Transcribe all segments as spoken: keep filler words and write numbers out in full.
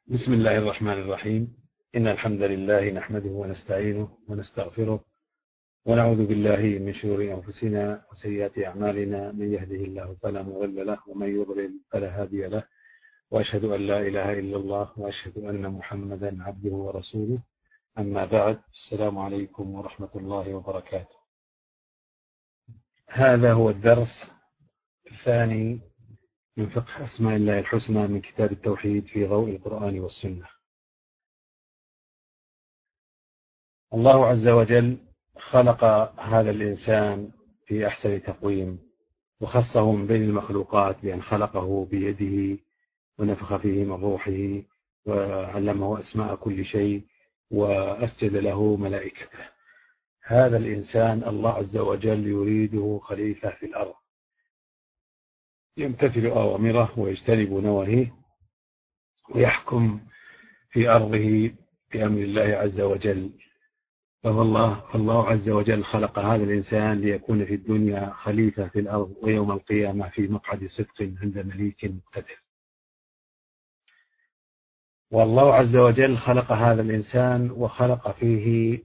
بسم الله الرحمن الرحيم. إن الحمد لله نحمده ونستعينه ونستغفره ونعوذ بالله من شرور أنفسنا وسيئات أعمالنا، من يهده الله فلا مضل له ومن يضلل فلا هادي له، وأشهد أن لا إله إلا الله وأشهد أن محمدا عبده ورسوله. أما بعد، السلام عليكم ورحمة الله وبركاته. هذا هو الدرس الثاني من فقه أسماء الله الحسنى من كتاب التوحيد في ضوء القرآن والسنة. الله عز وجل خلق هذا الإنسان في أحسن تقويم، وخصه من بين المخلوقات بأن خلقه بيده ونفخ فيه من روحه وعلمه أسماء كل شيء وأسجد له ملائكته. هذا الإنسان الله عز وجل يريده خليفة في الأرض، يمتثل أوامره ويجتنب نواهيه ويحكم في أرضه بأمر الله عز وجل. فالله الله عز وجل خلق هذا الإنسان ليكون في الدنيا خليفة في الأرض، ويوم القيامة في مقعد صدق عند مليك مقتدر. والله عز وجل خلق هذا الإنسان وخلق فيه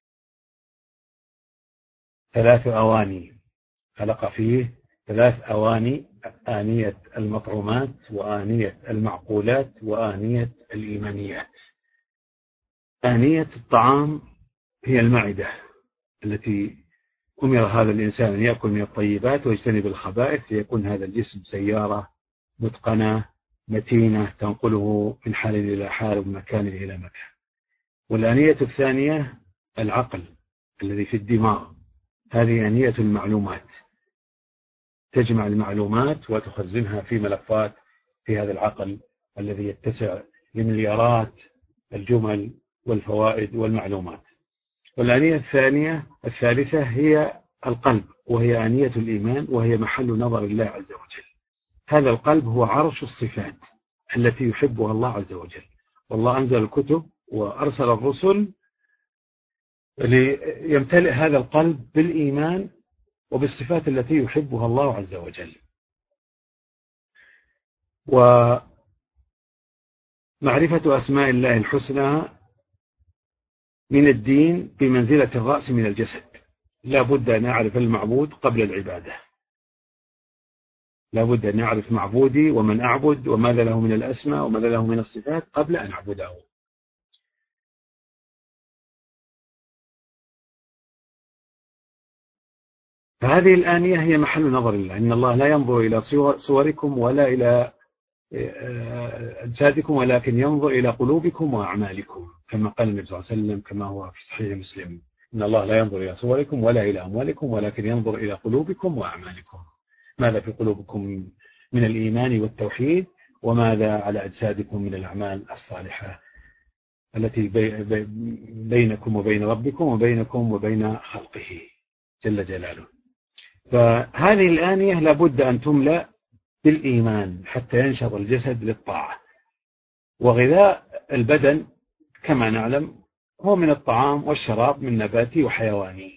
ثلاث أواني خلق فيه ثلاث أواني: آنية المطعومات، وآنية المعقولات، وآنية الإيمانيات. آنية الطعام هي المعدة التي أمر هذا الإنسان أن يأكل من الطيبات ويجتنب الخبائث، ليكون هذا الجسم سيارة متقنة متينة تنقله من حال إلى حال ومن مكان إلى مكان. والآنية الثانية العقل الذي في الدماغ، هذه آنية المعلومات، تجمع المعلومات وتخزنها في ملفات في هذا العقل الذي يتسع لمليارات الجمل والفوائد والمعلومات. والآنية الثانية الثالثة هي القلب، وهي آنية الإيمان، وهي محل نظر الله عز وجل. هذا القلب هو عرش الصفات التي يحبها الله عز وجل، والله أنزل الكتب وأرسل الرسل ليمتلئ هذا القلب بالإيمان وبالصفات التي يحبها الله عز وجل. ومعرفة أسماء الله الحسنى من الدين بمنزلة الرأس من الجسد. لا بد أن أعرف المعبود قبل العبادة، لا بد أن أعرف معبودي ومن أعبد وماذا له من الأسماء وماذا له من الصفات قبل أن أعبده. فهذه الآنية هي محل نظر الله، إن الله لا ينظر إلى صوركم ولا إلى أجسادكم، ولكن ينظر إلى قلوبكم وأعمالكم، كما قال النبي صلى الله عليه وسلم كما هو في صحيح مسلم: إن الله لا ينظر إلى صوركم ولا إلى أموالكم، ولكن ينظر إلى قلوبكم وأعمالكم. ماذا في قلوبكم من الإيمان والتوحيد، وماذا على أجسادكم من الأعمال الصالحة التي بينكم وبين ربكم وبينكم وبين خلقه جل جلاله. فهذه الآنية لابد أن تملأ بالإيمان حتى ينشط الجسد للطاعة. وغذاء البدن كما نعلم هو من الطعام والشراب، من نباتي وحيواني،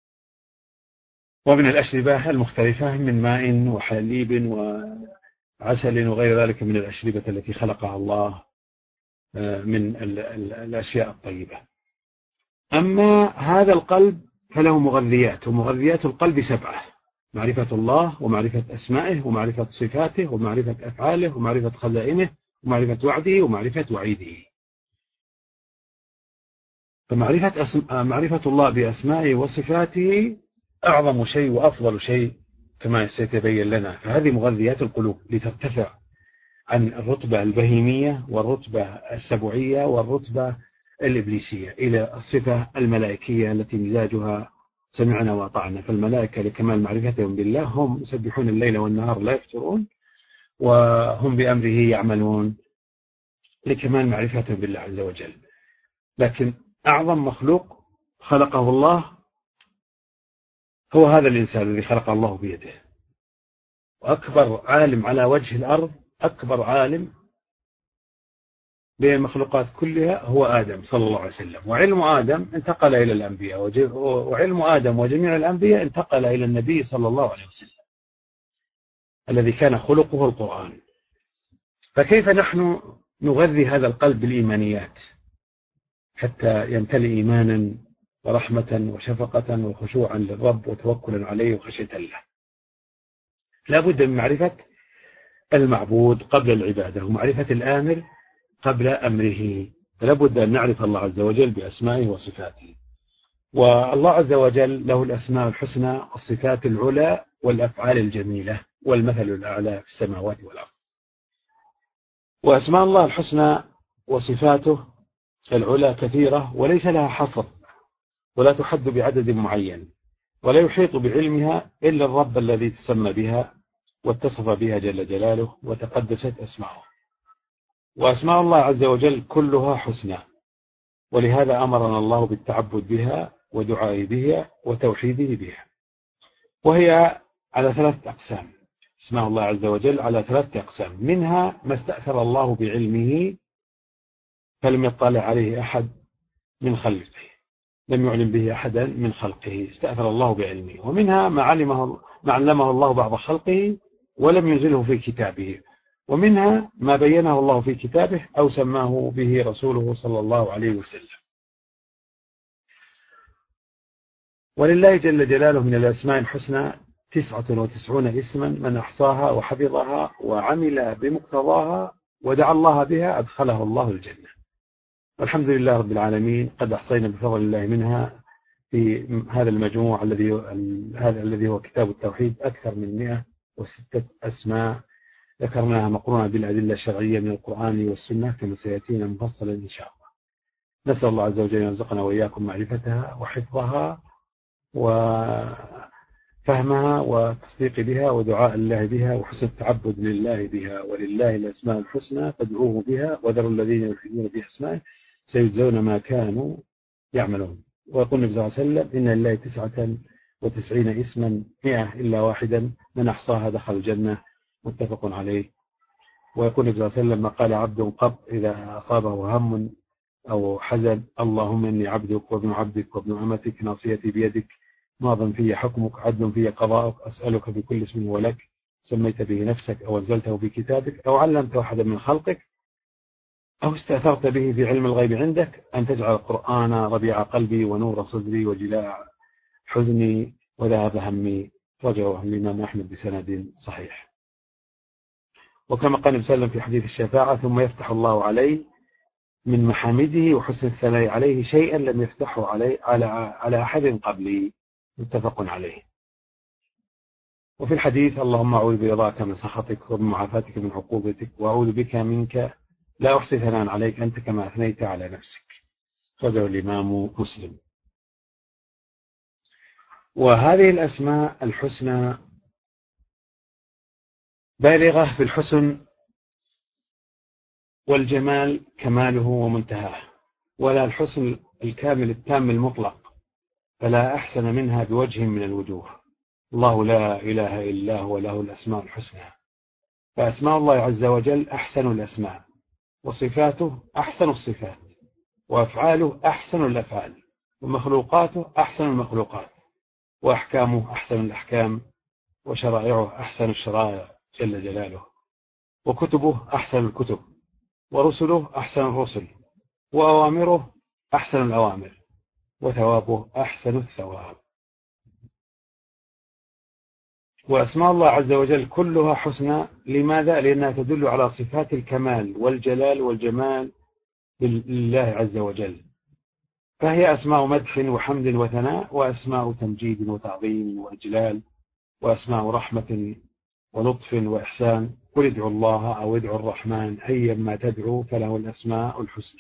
ومن الأشربة المختلفة من ماء وحليب وعسل وغير ذلك من الأشربة التي خلقها الله من الأشياء الطيبة. أما هذا القلب فله مغذيات، ومغذيات القلب سبعة: معرفة الله، ومعرفة أسمائه، ومعرفة صفاته، ومعرفة أفعاله، ومعرفة خزائنه، ومعرفة وعده، ومعرفة وعيده. فمعرفة أسم... معرفة الله بأسمائه وصفاته أعظم شيء وأفضل شيء كما سيتبين لنا. فهذه مغذيات القلوب لترتفع عن الرتبة البهيمية والرتبة السبعية والرتبة الإبليسية إلى الصفة الملائكية التي مزاجها سمعنا وأطعنا. فالملائكة لكمال معرفتهم بالله هم يسبحون الليل والنهار لا يفترون، وهم بأمره يعملون لكمال معرفتهم بالله عز وجل. لكن أعظم مخلوق خلقه الله هو هذا الإنسان الذي خلقه الله بيده. وأكبر عالم على وجه الأرض، أكبر عالم بين المخلوقات كلها هو آدم صلى الله عليه وسلم. وعلم آدم انتقل إلى الأنبياء، وعلم آدم وجميع الأنبياء انتقل إلى النبي صلى الله عليه وسلم الذي كان خلقه القرآن. فكيف نحن نغذي هذا القلب بالإيمانيات حتى يمتلئ إيمانا ورحمة وشفقة وخشوعا للرب وتوكلا عليه وخشية له. لا بد من معرفة المعبود قبل العبادة ومعرفة الآمر قبل أمره، فلا بد أن نعرف الله عز وجل بأسمائه وصفاته. والله عز وجل له الأسماء الحسنى والصفات العلى والأفعال الجميلة والمثل الأعلى في السماوات والأرض. وأسماء الله الحسنى وصفاته العلى كثيرة وليس لها حصر ولا تحد بعدد معين، ولا يحيط بعلمها إلا الرب الذي تسمى بها واتصف بها جل جلاله وتقدست أسماؤه. وأسماء الله عز وجل كلها حسنى، ولهذا أمرنا الله بالتعبد بها ودعاء بها وتوحيده بها. وهي على ثلاثة أقسام، اسماء الله عز وجل على ثلاثة أقسام، منها ما استأثر الله بعلمه فلم يطلع عليه أحد من خلقه، لم يعلم به أحدا من خلقه، استأثر الله بعلمه. ومنها ما علمه ما علمه الله بعض خلقه ولم ينزله في كتابه. ومنها ما بينه الله في كتابه أو سماه به رسوله صلى الله عليه وسلم. ولله جل جلاله من الأسماء الحسنى تسعة وتسعون اسما، من أحصاها وحفظها وعمل بمقتضاها ودعا الله بها أدخله الله الجنة. والحمد لله رب العالمين، قد أحصينا بفضل الله منها في هذا المجموع الذي هذا الذي هو كتاب التوحيد أكثر من مئة وستة أسماء ذكرناها مقرونة بالأدلة الشرعية من القرآن والسنة كما سيأتينا مفصلا إن شاء الله. نسأل الله عز وجل أن يرزقنا وإياكم معرفتها وحفظها وفهمها وتصديق بها ودعاء الله بها وحسن التعبد لله بها. ولله الأسماء الحسنى فادعوه بها وذروا الذين يلحدون بأسمائه سيجزون ما كانوا يعملون. ويقول النبي صلى الله عليه وسلم إن لله تسعة وتسعين اسما مئة إلا واحدا من أحصاها دخل الجنة، متفق عليه. ويقول النبي صلى الله عليه وسلم ما قال عبد قط إذا أصابه هم أو حزن اللهم إني عبدك وابن عبدك وابن أمتك ناصيتي بيدك ماض في حكمك عدل في قضاءك أسألك بكل اسم هو لك سميت به نفسك أو أنزلته في كتابك أو علمت أحدا من خلقك أو استأثرت به في علم الغيب عندك أن تجعل القرآن ربيع قلبي ونور صدري وجلاء حزني وذهاب همي. رجعه الإمام أحمد بسند صحيح. وكما قال النبي صلى الله عليه وسلم في حديث الشفاعة ثم يفتح الله عليه من محامده وحسن الثناء عليه شيئا لم يفتحه علي على على أحد قبلي، متفق عليه. وفي الحديث اللهم أعوذ برضاك من سخطك وبمعافاتك من عقوبتك وأعوذ بك منك لا أحصي ثناء عليك أنت كما أثنيت على نفسك. خرجه الإمام مسلم. وهذه الأسماء الحسنى بالغة في الحسن والجمال كماله ومنتهاه، ولا الحسن الكامل التام المطلق، فلا أحسن منها بوجه من الوجوه. الله لا إله إلا هو له الأسماء الحسنى. فأسماء الله عز وجل أحسن الأسماء، وصفاته أحسن الصفات، وأفعاله أحسن الأفعال، ومخلوقاته أحسن المخلوقات، وأحكامه أحسن الأحكام، وشرائعه أحسن الشرائع جل جلاله، وكتبه أحسن الكتب، ورسله أحسن الرسل، وأوامره أحسن الأوامر، وثوابه أحسن الثواب. وأسماء الله عز وجل كلها حسنى. لماذا؟ لأنها تدل على صفات الكمال والجلال والجمال لله عز وجل، فهي أسماء مدح وحمد وثناء، وأسماء تمجيد وتعظيم وإجلال، وأسماء رحمة ولطف وإحسان. قل ادعوا الله أو ادعوا الرحمن أيما تدعوا فله الأسماء الحسنى.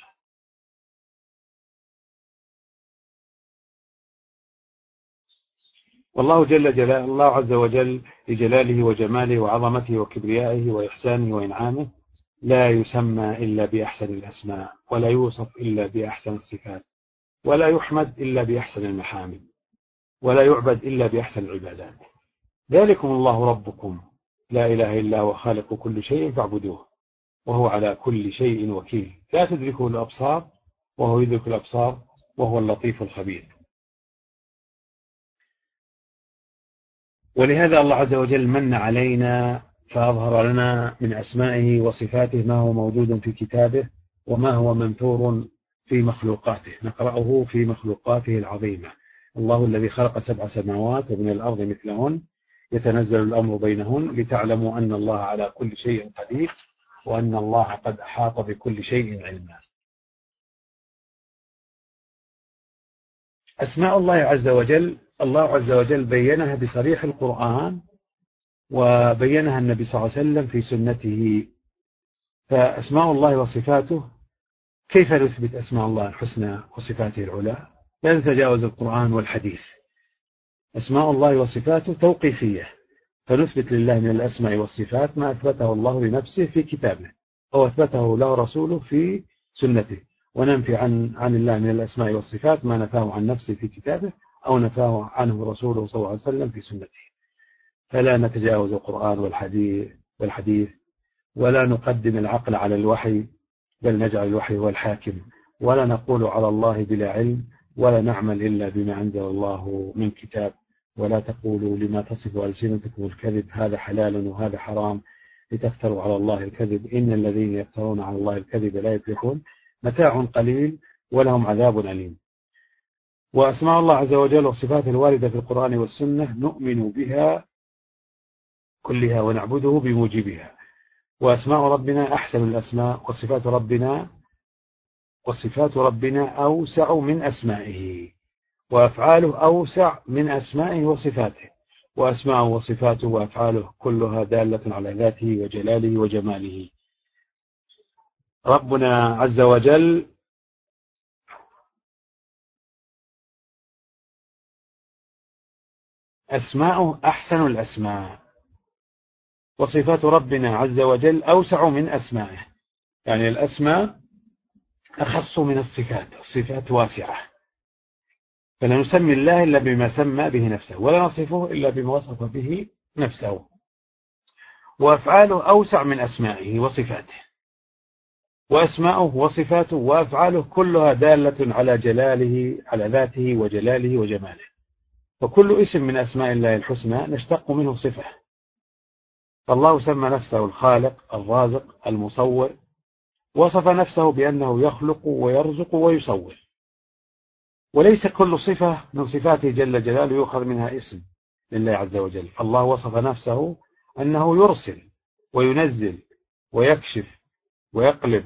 والله جل جلاله الله عز وجل لجلاله وجماله وعظمته وكبريائه وإحسانه وإنعامه لا يسمى إلا بأحسن الأسماء، ولا يوصف إلا بأحسن الصفات، ولا يحمد إلا بأحسن المحامد، ولا يعبد إلا بأحسن العبادات. ذلكم الله ربكم لا إله إلا هو خالق كل شيء فاعبدوه وهو على كل شيء وكيل لا تدركه الأبصار وهو يدرك الأبصار وهو اللطيف الخبير. ولهذا الله عز وجل من علينا فأظهر لنا من أسمائه وصفاته ما هو موجود في كتابه وما هو منثور في مخلوقاته. نقرأه في مخلوقاته العظيمة: الله الذي خلق سبع سماوات ومن الأرض مثلهن يتنزل الأمر بينهن لتعلموا أن الله على كل شيء قدير وأن الله قد أحاط بكل شيء علما. أسماء الله عز وجل، الله عز وجل بينها بصريح القرآن وبينها النبي صلى الله عليه وسلم في سنته. فأسماء الله وصفاته، كيف نثبت أسماء الله الحسنى وصفاته العلى؟ لا نتجاوز القرآن والحديث. أسماء الله وصفاته توقيفية، فنثبت لله من الأسماء والصفات ما أثبته الله لنفسه في كتابه أو أثبته له رسوله في سنته، وننفي عن عن الله من الأسماء والصفات ما نفاه عن نفسه في كتابه أو نفاه عنه رسوله صلى الله عليه وسلم في سنته. فلا نتجاوز القرآن والحديث والحديث ولا نقدم العقل على الوحي، بل نجعل الوحي هو الحاكم، ولا نقول على الله بلا علم، ولا نعمل إلا بما أنزل الله من كتاب. ولا تقولوا لما تصف ألسنتكم الكذب هذا حلال وهذا حرام لتفتروا على الله الكذب إن الذين يفترون على الله الكذب لا يفلحون متاع قليل ولهم عذاب أليم. وأسماء الله عز وجل وصفاته الواردة في القرآن والسنة نؤمن بها كلها ونعبده بموجبها. وأسماء ربنا أحسن الأسماء، وصفات ربنا وصفات ربنا أوسع من أسمائه، وأفعاله أوسع من أسمائه وصفاته، وأسماءه وصفاته وأفعاله كلها دالة على ذاته وجلاله وجماله. ربنا عز وجل أسماؤه أحسن الأسماء، وصفات ربنا عز وجل أوسع من أسمائه، يعني الأسماء أخص من الصفات، الصفات واسعة، فلا نسمي الله إلا بما سمى به نفسه، ولا نصفه إلا بما وصف به نفسه. وأفعاله أوسع من أسمائه وصفاته، وأسماؤه وصفاته وأفعاله كلها دالة على جلاله، على ذاته وجلاله وجماله. وكل اسم من أسماء الله الحسنى نشتق منه صفة. فالله سمى نفسه الخالق الرازق المصور، وصف نفسه بأنه يخلق ويرزق ويصور. وليس كل صفة من صفاته جل جلاله يؤخذ منها اسم لله عز وجل. فالله وصف نفسه أنه يرسل وينزل ويكشف ويقلب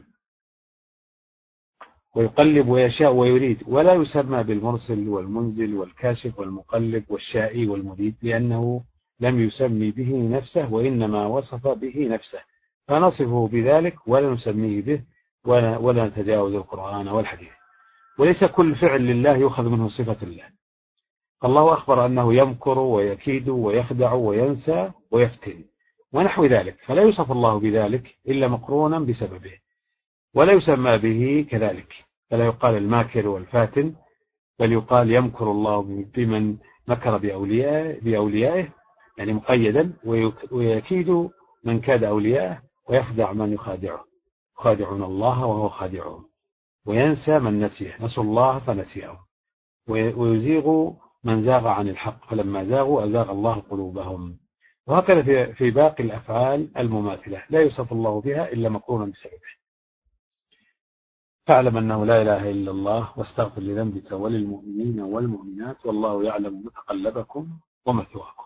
ويقلب ويشاء ويريد، ولا يسمى بالمرسل والمنزل والكاشف والمقلب والشائي والمريد، لأنه لم يسمي به نفسه وإنما وصف به نفسه، فنصفه بذلك ولا نسميه به ولا, ولا نتجاوز القرآن والحديث. وليس كل فعل لله يؤخذ منه صفة الله. الله أخبر أنه يمكر ويكيد ويخدع وينسى ويفتن ونحو ذلك، فلا يوصف الله بذلك إلا مقرونا بسببه، ولا يسمى به كذلك، فلا يقال الماكر والفاتن، بل يقال يمكر الله بمن مكر بأوليائه, بأوليائه يعني مقيدا، ويكيد من كاد أوليائه، ويخدع من يخادعه، يخادعون الله وهو خادعهم، وينسى من نسيه، نسوا الله فنسيه، ويزيغ من زاغ عن الحق فلما زاغوا أزاغ الله قلوبهم. وهكذا في باقي الأفعال المماثلة لا يوصف الله بها إلا مقرونا بسببه. فاعلم أنه لا إله إلا الله، واستغفر لذنبك وللمؤمنين والمؤمنات، والله يعلم متقلبكم ومثواكم.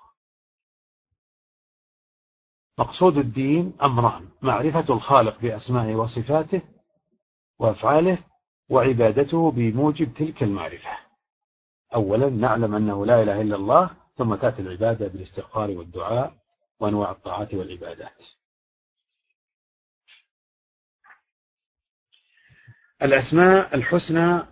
مقصود الدين أمران: معرفة الخالق بأسمائه وصفاته وأفعاله، وعبادته بموجب تلك المعرفة. أولا نعلم أنه لا إله إلا الله، ثم تأتي العبادة بالاستغفار والدعاء وأنواع الطاعات والعبادات. الأسماء الحسنى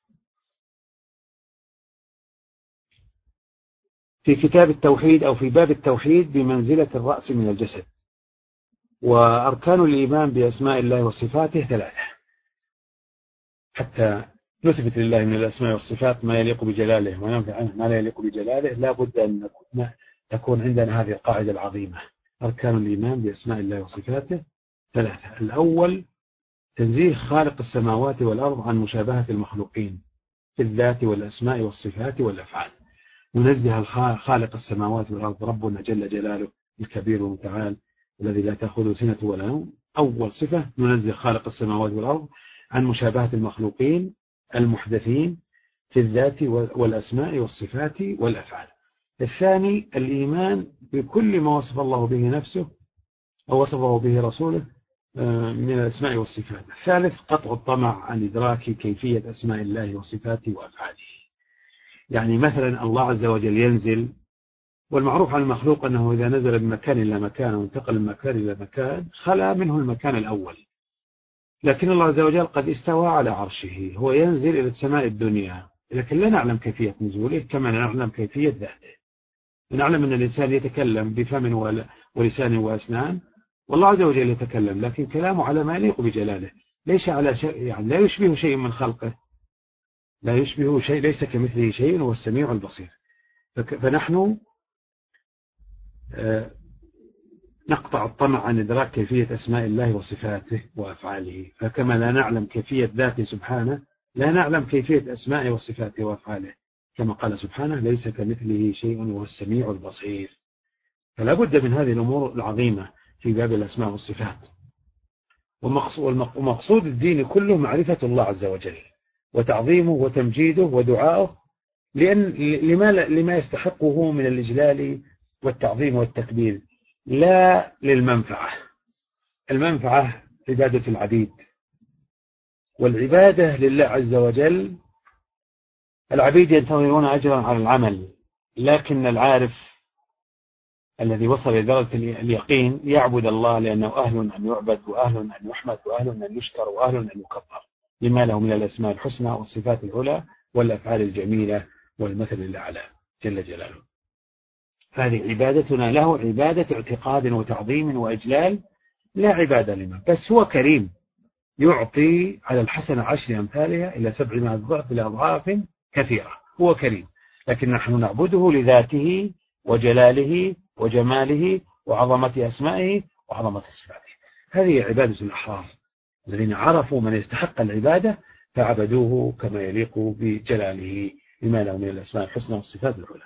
في كتاب التوحيد أو في باب التوحيد بمنزلة الرأس من الجسد. وأركان الإيمان بأسماء الله وصفاته ثلاثة حتى نثبت لله من الأسماء والصفات ما يليق بجلاله وننفي عنه ما لا يليق بجلاله. لا بد أن تكون عندنا هذه القاعدة العظيمة: أركان الإيمان بأسماء الله وصفاته ثلاثة. الأول تنزيه خالق السماوات والأرض عن مشابهة المخلوقين في الذات والأسماء والصفات والأفعال. ننزه خالق السماوات والأرض ربنا جل جلاله الكبير المتعال الذي لا تأخذه سنة ولا نوم. أول صفة ننزه خالق السماوات والأرض عن مشابهة المخلوقين المحدثين في الذات والأسماء والصفات والأفعال. الثاني الإيمان بكل ما وصف الله به نفسه أو وصفه به رسوله من الأسماء والصفات. الثالث قطع الطمع عن إدراك كيفية أسماء الله وصفاته وأفعاله. يعني مثلا الله عز وجل ينزل، والمعروف عن المخلوق أنه إذا نزل من مكان إلى مكان وانتقل من مكان إلى مكان خلا منه المكان الأول، لكن الله عز وجل قد استوى على عرشه، هو ينزل إلى السماء الدنيا، لكن لا نعلم كيفية نزوله كما نعلم كيفية ذاته. نعلم أن الإنسان يتكلم بفم ولسان وأسنان، والله عز وجل يتكلم لكن كلامه على ما يليق بجلاله، ليس على شيء، يعني لا يشبه شيء من خلقه، لا يشبه شيء، ليس كمثله شيء، هو السميع البصير. فنحن نقطع الطمع عن إدراك كيفية أسماء الله وصفاته وأفعاله، فكما لا نعلم كيفية ذاته سبحانه لا نعلم كيفية أسماء وصفاته وأفعاله، كما قال سبحانه ليس كمثله شيء وهو السميع البصير. فلا بد من هذه الأمور العظيمة في باب الأسماء والصفات. ومقصود الدين كله معرفة الله عز وجل وتعظيمه وتمجيده ودعائه، لأن لما, لما يستحقه من الإجلال والتعظيم والتكبير، لا للمنفعة. المنفعة عبادة العبيد، والعبادة لله عز وجل. العبيد ينتظرون أجرا على العمل، لكن العارف الذي وصل إلى درجة اليقين يعبد الله لأنه أهل أن يعبد وأهل أن يحمد وأهل أن يشكر وأهل أن يكبر، لما له من الأسماء الحسنى والصفات العلى والأفعال الجميلة والمثل الأعلى جل جلاله. هذه عبادتنا له عبادة اعتقاد وتعظيم وإجلال، لا عبادة لمن، بس هو كريم يعطي على الحسنة عشر أمثالها إلى سبعمائة ضعف إلى أضعاف كثيرة. هو كريم، لكن نحن نعبده لذاته وجلاله وجماله وعظمة أسمائه وعظمة صفاته. هذه عبادة الأحرار الذين عرفوا من يستحق العبادة فعبدوه كما يليق بجلاله لما له من الأسماء الحسنى والصفات العلى.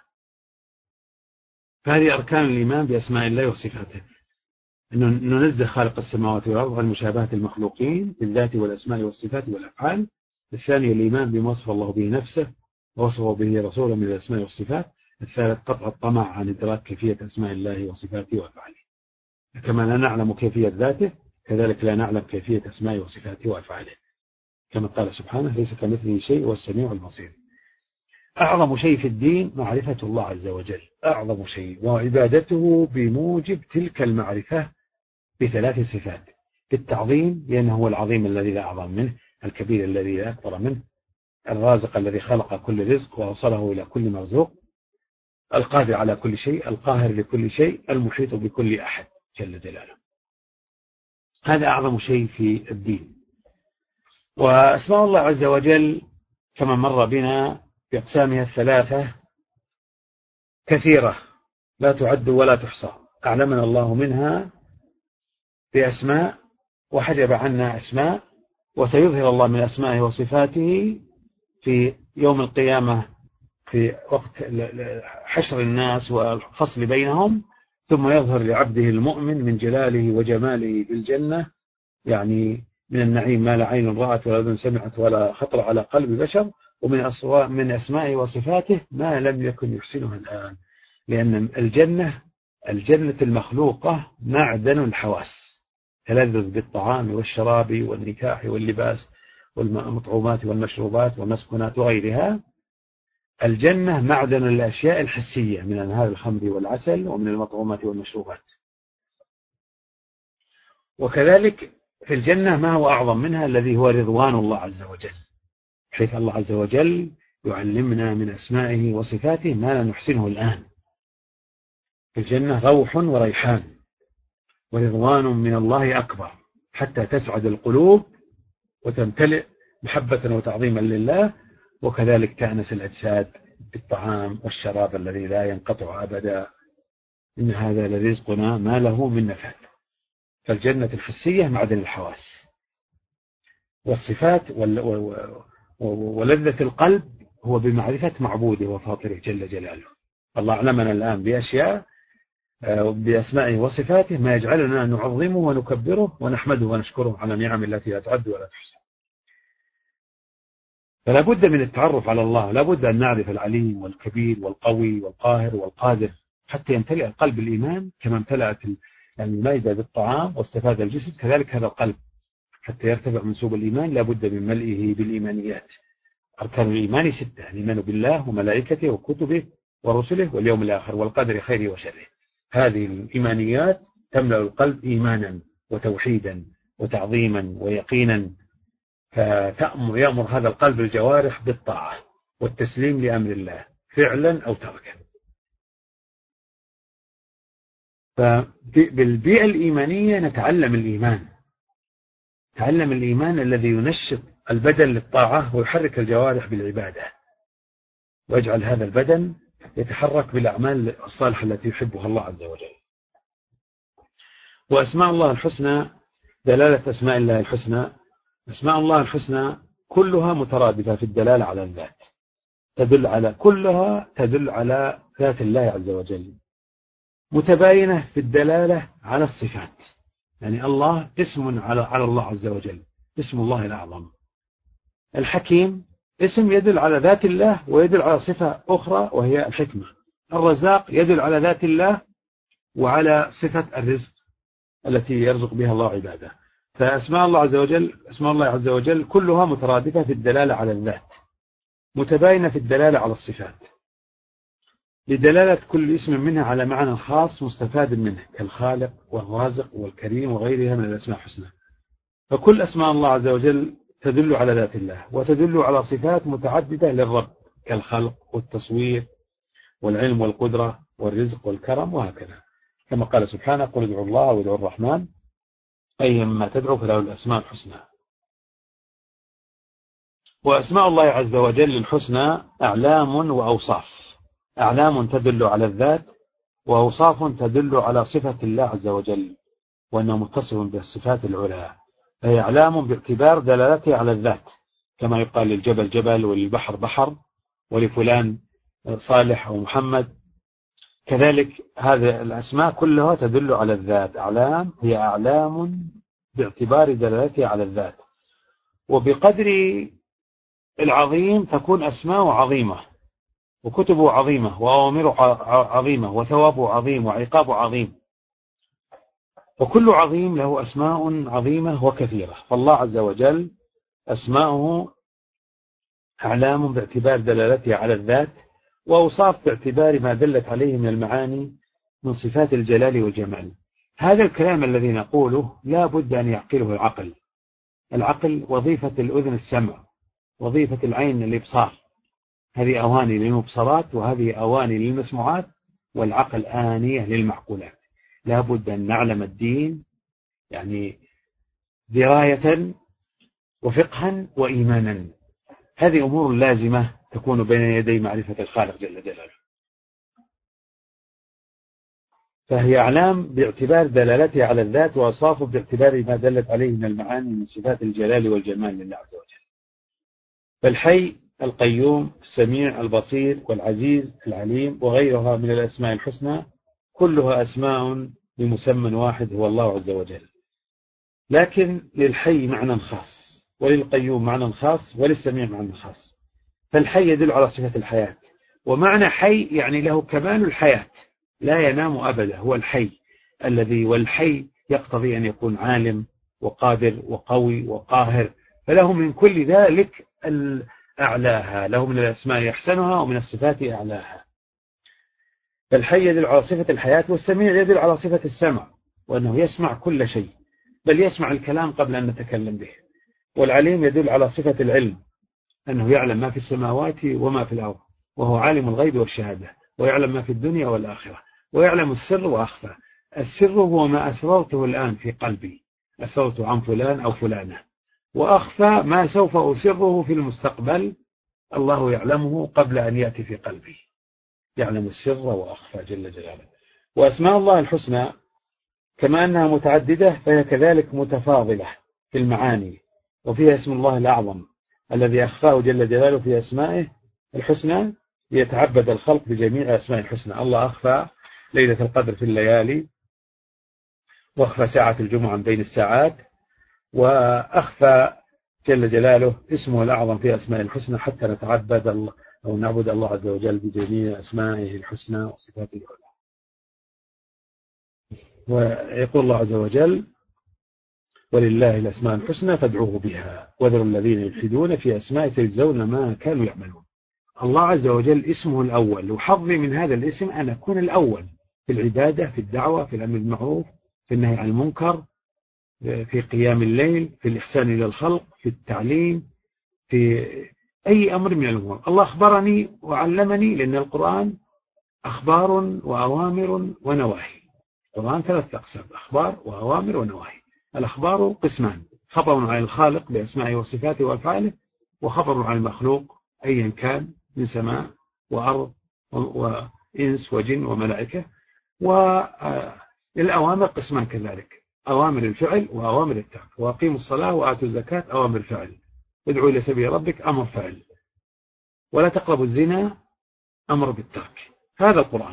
فهذه أركان الإيمان بأسماء الله وصفاته، أن ننزه خالق السماوات والأرض عن مشابهة المخلوقين بالذات والأسماء والصفات والأفعال. الثاني الإيمان بما وصف الله به نفسه ووصفه به رسوله من الأسماء والصفات. الثالث قطع الطمع عن إدراك كيفية أسماء الله وصفاته وأفعاله، كما لا نعلم كيفية ذاته كذلك لا نعلم كيفية أسماء وصفاته وأفعاله، كما قال سبحانه ليس كمثله شيء والسميع البصير. أعظم شيء في الدين معرفة الله عز وجل، أعظم شيء، وعبادته بموجب تلك المعرفة بثلاث صفات: بالتعظيم لأنه هو العظيم الذي لا أعظم منه، الكبير الذي لا أكبر منه، الرازق الذي خلق كل رزق ووصله إلى كل مرزوق، القادر على كل شيء، القاهر لكل شيء، المحيط بكل أحد جل جلاله. هذا أعظم شيء في الدين. وأسماء الله عز وجل كما مر بنا بأقسامها الثلاثة كثيرة لا تعد ولا تحصى، أعلمنا الله منها بأسماء وحجب عنا أسماء، وسيظهر الله من أسمائه وصفاته في يوم القيامة في وقت حشر الناس والفصل بينهم، ثم يظهر لعبده المؤمن من جلاله وجماله بالجنة، يعني من النعيم ما لا عين رأت ولا أذن سمعت ولا خطر على قلب بشر، ومن أسواء من أسمائه وصفاته ما لم يكن يحسنها الآن، لأن الجنة الجنة المخلوقة معدن الحواس، تلذذ بالطعام والشراب والنكاح واللباس والمطعومات والمشروبات والمسكنات وغيرها. الجنة معدن الأشياء الحسية من أنهار الخمر والعسل ومن المطعومات والمشروبات. وكذلك في الجنة ما هو أعظم منها الذي هو رضوان الله عز وجل، حيث الله عز وجل يعلمنا من أسمائه وصفاته ما لا نحسنه الآن. في الجنة روح وريحان ورضوان من الله أكبر، حتى تسعد القلوب وتمتلئ محبة وتعظيما لله، وكذلك تأنس الأجساد بالطعام والشراب الذي لا ينقطع أبدا، إن هذا لرزقنا ما له من نفاد. فالجنة الحسية معدن الحواس، والصفات ولذة القلب هو بمعرفة معبوده وفاطره جل جلاله. الله علمنا الآن بأشياء بأسمائه وصفاته ما يجعلنا نعظمه ونكبره ونحمده ونشكره على النعم التي لا تعد ولا تحصى. فلا بد من التعرف على الله، لا بد أن نعرف العليم والكبير والقوي والقاهر والقادر حتى يمتلئ القلب الإيمان، كما امتلأت المائدة بالطعام واستفاد الجسد، كذلك هذا القلب حتى يرتفع منسوب الإيمان لا بد من ملئه بالإيمانيات. أركان الإيمان ستة: الإيمان بالله وملائكته وكتبه ورسله واليوم الآخر والقدر خيره وشره. هذه الإيمانيات تملأ القلب إيمانا وتوحيدا وتعظيما ويقينا، فيأمر هذا القلب الجوارح بالطاعة والتسليم لأمر الله فعلا أو تركا. فبالبيئة الإيمانية نتعلم الإيمان، تعلم الإيمان الذي ينشط البدن للطاعة ويحرك الجوارح بالعبادة، ويجعل هذا البدن يتحرك بالأعمال الصالحة التي يحبها الله عز وجل. وأسماء الله الحسنى، دلالة أسماء الله الحسنى، أسماء الله الحسنى كلها مترادفة في الدلالة على الذات، تدل على كلها تدل على ذات الله عز وجل، متباينة في الدلالة على الصفات. يعني الله اسم على على الله عز وجل، اسم الله الأعظم. الحكيم اسم يدل على ذات الله ويدل على صفة أخرى وهي الحكمة. الرزاق يدل على ذات الله وعلى صفة الرزق التي يرزق بها الله عباده. فأسماء الله عز وجل أسماء الله عز وجل كلها مترادفة في الدلالة على الذات، متباينة في الدلالة على الصفات، لدلالة كل اسم منها على معنى خاص مستفاد منه، كالخالق والرازق والكريم وغيرها من الأسماء الحسنى. فكل أسماء الله عز وجل تدل على ذات الله وتدل على صفات متعددة للرب، كالخلق والتصوير والعلم والقدرة والرزق والكرم وهكذا، كما قال سبحانه: قل ادعوا الله وادعوا الرحمن أيما تدعوا فله الأسماء الحسنى. وأسماء الله عز وجل الحسنى أعلام وأوصاف، أعلام تدل على الذات، وأوصاف تدل على صفة الله عز وجل وأنه متصف بالصفات العلى. فهي أعلام باعتبار دلالته على الذات، كما يقال للجبل جبل وللبحر بحر ولفلان صالح أو محمد. كذلك هذه الأسماء كلها تدل على الذات، أعلام هي أعلام باعتبار دلالته على الذات. وبقدر العظيم تكون أسماء عظيمة وكتبه عظيمة وأوامره عظيمة وثوابه عظيم وعقابه عظيم، وكل عظيم له أسماء عظيمة وكثيرة. فالله عز وجل أسماؤه أعلام باعتبار دلالته على الذات، وأوصاف باعتبار ما دلت عليه من المعاني من صفات الجلال والجمال. هذا الكلام الذي نقوله لا بد أن يعقله العقل. العقل وظيفة الأذن السمع، وظيفة العين الإبصار، هذه أواني للمبصرات وهذه أواني للمسموعات، والعقل آنية للمعقولات. لا بد أن نعلم الدين يعني دراية وفقها وإيمانا. هذه أمور لازمة تكون بين يدي معرفة الخالق جل جلاله. فهي أعلام باعتبار دلالتها على الذات، وأوصاف باعتبار ما دلت عليه من المعاني من صفات الجلال والجمال لله عز وجل. فالحي القيوم السميع البصير والعزيز العليم وغيرها من الأسماء الحسنى كلها أسماء لمسمى واحد هو الله عز وجل، لكن للحي معنى خاص، وللقيوم معنى خاص، وللسميع معنى خاص. فالحي يدل على صفة الحياة، ومعنى حي يعني له كمال الحياة، لا ينام أبدا، هو الحي الذي، والحي يقتضي أن يكون عالم وقادر وقوي وقاهر، فله من كل ذلك أعلاها، له من الأسماء أحسنها ومن الصفات أعلاها. فالحي يدل على صفة الحياة، والسميع يدل على صفة السمع، وأنه يسمع كل شيء، بل يسمع الكلام قبل أن نتكلم به. والعليم يدل على صفة العلم، أنه يعلم ما في السماوات وما في الأرض، وهو عالم الغيب والشهادة، ويعلم ما في الدنيا والآخرة، ويعلم السر وأخفى. السر هو ما أسررته الآن في قلبي، أسررت عن فلان أو فلانة، وأخفى ما سوف أسره في المستقبل، الله يعلمه قبل أن يأتي في قلبي، يعلم السر وأخفى جل جلاله. وأسماء الله الحسنى كما أنها متعددة فهي كذلك متفاضلة في المعاني، وفيها اسم الله الأعظم الذي أخفاه جل جلاله في أسمائه الحسنى ليتعبد الخلق بجميع أسماء الحسنى. الله أخفى ليلة القدر في الليالي، واخفى ساعة الجمعة من بين الساعات، وأخفى جل جلاله اسمه الأعظم في أسماء الحسنى حتى نتعبد الله أو نعبد الله عز وجل بجميع أسمائه الحسنى وصفاته العلى. ويقول الله عز وجل: ولله الأسماء الحسنى فادعوه بها وذروا الذين يلحدون في أسماء سيجزون ما كانوا يعملون. الله عز وجل اسمه الأول، وحظي من هذا الاسم أن أكون الأول في العبادة، في الدعوة، في الأمر بالمعروف، في النهي عن المنكر، في قيام الليل، في الإحسان إلى الخلق، في التعليم، في أي أمر من الأمور. الله أخبرني وعلمني، لأن القرآن أخبار وأوامر ونواهي. القرآن ثلاثة أقسام: أخبار وأوامر ونواهي. الأخبار قسمان: خبر عن الخالق بأسمائه وصفاته وأفعاله، وخبر عن المخلوق أيا كان من سماء وأرض وإنس وجن وملائكة. والأوامر قسمان كذلك: أوامر الفعل وأوامر الترك. وأقيموا الصلاة وآتوا الزكاة أوامر فعل. ادعوا إلى سبيل ربك أمر فعل. ولا تقربوا الزنا أمر بالترك. هذا القرآن.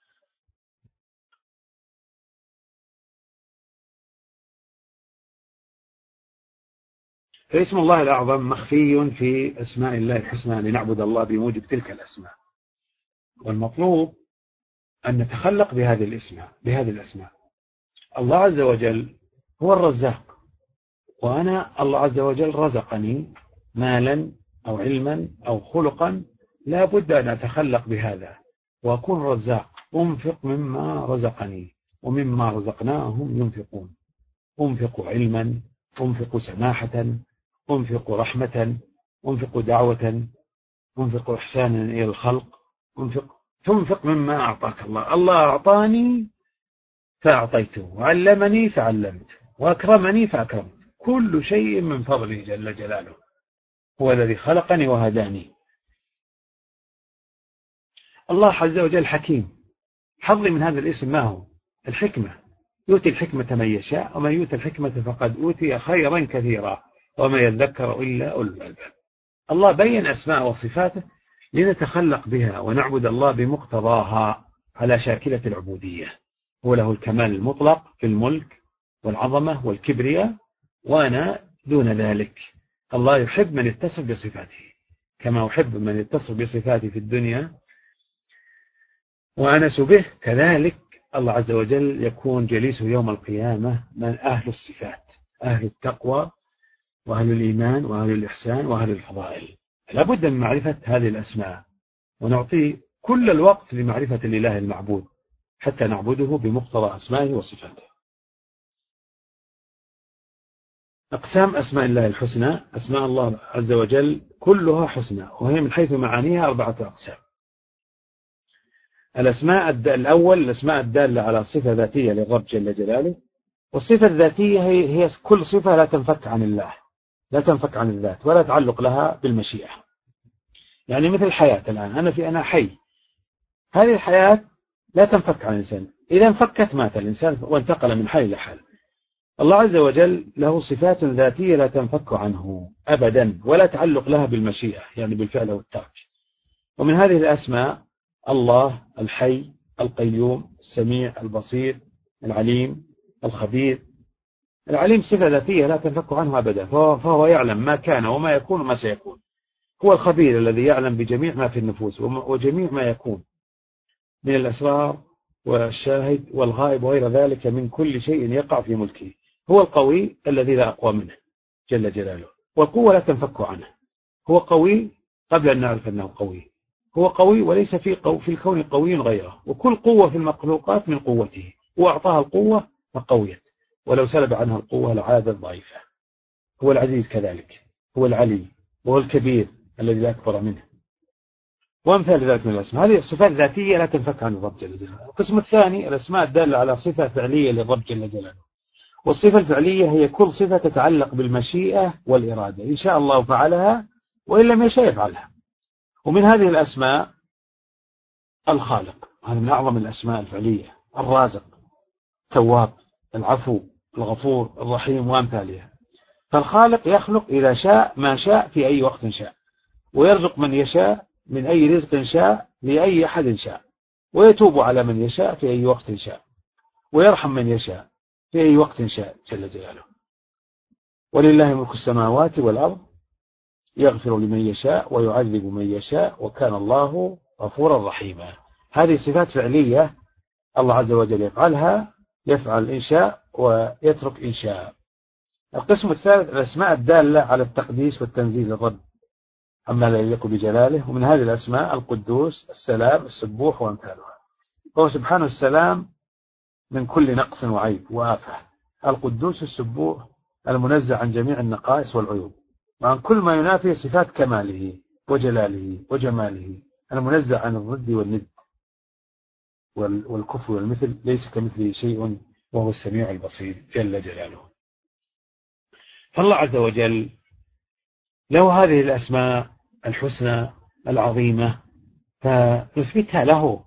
فاسم الله الأعظم مخفي في أسماء الله الحسنى لنعبد الله بموجب تلك الأسماء، والمطلوب أن نتخلق بهذه الأسماء بهذه الأسماء. الله عز وجل هو الرزاق، وأنا الله عز وجل رزقني مالا أو علما أو خلقا، لا بد أن أتخلق بهذا وأكون رزاق، أنفق مما رزقني ومما رزقناهم ينفقون. أنفق علما، أنفق سماحة، أنفق رحمة، أنفق دعوة، أنفق إحسانا إلى الخلق، أنفق تنفق مما أعطاك الله. الله أعطاني فأعطيته، وعلمني فعلمته، وأكرمني فأكرمت. كل شيء من فضله جل جلاله. هو الذي خلقني وهداني. الله عز وجل حكيم. حظي من هذا الاسم ما هو؟ الحكمة. يؤتي الحكمة من يشاء، ومن يؤتي الحكمة فقد أوتي خيرا كثيرا وما يذكر إلا أولو الألباب. الله بين أسماء وصفاته لنتخلق بها ونعبد الله بمقتضاها على شاكلة العبودية. هو له الكمال المطلق في الملك والعظمة والكبرياء، وأنا دون ذلك. الله يحب من يتصف بصفاته كما أحب من يتصف بصفاته في الدنيا وأنس به. كذلك الله عز وجل يكون جليسه يوم القيامة من أهل الصفات، أهل التقوى وأهل الإيمان وأهل الإحسان وأهل الفضائل. لابد من معرفة هذه الأسماء، ونعطي كل الوقت لمعرفة الإله المعبود حتى نعبده بمقتضى أسمائه وصفاته. أقسام أسماء الله الحسنى: أسماء الله عز وجل كلها حسنى، وهي من حيث معانيها أربعة أقسام. الأسماء الأول الأسماء الدالة على صفة ذاتية للرب جل جلاله. والصفة الذاتية هي, هي كل صفة لا تنفك عن الله، لا تنفك عن الذات ولا تعلق لها بالمشيئة. يعني مثل الحياة الآن، أنا في أنا حي، هذه الحياة لا تنفك عن الإنسان، إذا انفكت مات الإنسان وانتقل من حال إلى حال. الله عز وجل له صفات ذاتية لا تنفك عنه أبدا ولا تعلق لها بالمشيئة، يعني بالفعل والترك. ومن هذه الأسماء الله الحي، القيوم، السميع، البصير، العليم، الخبير. العليم صفة ذاتية لا تنفك عنه أبدا، فهو يعلم ما كان وما يكون وما سيكون. هو الخبير الذي يعلم بجميع ما في النفوس وجميع ما يكون من الأسرار والشاهد والغائب وغير ذلك من كل شيء يقع في ملكه. هو القوي الذي لا أقوى منه جل جلاله، والقوة لا تنفك عنه. هو قوي قبل أن نعرف أنه قوي. هو قوي وليس في, قو في الكون قوي غيره، وكل قوة في المخلوقات من قوته. هو أعطاها القوة فقويت، ولو سلب عنها القوة لعادت ضعيفة. هو العزيز كذلك، هو العلي، وهو الكبير الذي لا أكبر منه، وأمثال ذلك من الأسماء. هذه الصفات الذاتية لا تنفك عن الرب جل جلاله. القسم الثاني الأسماء الدالة على صفة فعلية للرب جل جلاله. والصفة الفعلية هي كل صفة تتعلق بالمشيئة والإرادة، إن شاء الله فعلها وإن لم يشاء يفعلها. ومن هذه الأسماء الخالق، هذا من أعظم الأسماء الفعلية. الرازق، التواب، العفو، الغفور، الرحيم، وأمثالها. فالخالق يخلق إذا شاء ما شاء في أي وقت شاء، ويرزق من يشاء من أي رزق شاء لأي أحد شاء. ويتوب على من يشاء في أي وقت شاء، ويرحم من يشاء في أي وقت شاء جل جلاله. ولله ملك السماوات والأرض يغفر لمن يشاء ويعذب من يشاء وكان الله غفورا رحيما. هذه صفات فعلية الله عز وجل يفعلها، يفعل إن شاء ويترك إن شاء. القسم الثالث الأسماء الدالة على التقديس والتنزيه للرب أما لا يليق بجلاله، ومن هذه الأسماء القدوس، السلام، السبوح وأمثالها. فهو سبحانه السلام من كل نقص وعيب وآفة، القدوس السبوح المنزه عن جميع النقائص والعيوب وعن كل ما ينافي صفات كماله وجلاله وجماله، المنزه عن الضد والند والكفر والمثل، ليس كمثله شيء وهو السميع البصير جل جلاله. فالله عز وجل له هذه الأسماء الحسنى العظيمة، فنثبتها له،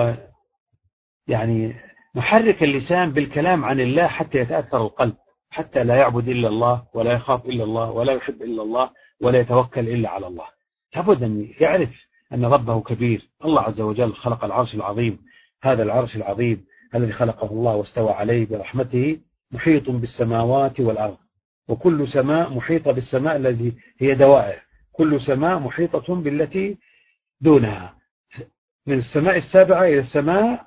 ويعني نحرك اللسان بالكلام عن الله حتى يتأثر القلب، حتى لا يعبد إلا الله ولا يخاف إلا الله ولا يحب إلا الله ولا يتوكل إلا على الله. لابد أن يعرف أن ربه كبير. الله عز وجل خلق العرش العظيم، هذا العرش العظيم الذي خلقه الله واستوى عليه برحمته محيط بالسماوات والأرض، وكل سماء محيطة بالسماء التي هي دوائر، كل سماء محيطة بالتي دونها، من السماء السابعة إلى السماء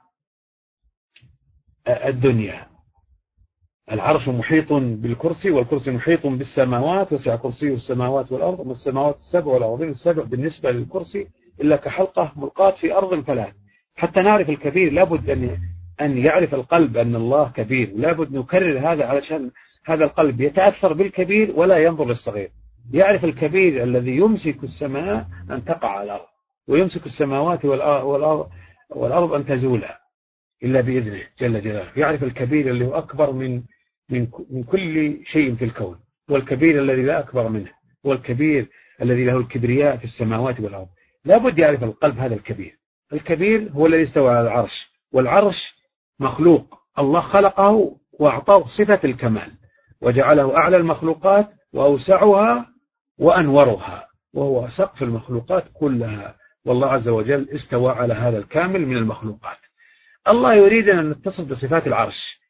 الدنيا. العرش محيط بالكرسي، والكرسي محيط بالسماوات، وسع كرسيه السماوات والأرض، وما السماوات السبع والأرضين السبع بالنسبة للكرسي إلا كحلقة ملقاة في أرض فلات. حتى نعرف الكبير لابد أن أن يعرف القلب أن الله كبير، لابد نكرر هذا علشان هذا القلب يتأثر بالكبير ولا ينظر للصغير. يعرف الكبير الذي يمسك السماء أن تقع على الأرض، ويمسك السماوات والأرض, والأرض أن تزولا إلا بإذنه جل جلاله. يعرف الكبير الذي هو أكبر من من من كل شيء في الكون، والكبير الذي لا أكبر منه، والكبير الذي له الكبرياء في السماوات والأرض. لابد يعرف القلب هذا الكبير. الكبير هو الذي استوى على العرش، والعرش مخلوق الله خلقه وأعطاه صفة الكمال، وجعله أعلى المخلوقات وأوسعها وأنورها، وهو سقف المخلوقات كلها. والله عز وجل استوى على هذا الكامل من المخلوقات. الله يريد أن نتصف بصفات العرش،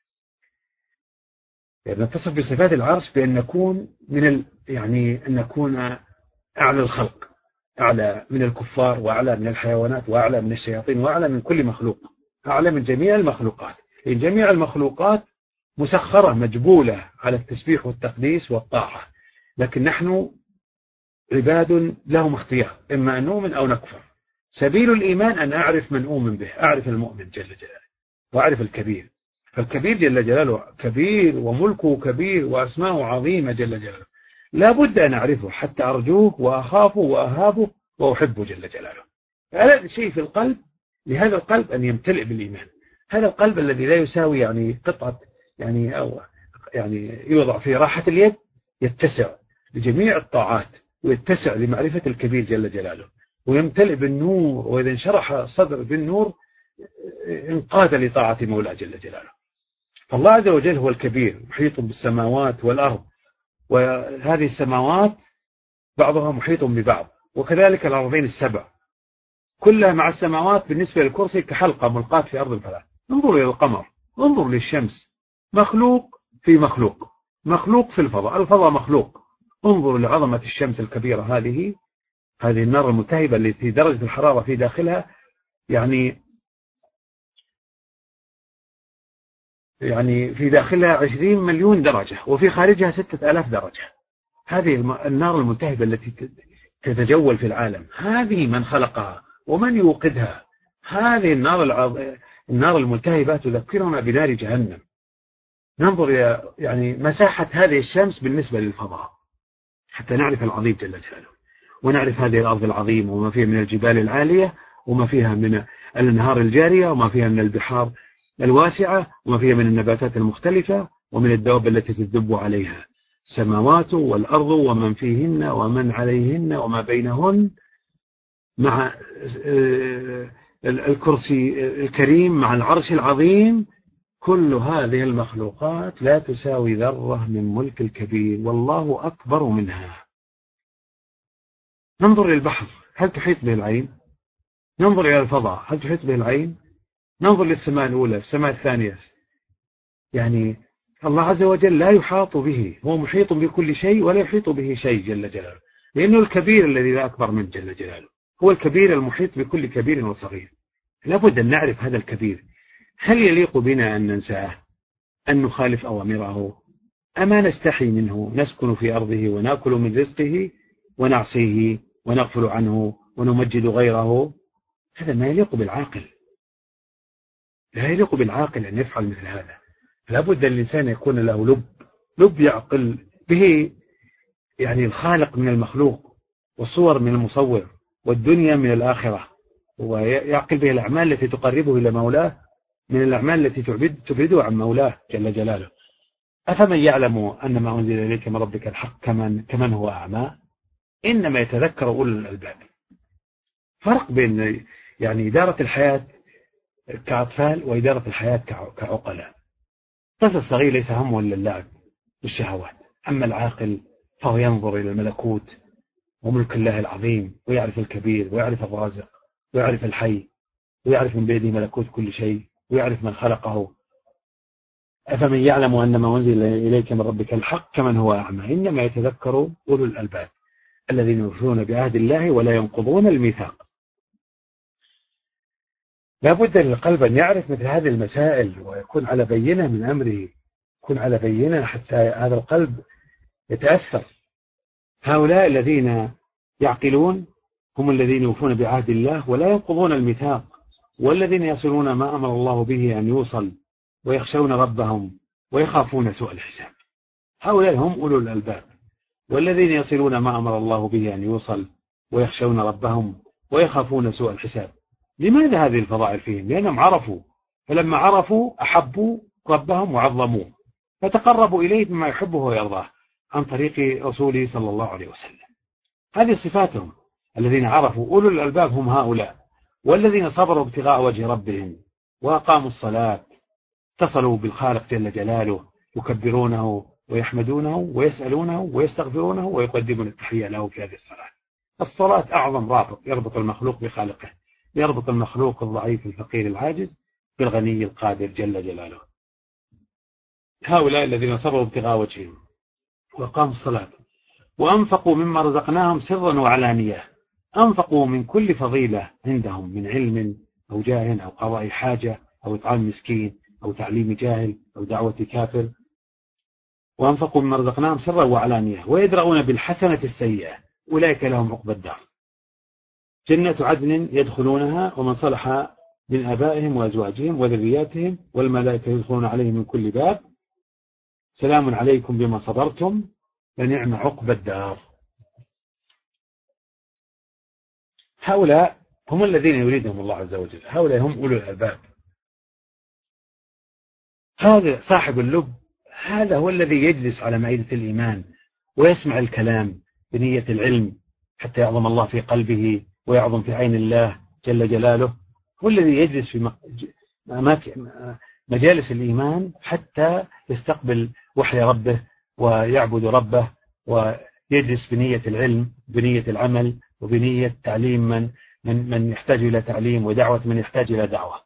يعني نتصف بصفات العرش بأن نكون من ال... يعني أن نكون أعلى الخلق، أعلى من الكفار، وأعلى من الحيوانات، وأعلى من الشياطين، وأعلى من كل مخلوق، أعلى من جميع المخلوقات. لأن جميع المخلوقات مسخرة مجبولة على التسبيح والتقديس والطاعة، لكن نحن عباد لهم اختيار، إما أن نؤمن أو نكفر. سبيل الإيمان أن أعرف من أؤمن به، أعرف المؤمن جل جلاله، وأعرف الكبير. فالكبير جل جلاله كبير، وملكه كبير، وأسماءه عظيمة جل جلاله. لا بد أن أعرفه حتى أرجوه وأخافه وأهابه وأحبه جل جلاله. هذا شيء في القلب، لهذا القلب أن يمتلئ بالإيمان. هذا القلب الذي لا يساوي يعني قطعة يعني أو يعني يوضع في راحة اليد، يتسع لجميع الطاعات، ويتسع لمعرفة الكبير جل جلاله، ويمتلئ بالنور. وإذا انشرح الصدر بالنور انقاد لطاعة مولاه جل جلاله. فالله عز وجل هو الكبير، محيط بالسماوات والأرض، وهذه السماوات بعضها محيط ببعض، وكذلك الأرضين السبع كلها مع السماوات بالنسبة للكرسي كحلقة ملقاة في أرض الفلاة. انظر إلى القمر، انظر للشمس، مخلوق في مخلوق، مخلوق في الفضاء، الفضاء مخلوق. انظر لعظمة الشمس الكبيرة هذه، هذه النار الملتهبة التي درجة الحرارة في داخلها يعني يعني في داخلها عشرين مليون درجة، وفي خارجها ستة آلاف درجة. هذه النار الملتهبة التي تتجول في العالم، هذه من خلقها ومن يوقدها. هذه النار العظ... النار الملتهبة تذكرنا بنار جهنم. ننظر إلى يعني مساحة هذه الشمس بالنسبة للفضاء حتى نعرف العظيم جل جلاله، ونعرف هذه الأرض العظيمة وما فيها من الجبال العالية، وما فيها من الأنهار الجارية، وما فيها من البحار الواسعة، وما فيها من النباتات المختلفة، ومن الدواب التي تدب عليها. السماوات والأرض ومن فيهن ومن عليهن وما بينهن، مع الكرسي الكريم، مع العرش العظيم. كل هذه المخلوقات لا تساوي ذرة من ملك الكبير، والله أكبر منها. ننظر إلى البحر، هل تحيط به العين؟ ننظر إلى الفضاء، هل تحيط به العين؟ ننظر للسماء الأولى، السماء الثانية، يعني الله عز وجل لا يحاط به، هو محيط بكل شيء ولا يحيط به شيء جل جلاله، لأنه الكبير الذي لا أكبر من جل جلاله، هو الكبير المحيط بكل كبير وصغير. لابد أن نعرف هذا الكبير. هل يليق بنا أن ننساه، أن نخالف أوامره، أما نستحي منه، نسكن في أرضه ونأكل من رزقه ونعصيه ونغفل عنه ونمجد غيره؟ هذا ما يليق بالعاقل، لا يليق بالعاقل أن يفعل مثل هذا. لابد الإنسان يكون له لب لب يعقل به، يعني الخالق من المخلوق، والصور من المصور، والدنيا من الآخرة، ويعقل به الأعمال التي تقربه إلى مولاه من الأعمال التي تبعده عن مولاه جل جلاله. أفمن يعلم أن ما أنزل إليك من ربك الحق كمن, كمن هو أعمى؟ إنما يتذكر أولو الألباب. فرق بين يعني إدارة الحياة كأطفال وإدارة الحياة كعقلاء. الطفل الصغير ليس همه إلا اللعب والشهوات، أما العاقل فهو ينظر إلى الملكوت وملك الله العظيم، ويعرف الكبير ويعرف الرازق ويعرف الحي، ويعرف من بيده ملكوت كل شيء، ويعرف من خلقه. أفمن يعلم أن ما أنزل إليك من ربك الحق كمن هو أعمى؟ إنما يتذكر أولو الألباب الذين يوفون بعهد الله ولا ينقضون الميثاق. لا بد للقلب أن يعرف مثل هذه المسائل ويكون على بينة من أمره، يكون على بينة حتى هذا القلب يتأثر. هؤلاء الذين يعقلون هم الذين يوفون بعهد الله ولا ينقضون الميثاق، والذين يصلون ما أمر الله به أن يوصل، ويخشون ربهم ويخافون سوء الحساب. هؤلاء هم أولو الألباب، والذين يصلون ما أمر الله به أن يوصل ويخشون ربهم ويخافون سوء الحساب. لماذا هذه الفضائل فيهم؟ لأنهم عرفوا، فلما عرفوا أحبوا ربهم وعظموه، فتقربوا إليه بما يحبه ويرضاه عن طريق رسوله صلى الله عليه وسلم. هذه صفاتهم. الذين عرفوا أولو الألباب هم هؤلاء، والذين صبروا ابتغاء وجه ربهم وأقاموا الصلاة، اتصلوا بالخالق جل جلاله، يكبرونه ويحمدونه ويسألونه ويستغفرونه ويقدمون التحية له في هذه الصلاة. الصلاة أعظم رابط يربط المخلوق بخالقه، يربط المخلوق الضعيف الفقير العاجز بالغني القادر جل جلاله. هؤلاء الذين صبروا ابتغاء وجههم وقاموا الصلاة وأنفقوا مما رزقناهم سرا وعلانية، أنفقوا من كل فضيلة عندهم من علم أو جاه أو قضاء حاجة أو إطعام مسكين أو تعليم جاهل أو دعوة كافر، وأنفقوا مما رزقناهم سرا وعلانية ويدرؤون بالحسنة السيئة، أولئك لهم عقبى الدار، جنة عدن يدخلونها ومن صلح من آبائهم وأزواجهم وذرياتهم والملائكة يدخلون عليهم من كل باب، سلام عليكم بما صبرتم فنعم عقبى الدار. هؤلاء هم الذين يريدهم الله عز وجل، هؤلاء هم أولو الألباب. هذا صاحب اللب، هذا هو الذي يجلس على مائدة الإيمان ويسمع الكلام بنية العلم حتى يعظم الله في قلبه ويعظم في عين الله جل جلاله، هو الذي يجلس في مجالس الإيمان حتى يستقبل وحي ربه ويعبد ربه، ويجلس بنية العلم بنية العمل وبنية تعليم من, من, من يحتاج إلى تعليم ودعوة من يحتاج إلى دعوة.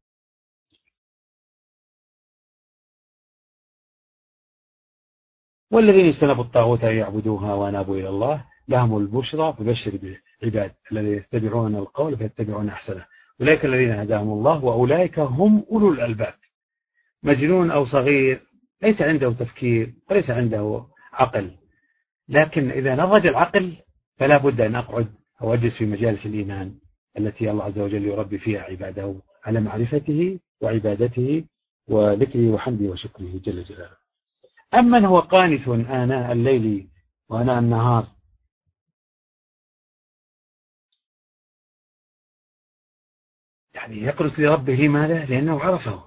والذين اجتنبوا الطاغوت أن يعبدوها وأنابوا إلى الله لهم البشرى فبشر بعباد الذين يتبعون القول فيتبعون أحسنه أولئك الذين هداهم الله وأولئك هم أولو الألباب. مجنون أو صغير ليس عنده تفكير وليس عنده عقل، لكن إذا نضج العقل فلا بد أن أقعد أو أجلس في مجالس الإيمان التي الله عز وجل يربي فيها عباده على معرفته وعبادته وذكره وحمده وشكره جل جلاله. أمن هو قانت آناء الليل وآناء النهار يعني يقنت لربه، لماذا؟ لأنه عرفه.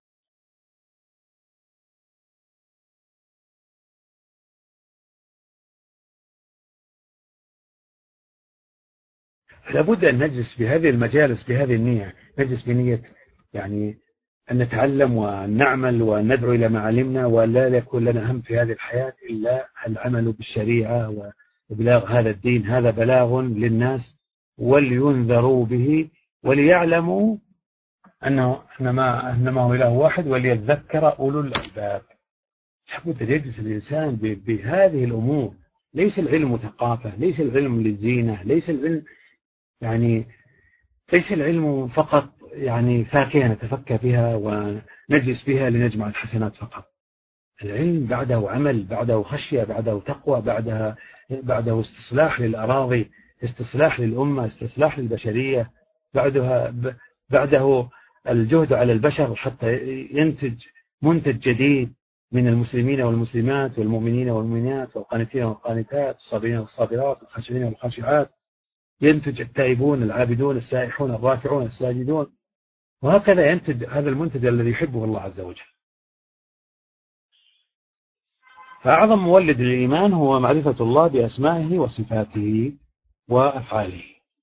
لابد أن نجلس بهذه المجالس بهذه النية، نجلس بنية يعني أن نتعلم ونعمل وندعو إلى ما علمنا، ولا يكون لنا هم في هذه الحياة إلا العمل بالشريعة وإبلاغ هذا الدين. هذا بلاغ للناس ولينذروا به وليعلموا أنه إنما إنما هو إله واحد وليذكر أولو الألباب. لابد أن يجلس الإنسان بهذه الأمور. ليس العلم ثقافة، ليس العلم للزينة، ليس العلم يعني ليس العلم فقط يعني فاكهة نتفكى بها ونجلس بها لنجمع الحسنات فقط. العلم بعده عمل، بعده خشية، بعده تقوى، بعدها بعده استصلاح للأراضي، استصلاح للأمة، استصلاح للبشرية، بعدها بعده الجهد على البشر حتى ينتج منتج جديد من المسلمين والمسلمات والمؤمنين والمؤمنات والقانتين والقانتات والصابرين والصابرات والخاشعين والخاشعات، ينتج التائبون العابدون السائحون الراكعون الساجدون، وهكذا ينتج هذا المنتج الذي يحبه الله عز وجل. فأعظم مولد للإيمان هو معرفة الله بأسمائه وصفاته وأفعاله.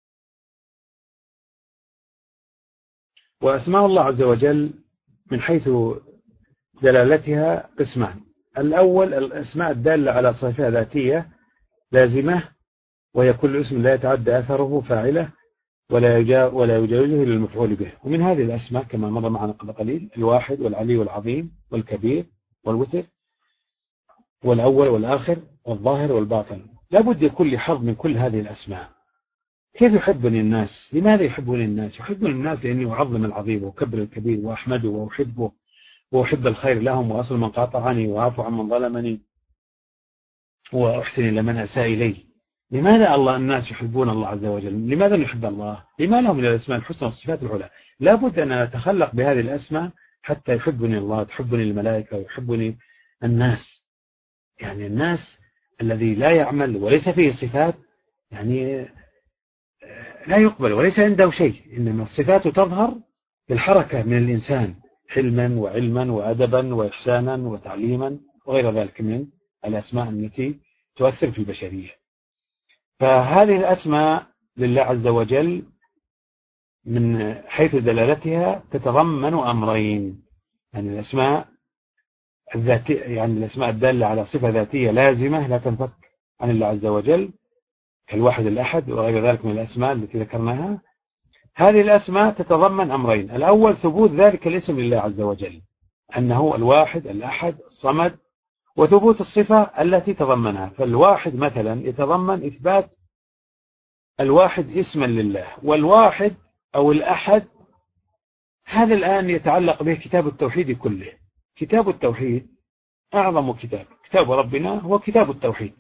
وأسماء الله عز وجل من حيث دلالتها قسمان: الأول الأسماء الدالة على صفة ذاتية لازمة، وهي كل اسم لا يتعدى أثره فاعله ولا ولا يجاوزه للمفعول به. ومن هذه الأسماء كما مر معنا قبل قليل الواحد والعلي والعظيم والكبير والوتر والأول والآخر والظاهر والباطن. لا بد يكون لي حظ من كل هذه الأسماء. كيف يحبني الناس؟ لماذا يحبوني الناس؟ يحبوني الناس لأني أعظم العظيم وأكبر الكبير وأحمده وأحبه وأحب الخير لهم وأصل من قاطعني وأعفو عن من ظلمني وأحسن إلى من أساء إلي. لماذا الله الناس يحبون الله عز وجل؟ لماذا نحب الله؟ لما لهم من الأسماء الحسنى والصفات العلى؟ لا بد أن أتخلق بهذه الأسماء حتى يحبني الله، تحبني الملائكة ويحبني الناس. يعني الناس الذي لا يعمل وليس فيه صفات يعني لا يقبل وليس عنده شيء، إنما الصفات تظهر بالحركة من الإنسان، حلما وعلما وأدبا وإحسانا وتعليما وغير ذلك من الأسماء التي تؤثر في البشرية. فهذه الأسماء لله عز وجل من حيث دلالتها تتضمن أمرين: يعني الأسماء الذاتية، يعني الأسماء الدالة على صفة ذاتية لازمة لا تنفك عن الله عز وجل كالواحد الأحد وغير ذلك من الأسماء التي ذكرناها. هذه الأسماء تتضمن أمرين: الأول ثبوت ذلك الاسم لله عز وجل أنه الواحد الأحد الصمد، وثبوت الصفة التي تضمنها. فالواحد مثلا يتضمن إثبات الواحد اسما لله، والواحد أو الأحد هذا الآن يتعلق به كتاب التوحيد كله. كتاب التوحيد أعظم كتاب، كتاب ربنا هو كتاب التوحيد.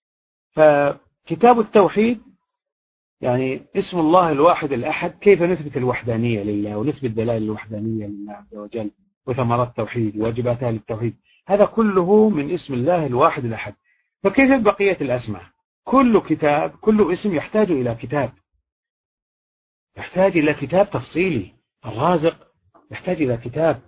فكتاب التوحيد يعني اسم الله الواحد الأحد، كيف نثبت الوحدانية لله ونثبت دلائل الوحدانية لله عز وجل وثمرات التوحيد وواجباتها للتوحيد، هذا كله من اسم الله الواحد الأحد. فكيف بقية الأسماء؟ كل كتاب كل اسم يحتاج إلى كتاب، يحتاج إلى كتاب تفصيلي. الرازق يحتاج إلى كتاب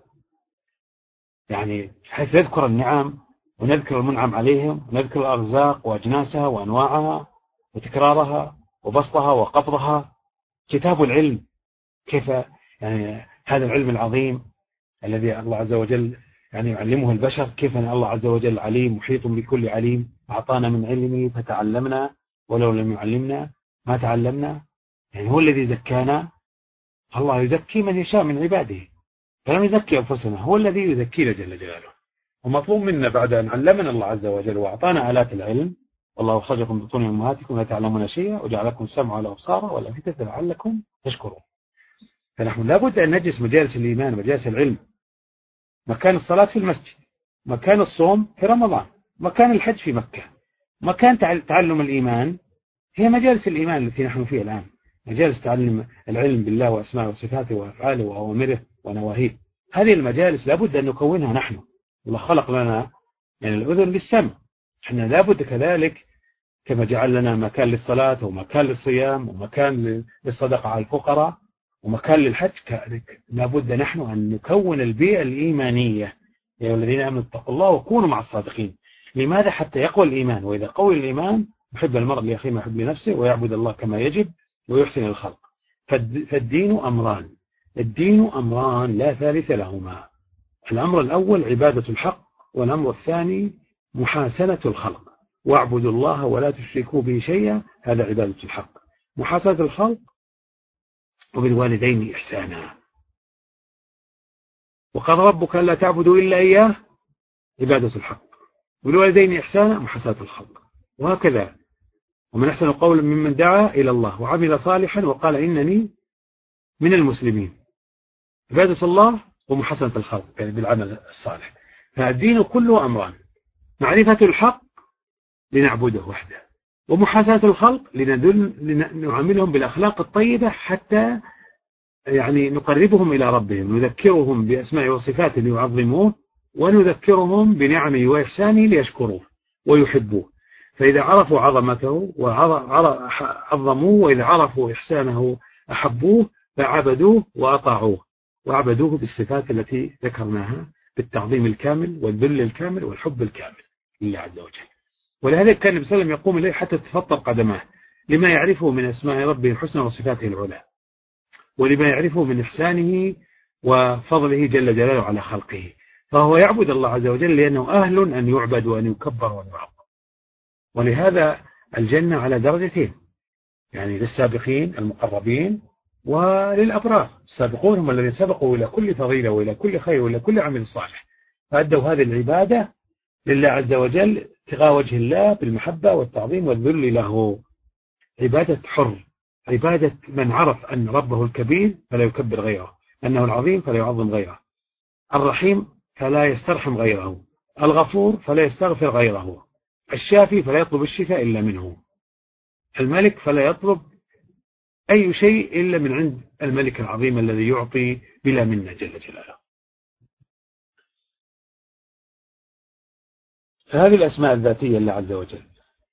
يعني حيث نذكر النعم ونذكر المنعم عليهم ونذكر الأرزاق وأجناسها وأنواعها وتكرارها وبسطها وقبضها. كتاب العلم، كيف يعني هذا العلم العظيم الذي الله عز وجل يعني يعلمه البشر، كيف أن الله عز وجل عليم محيط بكل عليم، أعطانا من علمه فتعلمنا ولو لم يعلمنا ما تعلمنا. يعني هو الذي زكانا. الله يزكي من يشاء من عباده، فلم يزكي أنفسنا، هو الذي يزكينا جل جلاله. ومطلوب منا بعد أن علمنا الله عز وجل وأعطانا آلات العلم: والله خرجكم من بطون أمهاتكم لا تعلمون شيئا وجعلكم السمع والأبصار والأفئدة لعلكم تشكرون. فنحن لابد أن نجلس مجالس الإيمان مجالس العلم. مكان الصلاة في المسجد، مكان الصوم في رمضان، مكان الحج في مكة، مكان تعلم الإيمان هي مجالس الإيمان التي نحن فيها الآن، مجالس تعلم العلم بالله وأسماءه وصفاته وأفعاله وأوامره ونواهيه. هذه المجالس لابد أن نكونها نحن. الله خلق لنا يعني الأذن للسمع، احنا لابد كذلك كما جعل لنا مكان للصلاة ومكان للصيام ومكان للصدقة على الفقراء ومكان للحج، كذلك لابد نحن أن نكون البيئة الإيمانية: يا أيها الذين آمنوا اتقوا الله وكونوا مع الصادقين. لماذا؟ حتى يقوى الإيمان، وإذا قوي الإيمان يحب المرء لأخيه ما يحب لنفسه ويعبد الله كما يجب ويحسن الخلق. فالدين أمران، الدين أمران لا ثالث لهما. الأمر الأول عبادة الحق، والأمر الثاني محاسنة الخلق: واعبدوا الله ولا تشركوا به شيئا، هذا عبادة الحق. محاسنة الخلق: وبالوالدين إحسانا. وقال ربك ألا تعبدوا إلا إياه عبادة الحق، والوالدين إحسانا محسنة الخلق، وهكذا. ومن أحسن قولا ممن دعا إلى الله وعمل صالحا وقال إنني من المسلمين. عبادة الله ومحسنة الخلق يعني بالعمل الصالح. فالدين كله أمران: معرفة الحق لنعبده وحده، ومحاسنة الخلق لندل نعاملهم بالأخلاق الطيبة حتى يعني نقربهم إلى ربهم، نذكرهم بأسماء وصفاته ليعظموه، ونذكرهم بنعمه وإحسانه ليشكروه ويحبوه. فإذا عرفوا عظمته وعظموه، وإذا عرفوا إحسانه أحبوه، فعبدوه وأطاعوه، وعبدوه بالصفات التي ذكرناها بالتعظيم الكامل والذل الكامل والحب الكامل لله عز وجل. ولهذا كان النبي صلى الله عليه وسلم يقوم إليه حتى تتفطر قدماه لما يعرفه من أسماء ربه الحسنى وصفاته العلى، ولما يعرفه من إحسانه وفضله جل جلاله على خلقه. فهو يعبد الله عز وجل لأنه أهل أن يعبد وأن يكبر وأن يعظم. ولهذا الجنة على درجتين، يعني للسابقين المقربين وللأبرار. السابقون هم الذين سبقوا إلى كل فضيلة وإلى كل خير وإلى كل عمل صالح، فأدوا هذه العبادة لله عز وجل ابتغاء وجه الله بالمحبة والتعظيم والذل له. عبادة حر، عبادة من عرف أن ربه الكبير فلا يكبر غيره، أنه العظيم فلا يعظم غيره، الرحيم فلا يسترحم غيره، الغفور فلا يستغفر غيره، الشافي فلا يطلب الشفاء إلا منه، الملك فلا يطلب أي شيء إلا من عند الملك العظيم الذي يعطي بلا منة جل جلاله. هذه الأسماء الذاتية لله عز وجل.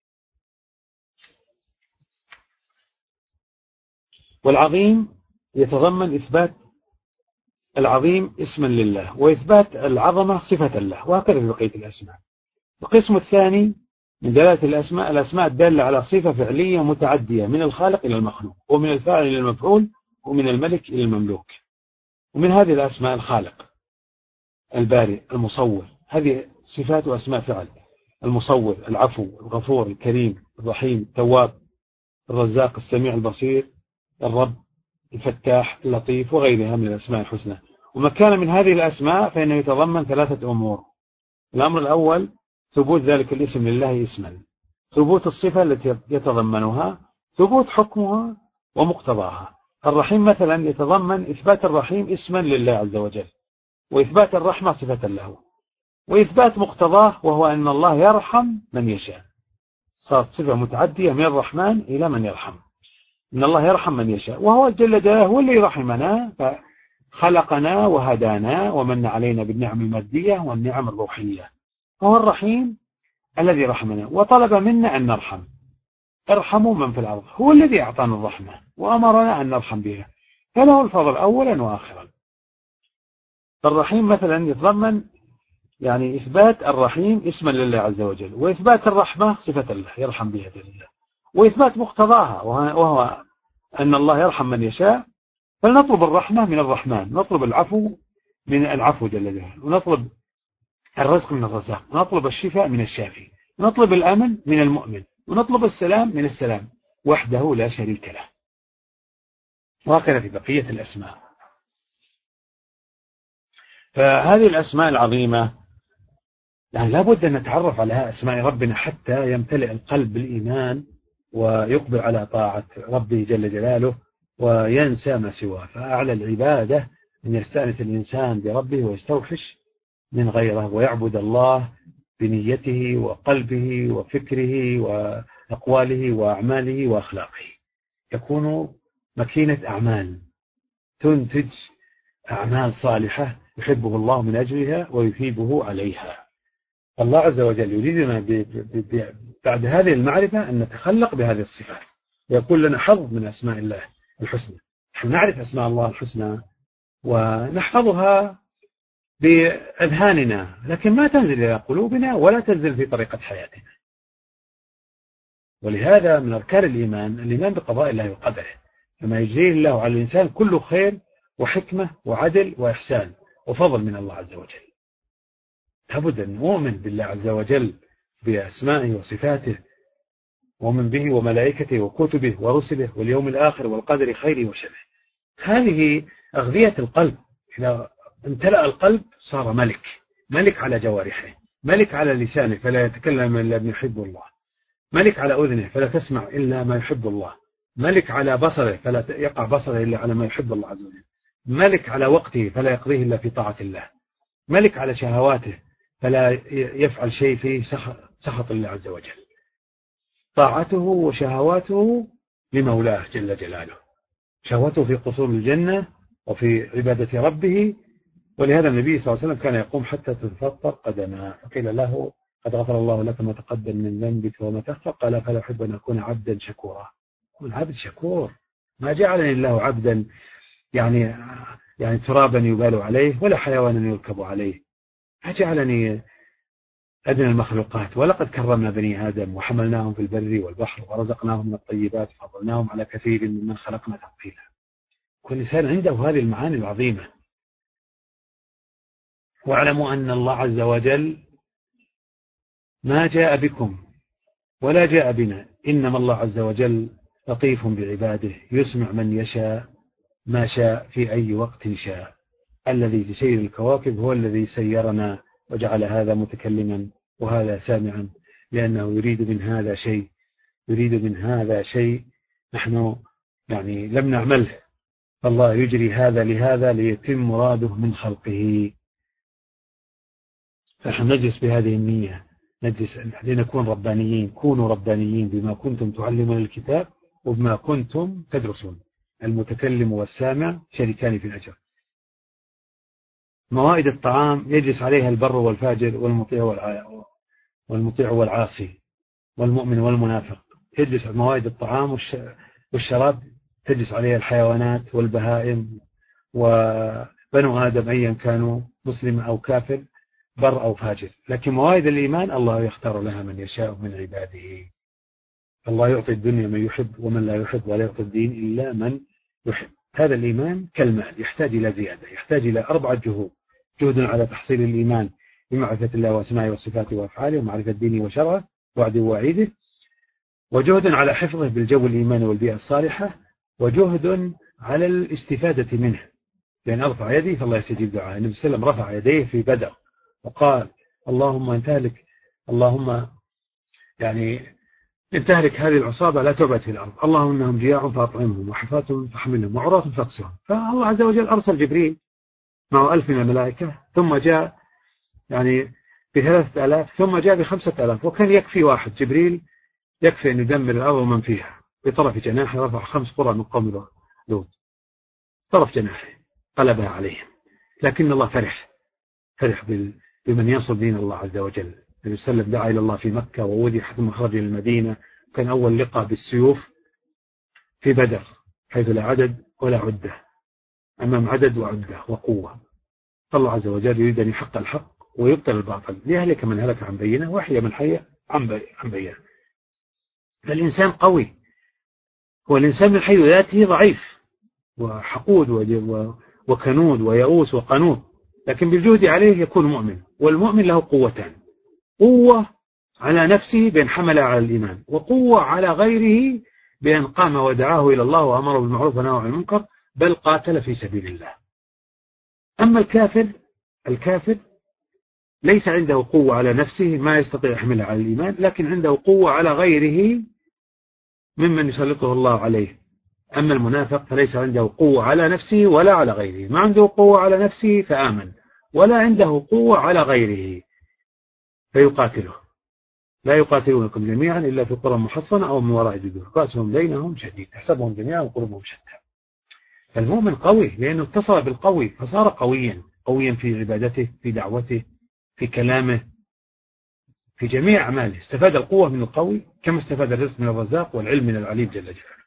والعظيم يتضمن إثبات العظيم اسما لله، وإثبات العظمة صفة له، وهكذا في بقية الأسماء. القسم الثاني من دلالة الأسماء الأسماء الدالة على صفة فعلية متعدية من الخالق إلى المخلوق، ومن الفاعل إلى المفعول، ومن الملك إلى المملوك. ومن هذه الأسماء الخالق، البارئ، المصور، هذه صفات وأسماء فعل. المصور، العفو، الغفور، الكريم، الرحيم، التواب، الرزاق، السميع البصير، الرب، الفتاح، اللطيف، وغيرها من الأسماء الحسنى. وما كان من هذه الأسماء فإنه يتضمن ثلاثة أمور. الأمر الأول ثبوت ذلك الاسم لله اسما، ثبوت الصفة التي يتضمنها، ثبوت حكمها ومقتضاها. الرحيم مثلا يتضمن إثبات الرحيم اسما لله عز وجل، وإثبات الرحمة صفة له، وإثبات مقتضاه وهو أن الله يرحم من يشاء. صارت صفة متعدية من الرحمن إلى من يرحم، إن الله يرحم من يشاء، وهو جل جلاله هو اللي رحمنا، فخلقنا وهدانا ومن علينا بالنعم المادية والنعم الروحية. هو الرحيم الذي رحمنا وطلب منا أن نرحم. ارحموا من في الأرض، هو الذي أعطانا الرحمة وأمرنا أن نرحم بها، فله الفضل أولا وآخرا. فالرحيم مثلا يتضمن يعني إثبات الرحيم اسما لله عز وجل، وإثبات الرحمة صفة الله يرحم بها جل الله، وإثبات مقتضاها وهو أن الله يرحم من يشاء. فلنطلب الرحمة من الرحمن، نطلب العفو من العفو جل جلاله، ونطلب الرزق من الرزاق، ونطلب الشفاء من الشافي، ونطلب الأمن من المؤمن، ونطلب السلام من السلام وحده لا شريك له. وهكذا في بقية الأسماء. فهذه الأسماء العظيمة يعني لابد أن نتعرف على أسماء ربنا حتى يمتلئ القلب بالإيمان ويقبل على طاعة ربه جل جلاله وينسى ما سواه. فأعلى العبادة أن يستأنس الإنسان بربه ويستوحش من غيره، ويعبد الله بنيته وقلبه وفكره وأقواله وأعماله وأخلاقه. يكون مكينة أعمال تنتج أعمال صالحة يحبه الله من أجلها ويثيبه عليها. الله عز وجل يريدنا بعد هذه المعرفة أن نتخلق بهذه الصفات، ويكون لنا حظ من أسماء الله الحسنى. نحن نعرف أسماء الله الحسنى ونحفظها بأذهاننا، لكن ما تنزل إلى قلوبنا ولا تنزل في طريقة حياتنا. ولهذا من أركان الإيمان الإيمان بقضاء الله وقدره، فما يجريه الله على الإنسان كله خير وحكمة وعدل وإحسان وفضل من الله عز وجل. لابد أن نؤمن بالله عز وجل بأسمائه وصفاته، ومن به وملائكته وكتبه ورسله واليوم الآخر والقدر خيره وشره. هذه أغذية القلب. إذا امتلأ القلب صار ملك، ملك على جوارحه، ملك على لسانه فلا يتكلم إلا بما يحب الله، ملك على أذنه فلا تسمع إلا ما يحب الله، ملك على بصره فلا يقع بصره إلا على ما يحب الله عز وجل، ملك على وقته فلا يقضيه إلا في طاعة الله، ملك على شهواته فلا يفعل شيء فيه سخط الله عز وجل. طاعته وشهواته لمولاه جل جلاله، شهوته في قصور الجنة وفي عبادة ربه. ولهذا النبي صلى الله عليه وسلم كان يقوم حتى تتفطر قدماه، فقيل له قد غفر الله لك ما تقدم من ذنبك وما تأخر، قال فلا أحب أن أكون عبدا شكورا. أكون عبد شكور، ما جعلني الله عبدا يعني يعني ترابا يبال عليه ولا حيوانا يركب عليه، أجعلني أدنى المخلوقات. ولقد كرمنا بني آدم وحملناهم في البر والبحر ورزقناهم من الطيبات وفضلناهم على كثير ممن خلقنا تفضيلا. كل إنسان عنده هذه المعاني العظيمة. واعلموا أن الله عز وجل ما جاء بكم ولا جاء بنا، إنما الله عز وجل لطيف بعباده يسمع من يشاء ما شاء في أي وقت شاء. الذي يسير الكواكب هو الذي سيرنا وجعل هذا متكلما وهذا سامعا، لأنه يريد من هذا شيء، يريد من هذا شيء نحن يعني لم نعمله، فالله يجري هذا لهذا ليتم مراده من خلقه. فنحن نجلس بهذه النية، نجلس لنكون ربانيين. كونوا ربانيين بما كنتم تعلمون الكتاب وبما كنتم تدرسون. المتكلم والسامع شريكان في الأجر. موائد الطعام يجلس عليها البر والفاجر والمطيع والمطيع والعاصي والمؤمن والمنافق. يجلس على موائد الطعام والشراب تجلس عليها الحيوانات والبهائم وبنو آدم أيا كانوا مسلم أو كافر، بر أو فاجر. لكن موائد الإيمان الله يختار لها من يشاء من عباده. الله يعطي الدنيا من يحب ومن لا يحب، ولا يعطي الدين إلا من يحب. هذا الإيمان كالمال يحتاج إلى زيادة، يحتاج إلى أربعة جهود: جهد على تحصيل الإيمان بمعرفة الله وأسمائه وصفاته وأفعاله ومعرفة دينه وشرعه وعده ووعيده، وجهد على حفظه بالجو الإيماني والبيئة الصالحة، وجهد على الاستفادة منه. لأن أرفع يدي فالله يستجيب دعاء. النبي صلى الله عليه وسلم رفع يديه في بدر وقال اللهم إن تهلك اللهم يعني إن تهلك هذه العصابة لا تعبد في الأرض، اللهم إنهم جياع فأطعمهم وحفاة فحملهم وعراة فاقسهم. فالله عز وجل أرسل جبريل معه ألف من الملائكة، ثم جاء يعني بثلاثة آلاف، ثم جاء بخمسة آلاف، وكان يكفي واحد جبريل يكفي أن يدمر الأرض ومن فيها. بطرف جناحه رفع خمس قرى من قوم لوط، طرف جناحه قلبها عليهم. لكن الله فرح فرح بمن ينصر دين الله عز وجل. النبي صلى الله عليه وسلم دعا إلى الله في مكة ووذي حتى ما خرج إلى المدينة. كان أول لقاء بالسيوف في بدر حيث لا عدد ولا عدة، أمام عدد وعدة وقوة. الله عز وجل يريد أن يحق الحق ويبطل الباطل، ليهلك من هلك عن بينه ويحيى من حي عن بينه. فالإنسان قوي، هو الإنسان من حيث ذاته ضعيف وحقود وكنود ويئوس وقنوط، لكن بالجهد عليه يكون مؤمن. والمؤمن له قوتان: قوة على نفسه بأن حمل على الإيمان، وقوة على غيره بأن قام ودعاه إلى الله وأمره بالمعروف ونهى عن المنكر، بل قاتل في سبيل الله. أما الكافر الكافر ليس عنده قوة على نفسه ما يستطيع يحملها على الإيمان، لكن عنده قوة على غيره ممن يسلطه الله عليه. أما المنافق فليس عنده قوة على نفسه ولا على غيره، ما عنده قوة على نفسه فآمن، ولا عنده قوة على غيره فيقاتله. لا يقاتلونكم جميعا إلا في قرى محصنة أو من وراء جدور بأسهم بينهم شديد تحسبهم جميعا وقلوبهم شتى. فالمؤمن قوي لأنه اتصل بالقوي فصار قويا، قويا في عبادته، في دعوته، في كلامه، في جميع أعماله. استفاد القوة من القوي كما استفاد الرزق من الرزاق والعلم من العليم جل جلاله.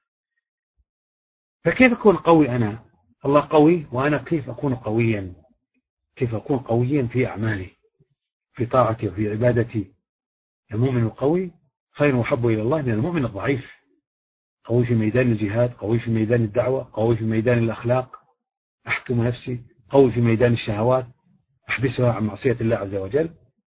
فكيف أكون قوي أنا؟ الله قوي، وأنا كيف أكون قويا؟ كيف أكون قويا في أعمالي، في طاعتي وفي عبادتي؟ المؤمن القوي خير وحب إلى الله من المؤمن الضعيف. قوي في ميدان الجهاد، قوي في ميدان الدعوة، قوي في ميدان الأخلاق، أحكم نفسي، قوي في ميدان الشهوات، أحبسها عن معصية الله عز وجل.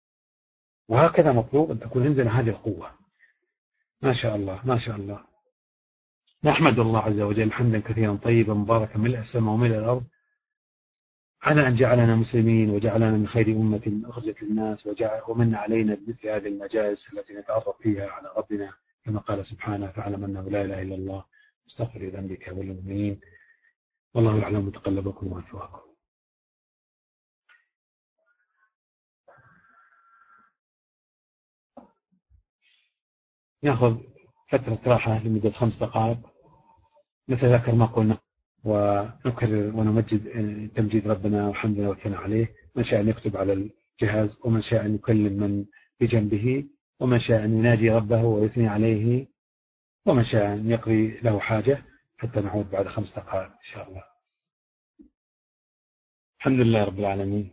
وهكذا مطلوب أن تكون عندنا هذه القوة. ما شاء الله ما شاء الله. نحمد الله عز وجل حمدا كثيرا طيبا مباركا ملء السماء وملء الأرض، على أن جعلنا مسلمين وجعلنا من خير أمة أخرجت للناس وجعل ومن علينا بمثل هذه المجالس التي نتعرف فيها على ربنا كما قال سبحانه فاعلم أنه لا إله إلا الله واستغفر لذنبك وللمؤمنين والله يعلم متقلبكم ومثواكم. نأخذ فترة راحة لمدة خمس دقائق نتذكر ما قلنا ونكرر ونمجد تمجيد ربنا وحمدنا والثناء عليه. من شاء أن يكتب على الجهاز ومن شاء أن يكلم من بجنبه ومن شاء أن يناجي ربه ويثني عليه ومن شاء أن يقضي له حاجة حتى نعود بعد خمس دقائق إن شاء الله. الحمد لله رب العالمين.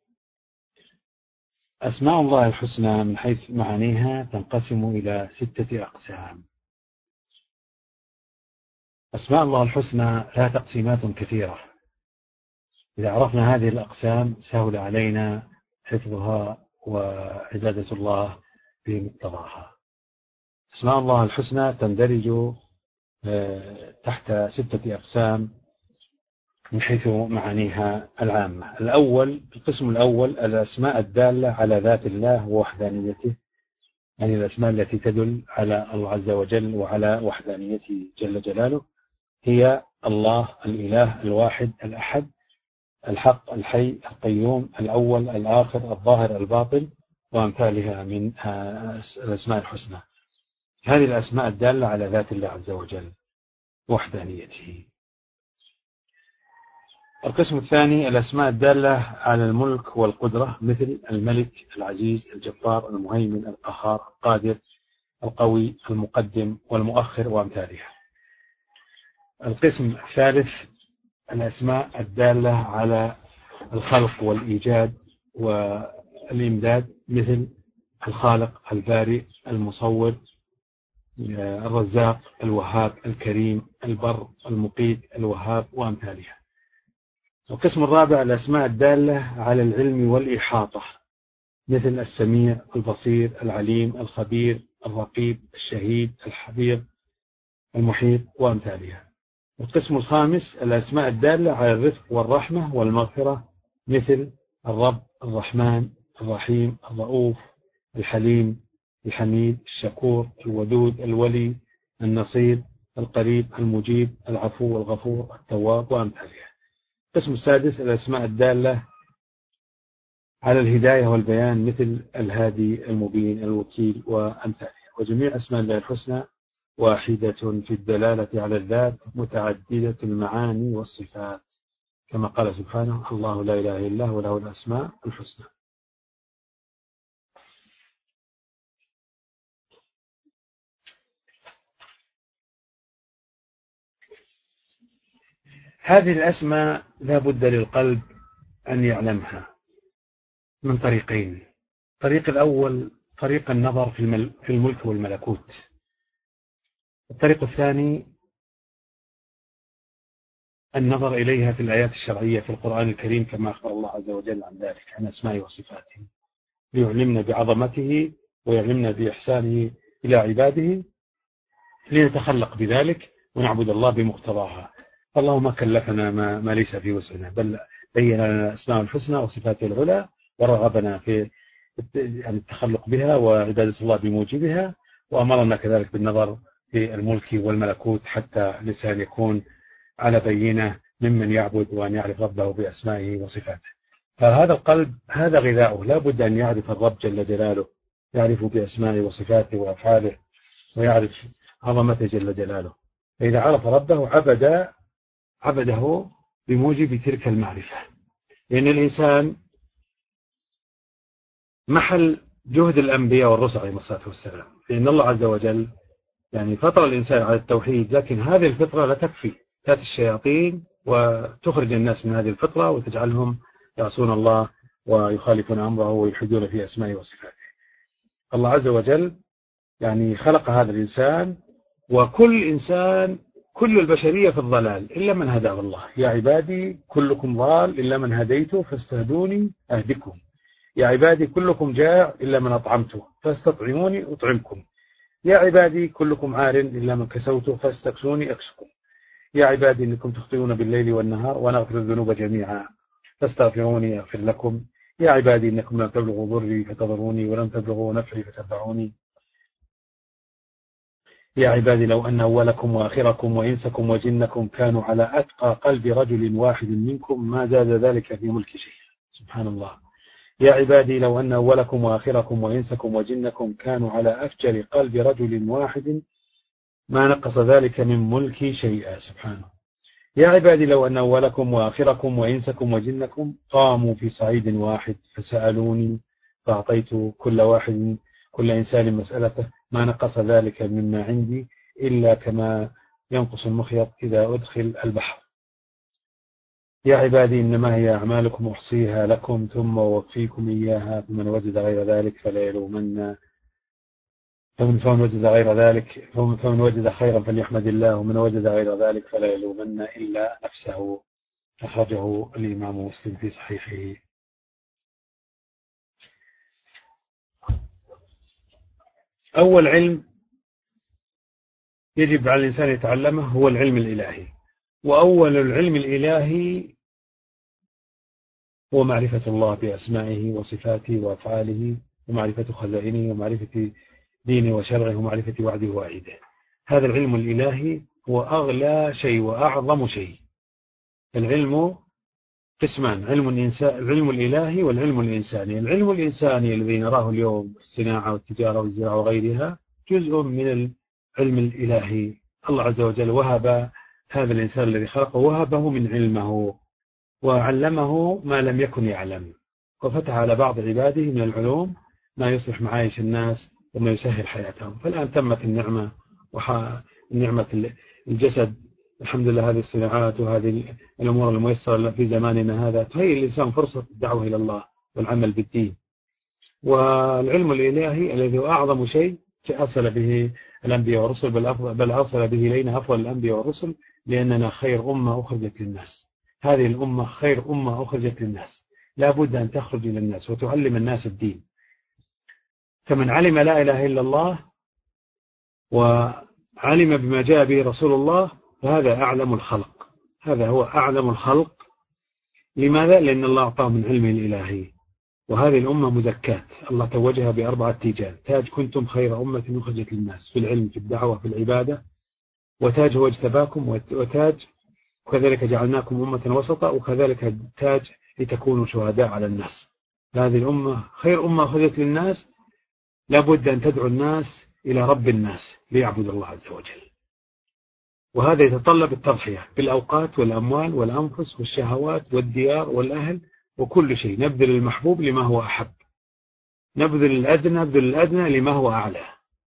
أسماء الله الحسنى من حيث معانيها تنقسم إلى ستة أقسام. أسماء الله الحسنى لها تقسيمات كثيرة. إذا عرفنا هذه الأقسام سهل علينا حفظها وعبادة الله بمقتضاها. أسماء الله الحسنى تندرج تحت ستة أقسام من حيث معانيها العامة. الأول القسم الأول الأسماء الدالة على ذات الله ووحدانيته، يعني الأسماء التي تدل على الله عز وجل وعلى وحدانيته جل جلاله، هي الله الإله الواحد الأحد الحق الحي القيوم الأول الآخر الظاهر الباطن وأمثالها من الأسماء الحسنى. هذه الأسماء الدالة على ذات الله عز وجل وحدانيته. القسم الثاني الأسماء الدالة على الملك والقدرة، مثل الملك العزيز الجبار المهيمن القهار القادر القوي المقدم والمؤخر وأمثالها. القسم الثالث الأسماء الدالة على الخلق والإيجاد والإمداد، مثل الخالق البارئ المصور الرزاق الوهاب الكريم البر المقيت الوهاب وأمثالها. القسم الرابع الأسماء الدالة على العلم والإحاطة، مثل السميع البصير العليم الخبير الرقيب الشهيد الحبير المحيط وأمثالها. القسم الخامس الأسماء الدالة على الرفق والرحمة والمغفرة، مثل الرب الرحمن الرحيم الرؤوف الحليم الحميد الشكور الودود الولي النصير القريب المجيب العفو الغفور التواب وأمثالها. القسم السادس الأسماء الدالة على الهداية والبيان، مثل الهادي المبين الوكيل وأمثالها. وجميع أسماء الله الحسنى واحدة في الدلالة على الذات متعددة المعاني والصفات، كما قال سبحانه الله لا إله إلا هو له الأسماء الحسنى. هذه الأسماء لا بد للقلب أن يعلمها من طريقين. الطريق الأول طريق النظر في الملك والملكوت. الطريق الثاني النظر إليها في الآيات الشرعية في القرآن الكريم، كما أخبر الله عز وجل عن ذلك عن أسمائه وصفاته، ليعلمنا بعظمته ويعلمنا بإحسانه إلى عباده، لنتخلق بذلك ونعبد الله بمقتضاها. الله ما كلفنا ما, ما ليس في وسعنا، بل بين لنا أسماء الحسنى وصفاته العلى ورغبنا في التخلق بها وعبادة الله بموجبها، وأمرنا كذلك بالنظر في الملك والملكوت حتى الإنسان يكون على بينة ممن يعبد وأن يعرف ربه بأسمائه وصفاته. فهذا القلب هذا غذاؤه، لا بد أن يعرف الرب جل جلاله، يعرف بأسمائه وصفاته وأفعاله ويعرف عظمته جل جلاله. فإذا عرف ربه عبد عبده بموجب تلك المعرفة، لأن الإنسان محل جهد الأنبياء والرسل عليهم الصلاة والسلام، لأن الله عز وجل يعني فطر الإنسان على التوحيد، لكن هذه الفطرة لا تكفي، تأتي الشياطين وتخرج الناس من هذه الفطرة وتجعلهم يعصون الله ويخالفون أمره ويلحدون في أسمائه وصفاته. الله عز وجل يعني خلق هذا الإنسان، وكل إنسان كل البشرية في الضلال إلا من هداه الله. يا عبادي كلكم ضال إلا من هديته فاستهدوني أهدكم. يا عبادي كلكم جائع إلا من أطعمته فاستطعموني أطعمكم. يا عبادي كلكم عار إلا من كسوته فاستكسوني أكسكم. يا عبادي إنكم تخطئون بالليل والنهار وأنا أغفر الذنوب جميعا فاستغفروني أغفر لكم. يا عبادي إنكم لم تبلغوا ضري فتضروني ولم تبلغوا نفعي فتنفعوني. يا عبادي لو أن أولكم وآخركم وإنسكم وجنكم كانوا على أتقى قلب رجل واحد منكم ما زاد ذلك في ملك شيء. سبحان الله. يا عبادي لو أن أولكم وآخركم وإنسكم وجنكم كانوا على أفجر قلب رجل واحد ما نقص ذلك من ملكي شيئا. سبحانه. يا عبادي لو أن أولكم وآخركم وإنسكم وجنكم قاموا في صعيد واحد فسألوني فأعطيت كل واحد كل إنسان مسألته ما نقص ذلك مما عندي إلا كما ينقص المخيط إذا أدخل البحر. يا عبادي إنما هي أعمالكم أحصيها لكم ثم أوفيكم إياها فمن وجد غير ذلك فلا يلومن فمن فمن وجد غير ذلك فمن وجد خيرا فليحمد الله ومن وجد غير ذلك فلا يلومن إلا نفسه. أخرجه الإمام مسلم في صحيحه. أول علم يجب على الإنسان يتعلمه هو العلم الإلهي، وأول العلم الإلهي هو معرفة الله بأسمائه وصفاته وأفعاله ومعرفة خزائنه ومعرفة دينه وشرعه ومعرفة وعده ووعيده. هذا العلم الإلهي هو أغلى شيء وأعظم شيء. العلم قسمان: علم الإنسان العلم الإلهي والعلم الإنساني. العلم الإنساني الذي نراه اليوم الصناعة والتجارة والزراعة وغيرها جزء من العلم الإلهي. الله عز وجل وهب هذا الإنسان الذي خلقه وهبه من علمه وعلمه ما لم يكن يعلم، وفتح على بعض عباده من العلوم ما يصلح معايش الناس وما يسهل حياتهم. فالآن تمت النعمة ونعمة الجسد الحمد لله. هذه الصناعات وهذه الأمور الميسرة في زماننا هذا تهيئ الإنسان فرصة الدعوة إلى الله والعمل بالدين. والعلم الإلهي الذي هو أعظم شيء أرسل به الأنبياء والرسل، بل, بل أرسل به إلينا أفضل الأنبياء والرسل، لأننا خير أمة أخرجت للناس. هذه الأمة خير أمة أخرجت للناس، لا بد أن تخرج إلى الناس وتعلم الناس الدين. فمن علم لا إله إلا الله وعلم بما جاء به رسول الله فهذا أعلم الخلق، هذا هو أعلم الخلق. لماذا؟ لأن الله أعطاه من علمه الإلهي. وهذه الأمة مزكاة، الله توجها بأربعة تيجان: تاج كنتم خير أمة أخرجت للناس في العلم في الدعوة في العبادة، وتاج هو اجتباكم، وتاج وكذلك جعلناكم أمة وسطا، وكذلك تاج لتكونوا شهداء على الناس. هذه الأمة خير أمة أخرجت للناس، لابد أن تدعو الناس إلى رب الناس ليعبد الله عز وجل. وهذا يتطلب التضحية بالأوقات والأموال والأنفس والشهوات والديار والأهل وكل شيء. نبذل المحبوب لما هو أحب، نبذل الأدنى نبذل الأدنى لما هو أعلى.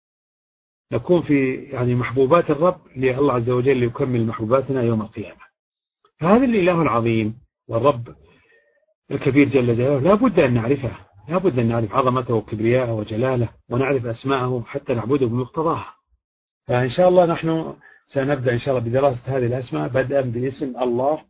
نكون في يعني محبوبات الرب لله عز وجل ليكمل محبوباتنا يوم القيامة. فهذا الإله العظيم والرب الكبير جل جلاله لا بد أن نعرفه، لا بد أن نعرف عظمته وكبرياءه وجلاله ونعرف أسماءه حتى نعبده بمقتضاها. فإن شاء الله نحن سنبدأ إن شاء الله بدراسة هذه الأسماء بدءا باسم الله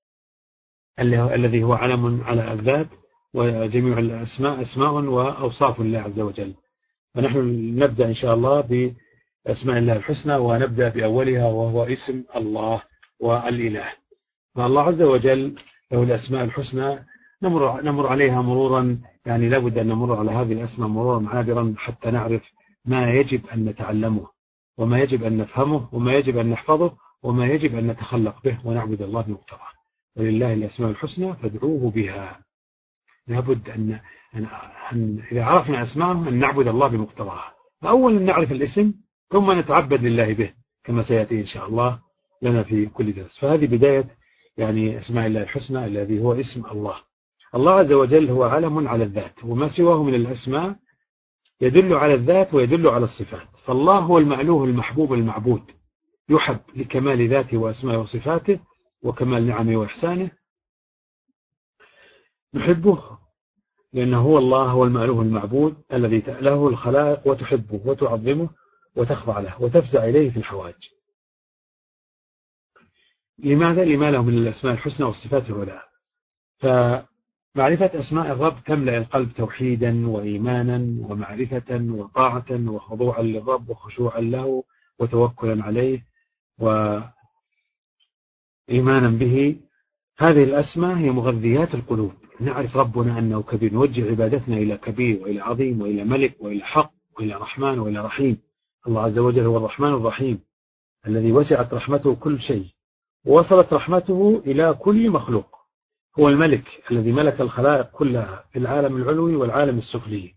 الذي هو علم على الذات، وجميع الأسماء أسماء وأوصاف الله عز وجل. ونحن نبدأ إن شاء الله بأسماء الله الحسنى، ونبدأ بأولها وهو اسم الله والإله. فالله عز وجل له الأسماء الحسنى نمر, نمر عليها مرورا، يعني لابد أن نمر على هذه الأسماء مرورا عابرا حتى نعرف ما يجب أن نتعلمه وما يجب أن نفهمه وما يجب أن نحفظه وما يجب أن نتخلق به ونعبد الله بمقتضاه. ولله الأسماء الحسنى فادعوه بها. لابد أن, أن, أن إذا عرفنا أسماءه أن نعبد الله بمقتضاها. فأولا نعرف الاسم ثم نتعبد لله به كما سيأتي إن شاء الله لنا في كل درس. فهذه بداية يعني أسماء الله الحسنى الذي هو اسم الله. الله عز وجل هو علم على الذات، وما سواه من الأسماء يدل على الذات ويدل على الصفات. فالله هو المألوه المحبوب المعبود، يحب لكمال ذاته وأسماء وصفاته وكمال نعمه وإحسانه. نحبه لأنه هو الله هو المألوه المعبود الذي له الخلائق وتحبه وتعظمه وتخضع له وتفزع إليه في الحوائج. لماذا؟ لما له من الأسماء الحسنى والصفات العلى. فمعرفة أسماء الرب تملأ القلب توحيدا وإيمانا ومعرفة وطاعة وخضوعا للرب وخشوعا له وتوكلا عليه وإيمانا به هذه الأسماء هي مغذيات القلوب. نعرف ربنا أنه كبير، نوجه عبادتنا إلى كبير وإلى عظيم وإلى ملك وإلى حق وإلى رحمن وإلى رحيم. الله عز وجل هو الرحمن الرحيم الذي وسعت رحمته كل شيء، ووصلت رحمته إلى كل مخلوق. هو الملك الذي ملك الخلائق كلها في العالم العلوي والعالم السفلي.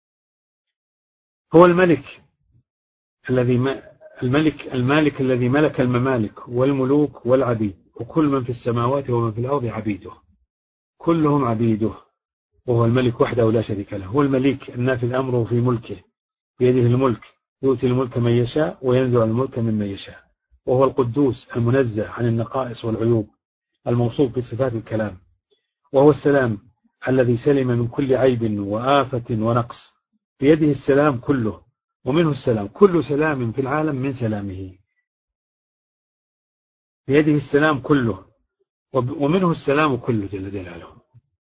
هو الملك الذي م... الملك المالك الذي ملك الممالك والملوك والعبيد، وكل من في السماوات ومن في الأرض عبيده، كلهم عبيده. وهو الملك وحده لا شريك له. هو الملك النافذ أمره في ملكه، بيده الملك، يؤتي الملك من يشاء وينزع الملك ممن يشاء. وهو القدوس المنزه عن النقائص والعيوب، الموصوف بصفات الكلام. وهو السلام الذي سلم من كل عيب وآفة ونقص، بيده السلام كله ومنه السلام، كل سلام في العالم من سلامه، بيده السلام كله ومنه السلام كله جل جلاله.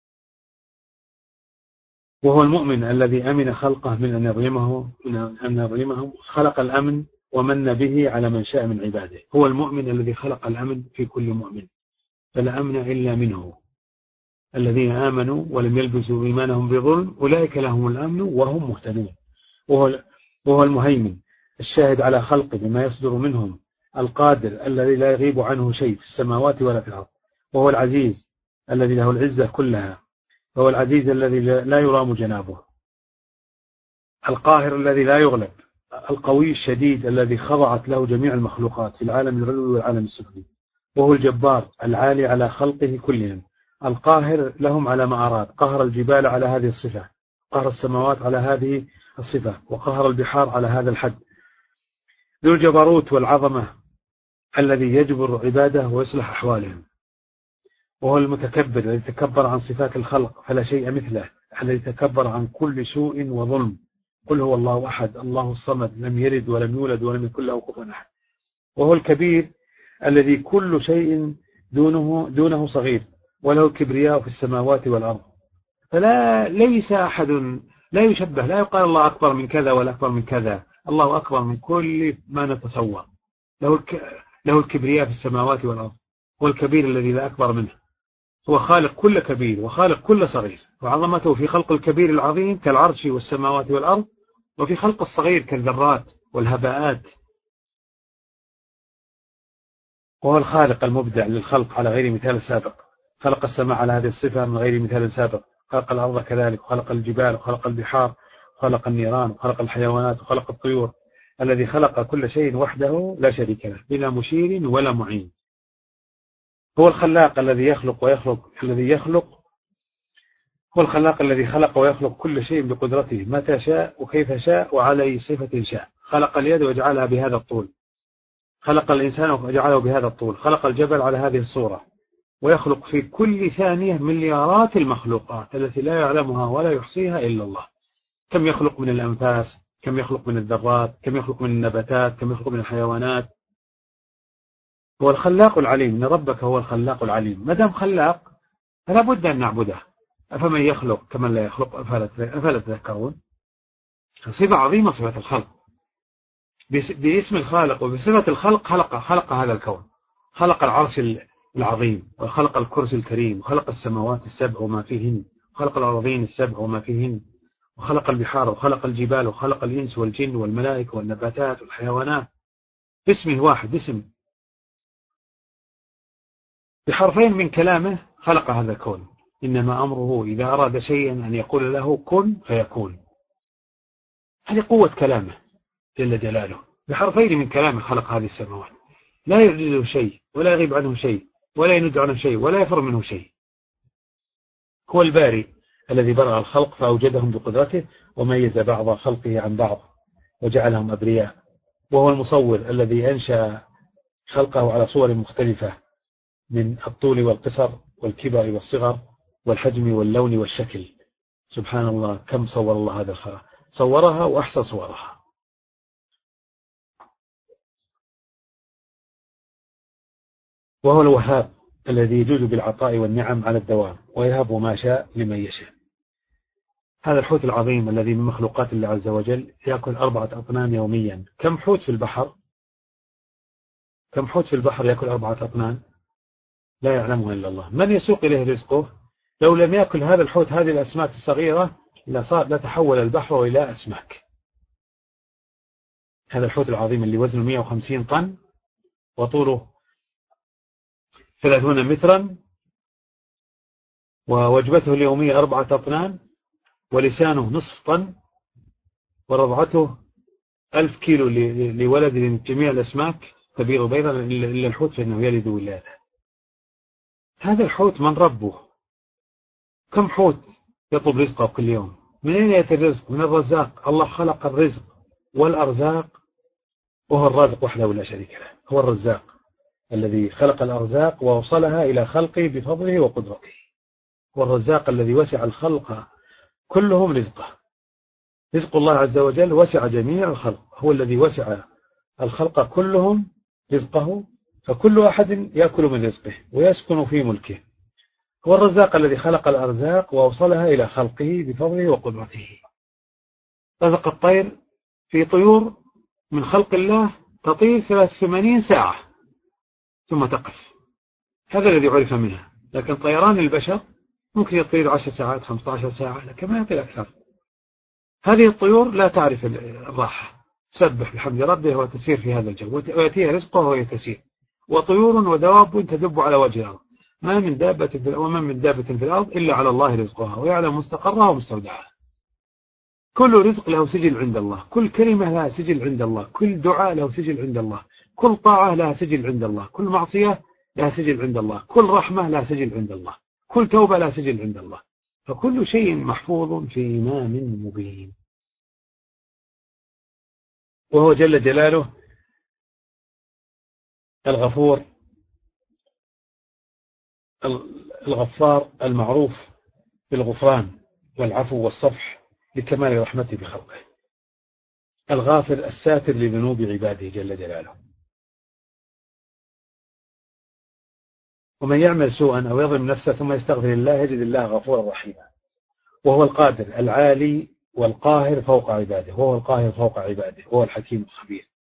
وهو المؤمن الذي أمن خلقه من أن يظلمه من أن يظلمهم، خلق الأمن ومن به على من شاء من عباده. هو المؤمن الذي خلق الأمن في كل مؤمن، فلا أمن إلا منه. الذين آمنوا ولم يلبسوا إيمانهم بظلم أولئك لهم الأمن وهم مهتدون. وهو وهو المهيمن الشاهد على خلقه بما يصدر منهم، القادر الذي لا يغيب عنه شيء في السماوات ولا في الأرض. وهو العزيز الذي له العزة كلها، وهو العزيز الذي لا يرام جنابه، القاهر الذي لا يغلب، القوي الشديد الذي خضعت له جميع المخلوقات في العالم العلوي والعالم السفلي. وهو الجبار العالي على خلقه كلهم، القاهر لهم على ما أراد. قهر الجبال على هذه الصفة، قهر السماوات على هذه الصفة، وقهر البحار على هذا الحد. ذو الجبروت والعظمة الذي يجبر عباده ويصلح أحوالهم. وهو المتكبر الذي تكبر عن صفات الخلق فلا شيء مثله، الذي تكبر عن كل سوء وظلم. قل هو الله أحد الله الصمد لم يلد ولم يولد ولم يكن له كفوا أحد. وهو الكبير الذي كل شيء دونه دونه صغير، وله الكبرياء في السماوات والأرض. فلا ليس أحد لا يشبه، لا يقال الله أكبر من كذا ولا أكبر من كذا. الله أكبر من كل ما نتصور. له الك... له الكبرياء في السماوات والأرض. هو الكبير الذي لا أكبر منه. هو خالق كل كبير وخالق كل صغير، وعظمته في خلق الكبير العظيم كالعرش والسماوات والأرض، وفي خلق الصغير كالذرات والهباءات. وهو الخالق المبدع للخلق على غير مثال سابق. خلق السماء على هذه الصفة من غير مثال سابق، خلق الأرض كذلك، وخلق الجبال وخلق البحار وخلق النيران وخلق الحيوانات وخلق الطيور. الذي خلق كل شيء وحده لا شريك له، بلا مشير ولا معين. هو الخلاق الذي يخلق ويخلق الذي يخلق هو الخلاق الذي خلق ويخلق كل شيء بقدرته متى شاء وكيف شاء وعلى أي صفة شاء. خلق اليد وجعلها بهذا الطول، خلق الإنسان وجعله بهذا الطول، خلق الجبل على هذه الصورة، ويخلق في كل ثانية مليارات المخلوقات التي لا يعلمها ولا يحصيها إلا الله. كم يخلق من الأنفاس، كم يخلق من الذرات، كم يخلق من النباتات، كم يخلق من الحيوانات. هو الخلاق العليم، إن ربك هو الخلاق العليم. ما دام خلاق فلا بد أن نعبده. أفمن يخلق كمن لا يخلق أفلا تذكرون. صفة عظيمة صفة الخلق، باسم الخالق وبصفة الخلق خلق خلق هذا الكون. خلق العرش العظيم، وخلق الكرسي الكريم، وخلق السماوات السبع وما فيهن، وخلق الأرضين السبع وما فيهن، وخلق البحار وخلق الجبال وخلق الإنس والجن والملائكة والنباتات والحيوانات باسمه واحد، اسم بحرفين من كلامه خلق هذا الكون. إنما أمره إذا أراد شيئا أن يقول له كن فيكون. هذه قوة كلامه جل جلاله. بحرفين من كلامه خلق هذه السماوات، لا يعجزه شيء ولا يغيب عنه شيء ولا ينزع عنه شيء ولا يفر منه شيء. هو الباري الذي برأ الخلق فأوجدهم بقدرته وميز بعض خلقه عن بعض وجعلهم أبرياء. وهو المصور الذي أنشأ خلقه على صور مختلفة من الطول والقصر والكبر والصغر والحجم واللون والشكل. سبحان الله، كم صور الله هذا الخلق، صورها وأحسن صورها. وهو الوهاب الذي يجوز بالعطاء والنعم على الدوام ويهب ما شاء لمن يشاء. هذا الحوت العظيم الذي من مخلوقات الله عز وجل يأكل أربعة أطنان يوميا. كم حوت في البحر كم حوت في البحر يأكل أربعة أطنان؟ لا يعلمها إلا الله. من يسوق إليه رزقه؟ لو لم يأكل هذا الحوت هذه الأسماك الصغيرة لصار لتحول البحر إلى أسماك. هذا الحوت العظيم اللي وزنه مئة وخمسين طن وطوله ثلاثون مترا ووجبته اليومية أربعة أطنان ولسانه نصف طن ورضعته ألف كيلو لولد جميع الأسماك تبيض بيضا إلا الحوت فإنه يلد ولادة. هذا الحوت من ربه؟ كم حوت يطلب رزقه كل يوم؟ من أين يأتي الرزق؟ من الرزاق. الله خلق الرزق والأرزاق وهو الرازق وحده لا شريك له. هو الرزاق الذي خلق الأرزاق ووصلها إلى خلقه بفضله وقدرته. هو الرزاق الذي وسع الخلق كلهم رزقه. رزق الله عز وجل وسع جميع الخلق، هو الذي وسع الخلق كلهم رزقه، فكل أحد يأكل من رزقه ويسكن في ملكه. هو الرزاق الذي خلق الأرزاق وأوصلها إلى خلقه بفضله وقدرته. رزق الطير في طيور من خلق الله تطير ثلاث وثمانين ساعة ثم تقف، هذا الذي عرف منها. لكن طيران البشر ممكن يطير عشر ساعات خمسة عشر ساعة لكن ما يطير أكثر. هذه الطيور لا تعرف الراحة، تسبح بحمد ربها وتسير في هذا الجو ويأتيها رزقها وهي تسير. وطيور ودواب تدب على وجه الأرض، ما من دابة في وما من دابة في الأرض إلا على الله رزقها ويعلم مستقرها ومستودعها. كل رزق له سجل عند الله، كل كلمة لها سجل عند الله، كل دعاء له سجل عند الله، كل طاعة لها سجل عند الله، كل معصية لها سجل عند الله، كل رحمة لها سجل عند الله، كل توبة لها سجل عند الله. فكل شيء محفوظ في إمام مبين. وهو جل جلاله الغفور الغفار المعروف بالغفران والعفو والصفح لكمال رحمته بخلقه، الغافر الساتر لذنوب عباده جل جلاله. ومن يعمل سوءا أو يظلم نفسه ثم يستغفر الله يجد الله غفورا رحيما. وهو القادر العالي والقاهر فوق عباده، وهو القاهر فوق عباده، وهو الحكيم الخبير.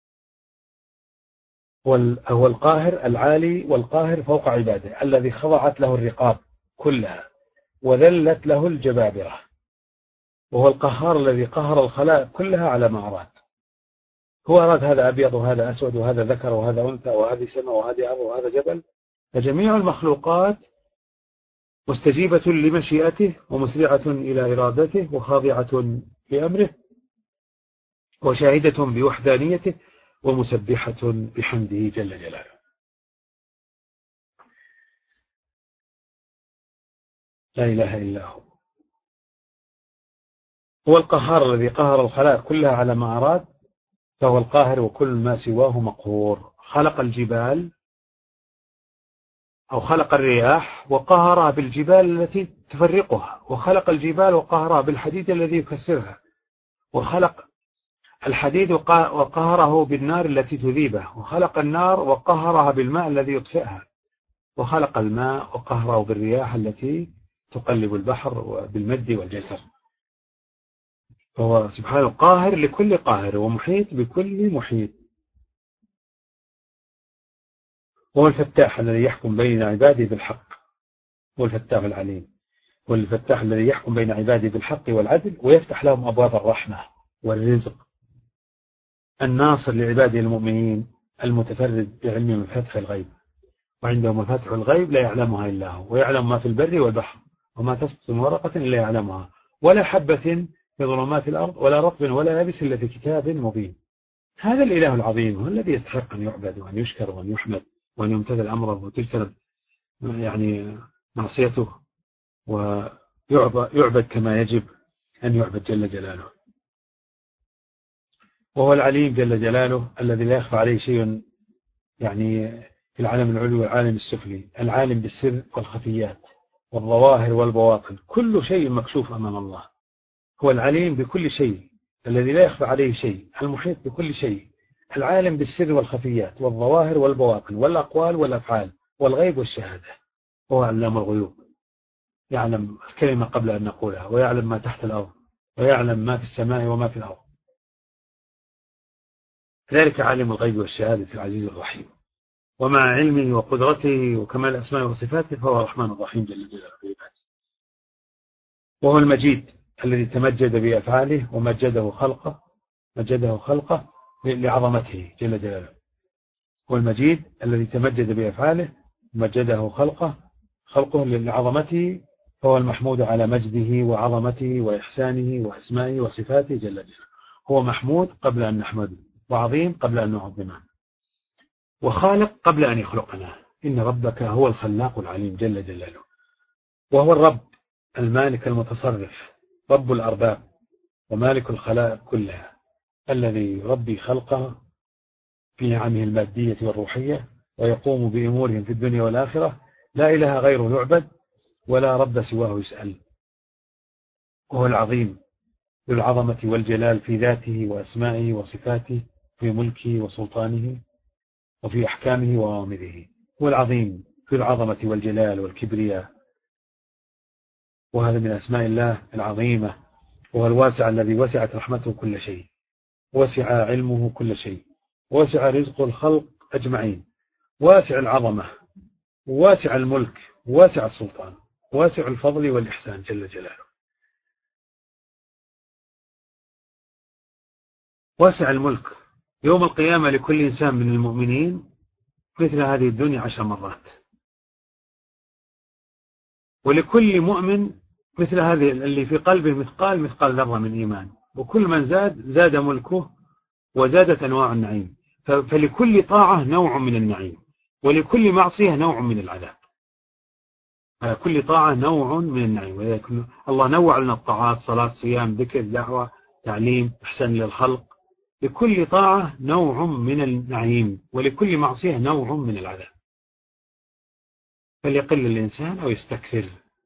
هو القاهر العالي والقاهر فوق عباده الذي خضعت له الرقاب كلها وذلت له الجبابرة. وهو القهار الذي قهر الخلائق كلها على ما أراد. هو أراد هذا أبيض وهذا أسود وهذا ذكر وهذا أنثى وهذه سماء وهذه أرض وهذا جبل، فجميع المخلوقات مستجيبة لمشيئته ومسرعة إلى إرادته وخاضعة لأمره وشاهدة بوحدانيته ومسبحة بحمده جل جلاله. لا إله إلا هو. هو القهار الذي قهر الخلائق كلها على ما أراد، فهو القاهر وكل ما سواه مقهور. خلق الجبال أو خلق الرياح وقهرها بالجبال التي تفرقها، وخلق الجبال وقهرها بالحديد الذي يكسرها، وخلق الحديد وقهره بالنار التي تذيبه، وخلق النار وقهرها بالماء الذي يطفئها، وخلق الماء وقهره بالرياح التي تقلب البحر بالمد والجسر. فهو سبحانه قاهر لكل قاهر ومحيط بكل محيط. هو الفتاح الذي يحكم بين عباده بالحق، هو الفتاح العليم، هو الفتاح الذي يحكم بين عباده بالحق والعدل ويفتح لهم أبواب الرحمة والرزق. الناصر لعباده المؤمنين المتفرد بعلم مفاتح الغيب، وعنده مفاتح الغيب لا يعلمها إلا هو، ويعلم ما في البر والبحر وما تسقط من ورقة إلا يعلمها، ولا حبة في ظلمات الأرض ولا رطب ولا يابس إلا في كتاب مبين. هذا الإله العظيم هو الذي يستحق أن يعبد وأن يشكر وأن يحمد وأن يمتثل أمره وتجتنب يعني معصيته ويعبد كما يجب أن يعبد جل جلاله. وهو العليم جل جلاله الذي لا يخفى عليه شيء يعني في العالم العلوي والعالم السفلي، العالم بالسر والخفيات والظواهر والبواطن، كل شيء مكشوف أمام الله. هو العليم بكل شيء الذي لا يخفى عليه شيء، المحيط بكل شيء، العالم بالسر والخفيات والظواهر والبواطن والأقوال والأفعال والغيب والشهادة. هو علام الغيوب، يعلم الكلمة قبل أن نقولها، ويعلم ما تحت الأرض، ويعلم ما في السماء وما في الأرض. ذلك عالم الغيب والشهادة العزيز الرحيم. ومع علمه وقدرته وكمال أسمائه وصفاته فهو الرحمن الرحيم جل جلاله بعباده. وهو المجيد الذي تمجد بأفعاله ومجده خلقه مجده خلقه لعظمته جل جلاله. هو المجيد الذي تمجد بأفعاله ومجده خلقه خلقه لعظمته، فهو المحمود على مجده وعظمته وإحسانه وأسمائه وصفاته جل جلاله. هو محمود قبل أن نحمده، وعظيم قبل أن نعظمه، وخالق قبل أن يخلقنا. إن ربك هو الخلاق العليم جل جلاله. وهو الرب المالك المتصرف، رب الأرباب ومالك الخلائق كلها، الذي يربي خلقه في نعمه المادية والروحية ويقوم بأمورهم في الدنيا والآخرة. لا إله غيره يعبد ولا رب سواه يسأل. وهو العظيم ذو العظمة والجلال في ذاته وأسمائه وصفاته، في ملكه وسلطانه وفي أحكامه وأوامره. هو العظيم ذو العظمة والجلال والكبرياء، وهذا من أسماء الله العظيمة. وهو الواسع الذي وسعت رحمته كل شيء، وسع علمه كل شيء، وسع رزق الخلق أجمعين، واسع العظمة، واسع الملك، واسع السلطان، واسع الفضل والإحسان جل جلاله. واسع الملك. يوم القيامة لكل إنسان من المؤمنين مثل هذه الدنيا عشر مرات، ولكل مؤمن مثل هذه اللي في قلبه مثقال مثقال ذرة من إيمان. وكل من زاد زاد ملكه وزادت أنواع النعيم. فلكل طاعة نوع من النعيم، ولكل معصية نوع من العذاب. كل طاعة نوع من النعيم. الله نوع لنا الطاعات: صلاة، صيام، ذكر، دعوة، تعليم، إحسان للخلق. لكل طاعة نوع من النعيم، ولكل معصية نوع من العذاب. فليقل الإنسان أو يستكثر.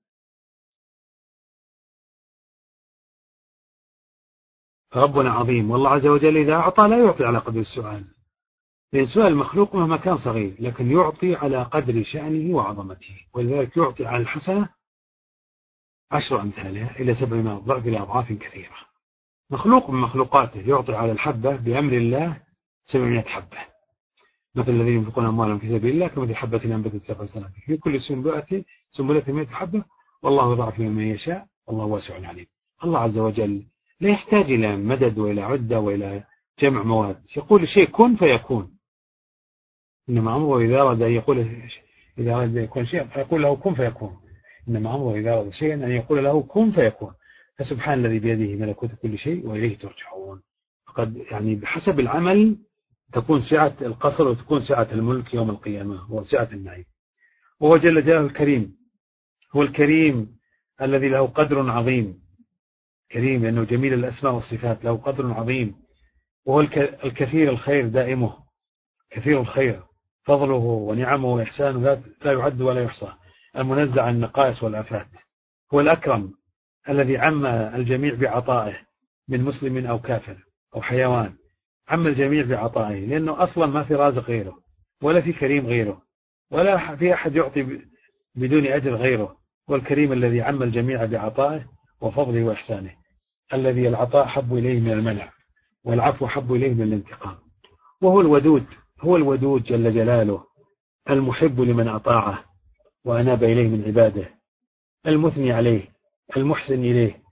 فربنا عظيم، والله عز وجل إذا أعطى لا يعطي على قدر السؤال، لأن سؤال المخلوق مهما كان صغير، لكن يعطي على قدر شأنه وعظمته. ولذلك يعطي على الحسنة عشر أمثالها إلى سبعمائة ضعف إلى أضعاف كثيرة. مخلوق من مخلوقاته يعطي على الحبة بأمر الله سبعمائة حبة. مثل الذين ينفقون أموالهم في سبيل الله كمثل حبة أنبتت سبع سنابل في كل سنبلة سنبلة مئة حبة والله يضاعف لمن يشاء والله واسع عليم. الله عز وجل لا يحتاج إلى مدد وإلى عدة وإلى جمع مواد. يقول شيء كن فيكون، إنما أمره إذا أراد أن يقول إذا أراد أن يكون شيء فيقول له كن فيكون. إنما أمره إذا أراد شيئا أن يقول له كن فيكون. فسبحان الذي بيده ملكوت كل شيء وإليه ترجعون. فقد يعني بحسب العمل تكون سعة القصر وتكون سعة الملك يوم القيامة وسعة النعيم. وهو جل جلاله الكريم. هو الكريم الذي له قدر عظيم، كريم لأنه جميل الأسماء والصفات، له قدر عظيم. وهو الكثير الخير دائمه، كثير الخير، فضله ونعمه وإحسانه لا يعد ولا يحصى، المنزع عن النقائص والآفات. هو الأكرم الذي عم الجميع بعطائه من مسلم أو كافر أو حيوان، عم الجميع بعطائه، لأنه أصلا ما في رازق غيره ولا في كريم غيره ولا في أحد يعطي بدون أجر غيره. والكريم الذي عم الجميع بعطائه وفضله وإحسانه، الذي العطاء حب إليه من المنع والعفو حب إليه من الانتقام. وهو الودود. هو الودود جل جلاله، المحب لمن أطاعه وأناب إليه من عباده، المثني عليه، المحسن إليه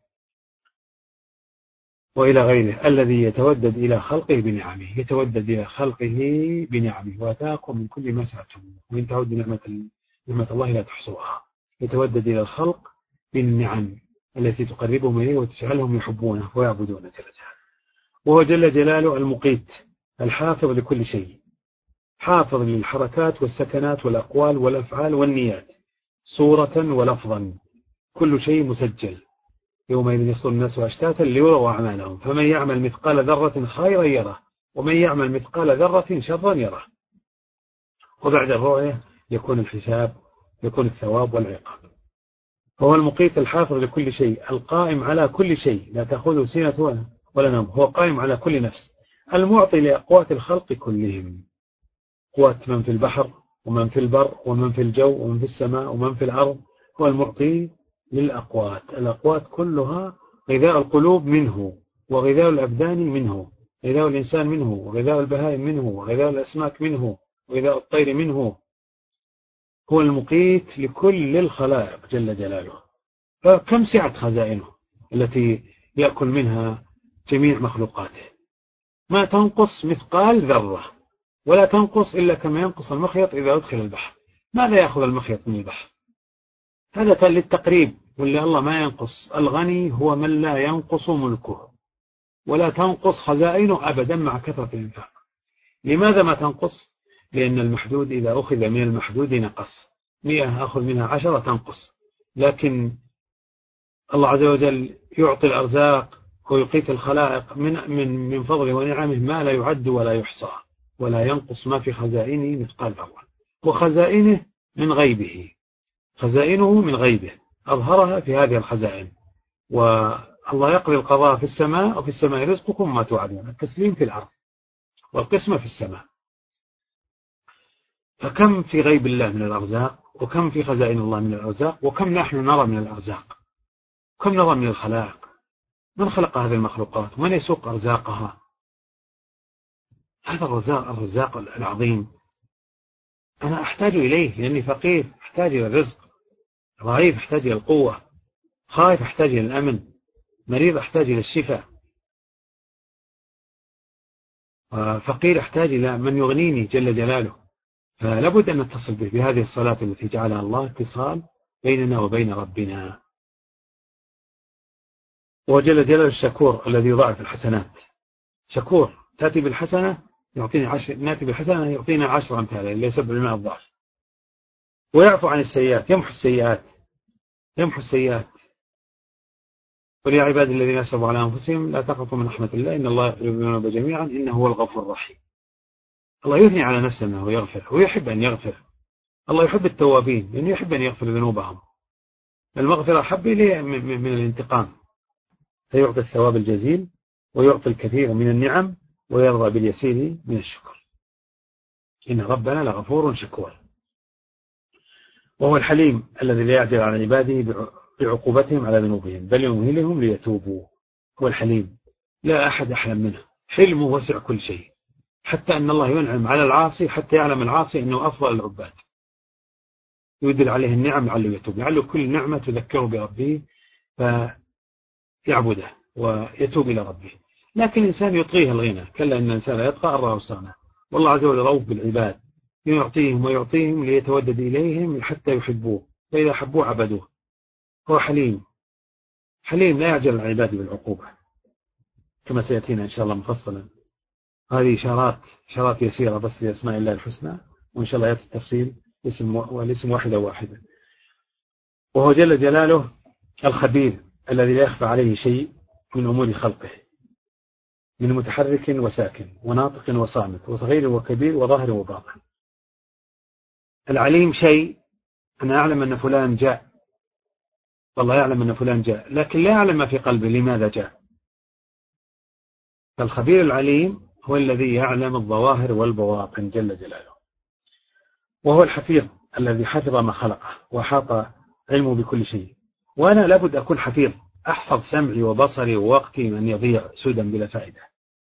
وإلى غيره، الذي يتودد إلى خلقه بنعمه، يتودد إلى خلقه بنعمه. وآتاكم من كل ما سألتم وإن تعودوا نعمة نعمة الله لا تحصوها. يتودد إلى الخلق بالنعم التي تقربهم إليه وتجعلهم يحبونه ويعبدونه جل جلاله. وهو جل جلاله المقيت الحافظ لكل شيء، حافظ للحركات والسكنات والأقوال والأفعال والنيات صورة ولفظا، كل شيء مسجل. يومئذ يصدر الناس أشتاتا ليروا أعمالهم فمن يعمل مثقال ذرة خيرا يره ومن يعمل مثقال ذرة شرا يره. وبعد الرؤية يكون الحساب، يكون الثواب والعقاب. هو المقيت الحافظ لكل شيء، القائم على كل شيء لا تأخذه سنة ولا نوم، هو قائم على كل نفس، المعطي لأقوات الخلق كلهم، قوات من في البحر ومن في البر ومن في الجو ومن في السماء ومن في الأرض. هو المعطي للأقوات، الأقوات كلها غذاء القلوب منه وغذاء الأبدان منه، غذاء الإنسان منه وغذاء البهائم منه وغذاء الأسماك منه وإذاء الطير منه، هو المقيت لكل الخلائق جل جلاله. فكم سعة خزائنه التي يأكل منها جميع مخلوقاته، ما تنقص مثقال ذرة، ولا تنقص إلا كما ينقص المخيط إذا أدخل البحر. ماذا يأخذ المخيط من البحر؟ هذا للتقريب، واللي الله ما ينقص. الغني هو من لا ينقص ملكه ولا تنقص خزائنه أبدا مع كثرة الإنفاق. لماذا ما تنقص؟ لأن المحدود إذا أخذ من المحدود نقص. مئة أخذ منها عشرة تنقص. لكن الله عز وجل يعطي الأرزاق ويقيت الخلائق من من من فضله ونعمه ما لا يعد ولا يحصى، ولا ينقص ما في خزائنه مثقال ذرة. وخزائنه من غيبه، خزائنه من غيبه أظهرها في هذه الخزائن. والله يقضي القضاء في السماء، وفي السماء رزقكم ما توعدون، التسليم في الأرض والقسمة في السماء. فكم في غيب الله من الأرزاق، وكم في خزائن الله من الأرزاق، وكم نحن نرى من الأرزاق، كم نرى من الخلائق. من خلق هذه المخلوقات ومن يسوق أرزاقها؟ هذا الرزاق الرزاق العظيم. أنا أحتاج إليه لأني فقير، أحتاج إلى الرزق، ضعيف أحتاج إلى القوة، خائف أحتاج إلى الأمن، مريض أحتاج إلى الشفاء، فقير أحتاج إلى من يغنيني جل جلاله. فلابد أن نتصل به بهذه الصلاة التي جعلها الله اتصال بيننا وبين ربنا. وجل جلاله الشكور الذي يضاعف الحسنات. شكور، تأتي بالحسنة يعطيني عشر، نأتي بالحسنة يعطينا عشر أمثالها اللي سبعمائة ضعف. ويعفو عن السيئات، يمحو السيئات، يمحو السيئات. قل يا عبادي الذين أسرفوا على أنفسهم لا تقنطوا من رحمة الله إن الله يغفر الذنوب جميعا إنه هو الغفور الرحيم. الله يثني على نفسه أنه يغفر، ويحب أن يغفر. الله يحب التوابين لأنه يحب أن يغفر ذنوبهم. المغفرة أحب إليه من الانتقام. فيعطي الثواب الجزيل ويعطي الكثير من النعم ويرضى باليسير من الشكر. إن ربنا لغفور شكور. وهو الحليم الذي لا يعجل على عباده بعقوبتهم على ذنوبهم بل يمهلهم ليتوبوا. هو الحليم، لا أحد أحلم منه. حلمه وسع كل شيء، حتى أن الله ينعم على العاصي حتى يعلم العاصي أنه أفضل العباد، يدل عليه النعم لعله يتوب، لعله كل نعمة تذكره بربه فيعبده ويتوب إلى ربه. لكن الإنسان يطغيه الغنى، كلا إن الإنسان يطغى أن رآه استغنى. والله عز وجل رؤوف بالعباد، يعطيهم ويعطيهم ليتودد إليهم حتى يحبوه، فإذا حبوه عبدوه. هو حليم، حليم لا يعجل العباد بالعقوبة كما سيأتينا إن شاء الله مفصلا. هذه إشارات إشارات يسيرة بس لأسماء الله الحسنى، وإن شاء الله يأتي التفصيل اسم والاسم واحدة واحدة. وهو جل جلاله الخبير الذي لا يخفى عليه شيء من أمور خلقه، من متحرك وساكن وناطق وصامت وصغير وكبير وظاهر وباطن. العليم شيء، أنا أعلم أن فلان جاء، والله يعلم أن فلان جاء، لكن لا يعلم ما في قلبه لماذا جاء. فالخبير العليم هو الذي يعلم الظواهر والبواطن جل جلاله. وهو الحفيظ الذي حفظ ما خلقه وحاط علمه بكل شيء. وأنا لابد أكون حفيظ، أحفظ سمعي وبصري ووقتي من يضيع سودا بلا فائدة.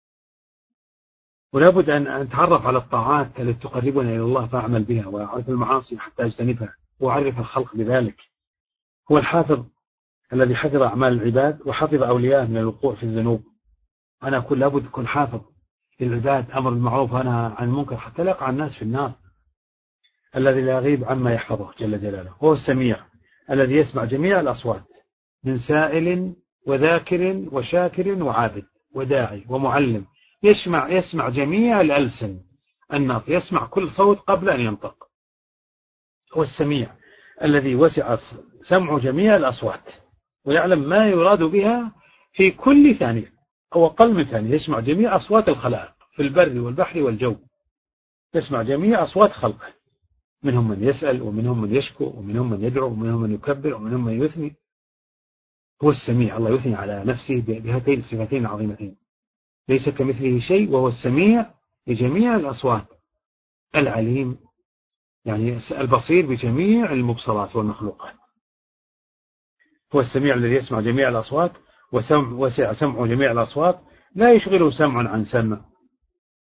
ولابد أن أتعرف على الطاعات التي تقربنا إلى الله فأعمل بها، وأعرف المعاصي حتى أجتنبها وأعرف الخلق بذلك. هو الحافظ الذي حفظ أعمال العباد وحفظ أولياءه من الوقوع في الذنوب. أنا أقول لابد أكون حافظ للعباد، أمر بالمعروف وأنهى عن المنكر حتى لا يقع الناس في النار. الذي لا يغيب عما يحفظه جل جلاله. هو السميع الذي يسمع جميع الأصوات من سائل وذاكر وشاكر وعابد وداعي ومعلم. يسمع يسمع جميع الألسن الناطق، يسمع كل صوت قبل أن ينطق. هو السميع الذي وسع سمع جميع الأصوات ويعلم ما يراد بها في كل ثانية أو أقل من ثانية. يسمع جميع أصوات الخلائق في البر والبحر والجو، يسمع جميع أصوات خلقه، منهم من يسأل ومنهم من يشكو ومنهم من يدعو ومنهم من يكبر ومنهم من يثني. هو السميع. الله يثني على نفسه بهاتين الصفتين العظيمتين، ليس كمثله شيء، وهو السميع لجميع الأصوات، العليم يعني البصير بجميع المبصرات والمخلوقات. هو السميع الذي يسمع جميع الأصوات وسمع وسع سمع جميع الأصوات، لا يشغله سمع عن سمع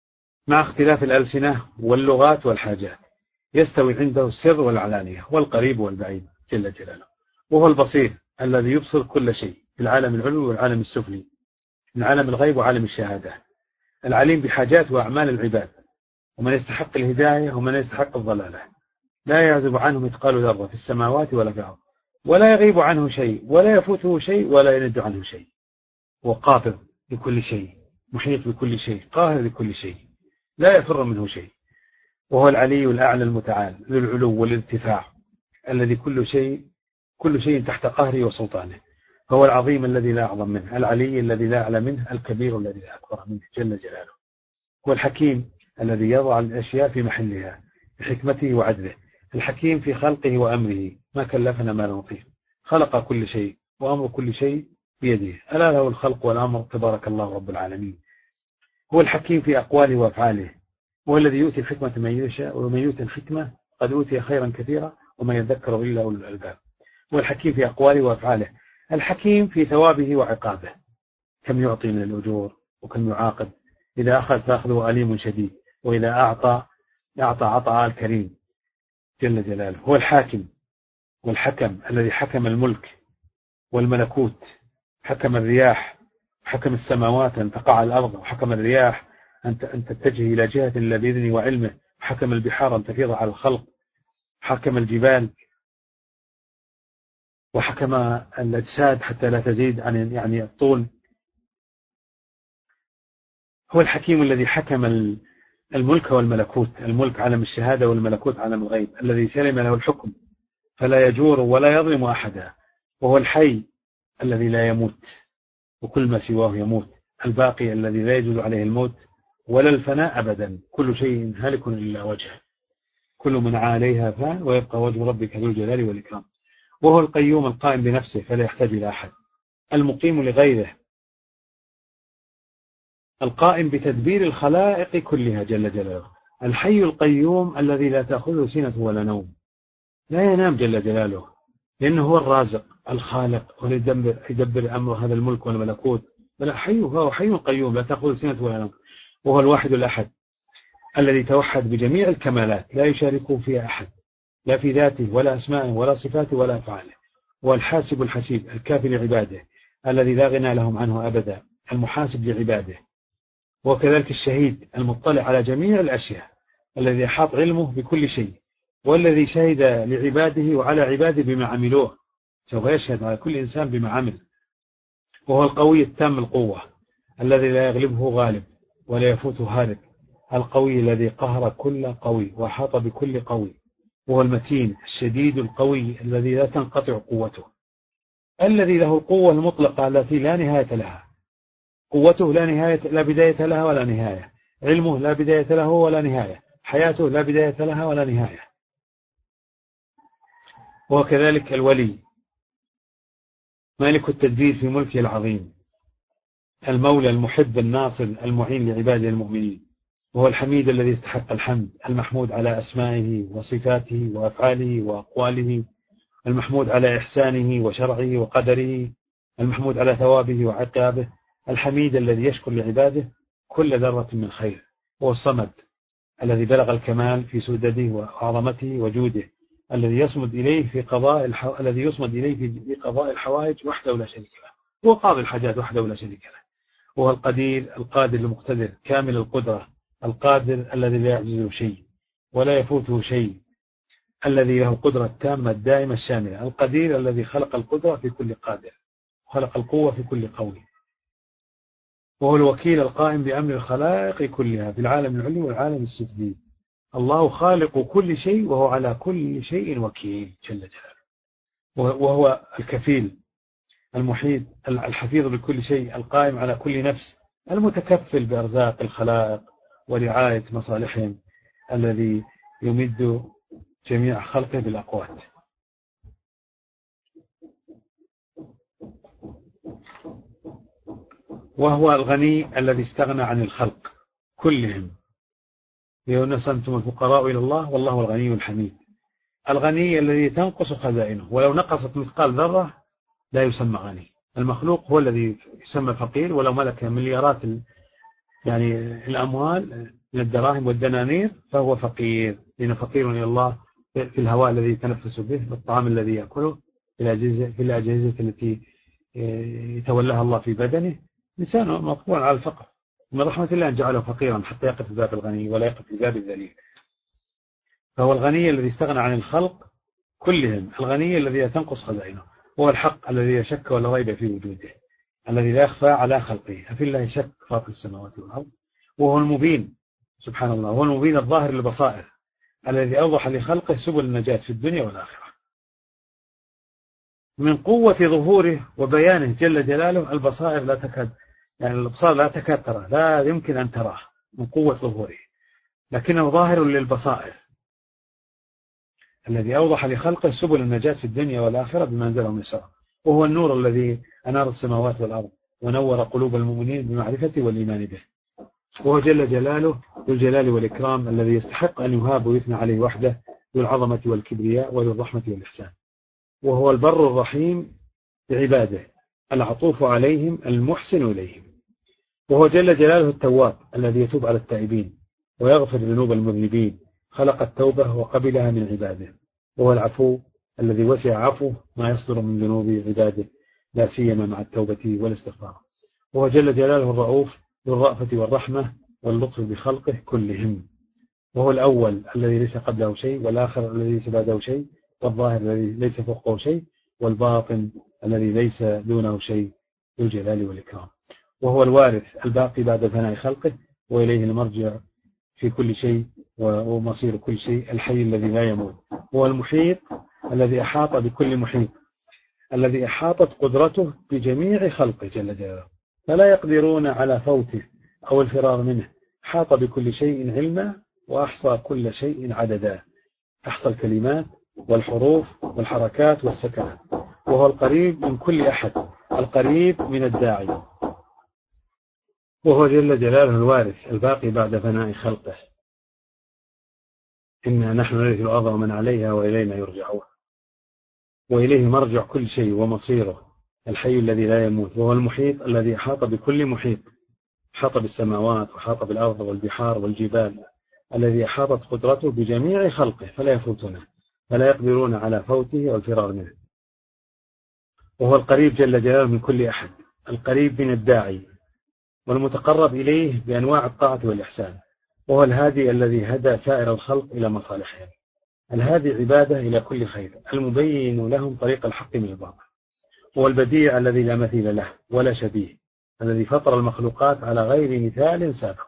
مع اختلاف الألسنة واللغات والحاجات، يستوي عنده السر والعلانية والقريب والبعيد جل جلاله. وهو البصير الذي يبصر كل شيء في العالم العلوي والعالم السفلي، من عالم الغيب وعالم الشهادة، العليم بحاجات وأعمال العباد، ومن يستحق الهداية ومن يستحق الضلالة، لا يعزب عنه مثقال ذرة في السماوات ولا في الأرض، ولا يغيب عنه شيء ولا يفوته شيء ولا يند عنه شيء. وقابض بكل شيء، محيط بكل شيء، قاهر بكل شيء، لا يفر منه شيء. وهو العلي الأعلى المتعال ذو العلو والارتفاع، الذي كل شيء كل شيء تحت قهره وسلطانه. هو العظيم الذي لا أعظم منه، العلي الذي لا أعلى منه، الكبير الذي لا أكبر منه جل جلاله. هو الحكيم الذي يضع الأشياء في محلها بحكمته وعدله، الحكيم في خلقه وأمره، ما كلفنا ما لا نطيق، خلق كل شيء وأمر كل شيء بيده، ألا له الخلق والأمر تبارك الله رب العالمين. هو الحكيم في أقواله وأفعاله، هو الذي يؤتي الحكمة من يشاء، ومن يؤتي الحكمة قد أوتي خيرا كثيرا وما يذكر إلا أولو الألباب. هو الحكيم في أقواله وأفعاله، الحكيم في ثوابه وعقابه، كم يعطي من الأجور وكم يعاقب، إذا أخذ فأخذه أليم شديد، وإذا أعطى أعطى عطاء الكريم جل جلاله. هو الحاكم والحكم الذي حكم الملك والملكوت، حكم الرياح، حكم السماوات أن تقع الأرض، وحكم الرياح أن تتجه إلى جهة إلا بإذنه وعلمه، حكم البحار أن تفيض على الخلق، حكم الجبال، وحكم الأجساد حتى لا تزيد عن يعني الطول. هو الحكيم الذي حكم الملك والملكوت، الملك عالم الشهادة والملكوت عالم الغيب، الذي سلم له الحكم فلا يجور ولا يظلم أحدا. وهو الحي الذي لا يموت وكل ما سواه يموت، الباقي الذي لا يجوز عليه الموت ولا الفناء أبدا، كل شيء هالك إلا وجهه، كل من عليها فان ويبقى وجه ربك ذو الجلال والإكرام. وهو القيوم القائم بنفسه فلا يحتاج إلى أحد، المقيم لغيره، القائم بتدبير الخلائق كلها جل جلاله، الحي القيوم الذي لا تأخذه سنة ولا نوم، لا ينام جل جلاله، لأنه هو الرازق الخالق ويدبر يدبر أمر هذا الملك والملكوت، بل حي، هو حي قيوم لا تأخذه سنة ولا نوم. وهو الواحد الأحد الذي توحد بجميع الكمالات، لا يشاركه فيها أحد، لا في ذاته ولا أسمائه ولا صفاته ولا أفعاله. هو الحاسب الحسيب الكافي لعباده، الذي لا غنى لهم عنه أبدا، المحاسب لعباده. وكذلك الشهيد المطلع على جميع الأشياء، الذي أحاط علمه بكل شيء، والذي شهد لعباده وعلى عباده بما عملوه، سوف يشهد على كل إنسان بما عمل. وهو القوي التام القوة الذي لا يغلبه غالب ولا يفوته هارب، القوي الذي قهر كل قوي وحاط بكل قوي. وهو المتين الشديد القوي الذي لا تنقطع قوته، الذي له القوة المطلقة التي لا نهاية لها، قوته لا نهاية لا بداية لها ولا نهاية، علمه لا بداية له ولا نهاية، حياته لا بداية لها ولا نهاية. وكذلك الولي مالك التدبير في ملكه العظيم، المولى المحب الناصر المعين لعباده المؤمنين. وهو الحميد الذي يستحق الحمد، المحمود على أسمائه وصفاته وأفعاله وأقواله، المحمود على إحسانه وشرعه وقدره، المحمود على ثوابه وعقابه، الحميد الذي يشكر لعباده كل ذرة من خير. هو الصمد الذي بلغ الكمال في سدده وعظمته وجوده، الذي يصمد إليه في قضاء الحو... الذي يصمد إليه في قضاء الحوائج وحده لا شريك له، هو قاضي الحاجات وحده لا شريك له. وهو القدير القادر المقتدر كامل القدرة، القادر الذي لا يعجزه شيء ولا يفوته شيء، الذي له القدرة التامة الدائمة الشاملة، القدير الذي خلق القدرة في كل قادر، خلق القوة في كل قوي. وهو الوكيل القائم بأمر الخلائق كلها في العالم العلوي والعالم السفلي، الله خالق كل شيء وهو على كل شيء وكيل جل جلاله. وهو الكفيل المحيط الحفيظ بكل شيء، القائم على كل نفس، المتكفل بأرزاق الخلائق ورعاية مصالحهم، الذي يمد جميع خلقه بالأقوات. وهو الغني الذي استغنى عن الخلق كلهم، ليونس أنتم الفقراء إلى الله والله الغني الحميد، الغني الذي تنقص خزائنه، ولو نقصت مثقال ذرة لا يسمى غني. المخلوق هو الذي يسمى فقير ولو ملك مليارات يعني الأموال من الدراهم والدنانير فهو فقير، لأنه فقير إلى الله في الهواء الذي يتنفس به، والطعام الذي يأكله، في الأجهزة, في الأجهزة التي يتولاها الله في بدنه. إنسان مطبوع على الفقر. من رحمة الله أن جعله فقيرا حتى يقف في باب الغني ولا يقف في باب الذليل. فهو الغني الذي استغنى عن الخلق كلهم، الغني الذي لا تنقص خزائنه، هو الحق الذي لا شك ولا ريب في وجوده، الذي لا يخفى على خلقه. أفي الله شك فاطر السماوات والأرض، وهو المبين سبحان الله، هو المبين الظاهر للبصائر، الذي أوضح لخلقه سبل النجاة في الدنيا والآخرة. من قوة ظهوره وبيانه جل جلاله البصائر لا تكاد، يعني الأبصار لا تكاد ترى، لا يمكن أن تراه من قوة ظهوره، لكنه ظاهر للبصائر، الذي أوضح لخلقه سبل النجاة في الدنيا والآخرة بما أنزله من الشرع. وهو النور الذي أنار السماوات والأرض ونور قلوب المؤمنين بمعرفته والإيمان به. وهو جل جلاله ذو الجلال والإكرام الذي يستحق أن يهاب ويثنى عليه وحده، ذو العظمة والكبرياء وذو الرحمة والإحسان. وهو البر الرحيم بعباده، العطوف عليهم، المحسن إليهم. وهو جل جلاله التواب الذي يتوب على التائبين ويغفر ذنوب المذنبين، خلق التوبة وقبلها من عباده. وهو العفو الذي وسع عفوه ما يصدر من ذنوب عباده، لا سيما مع التوبة والاستغفار. وهو جل جلاله الرؤوف ذو الرأفة والرحمة واللطف بخلقه كلهم. وهو الأول الذي ليس قبله شيء، والآخر الذي ليس بعده شيء، والظاهر الذي ليس فوقه شيء، والباطن الذي ليس دونه شيء، ذو الجلال والإكرام. وهو الوارث الباقي بعد فناء خلقه، وإليه المرجع في كل شيء ومصير كل شيء، الحي الذي لا يموت. هو المحيط الذي أحاط بكل محيط، الذي أحاطت قدرته بجميع خلقه جل جلاله، فلا يقدرون على فوته أو الفرار منه. حاط بكل شيء علما وأحصى كل شيء عددا، أحصى الكلمات والحروف والحركات والسكنات. وهو القريب من كل أحد، القريب من الداعي. وهو جل جلاله الوارث الباقي بعد فناء خلقه. إنا نحن نرث الأرض ومن عليها وإلينا يرجعون. وإليه مرجع كل شيء ومصيره، الحي الذي لا يموت. وهو المحيط الذي أحاط بكل محيط، أحاط بالسماوات وأحاط بالأرض والبحار والجبال، الذي أحاطت قدرته بجميع خلقه فلا يفوتونه، فلا يقدرون على فوته والفرار منه. وهو القريب جل جلاله من كل أحد، القريب من الداعي والمتقرب إليه بأنواع الطاعة والإحسان. وهو الهادي الذي هدى سائر الخلق إلى مصالحهم، الهادي عباده إلى كل خير، المبين لهم طريق الحق من الباطل. هو البديع الذي لا مثيل له ولا شبيه، الذي فطر المخلوقات على غير مثال سابق.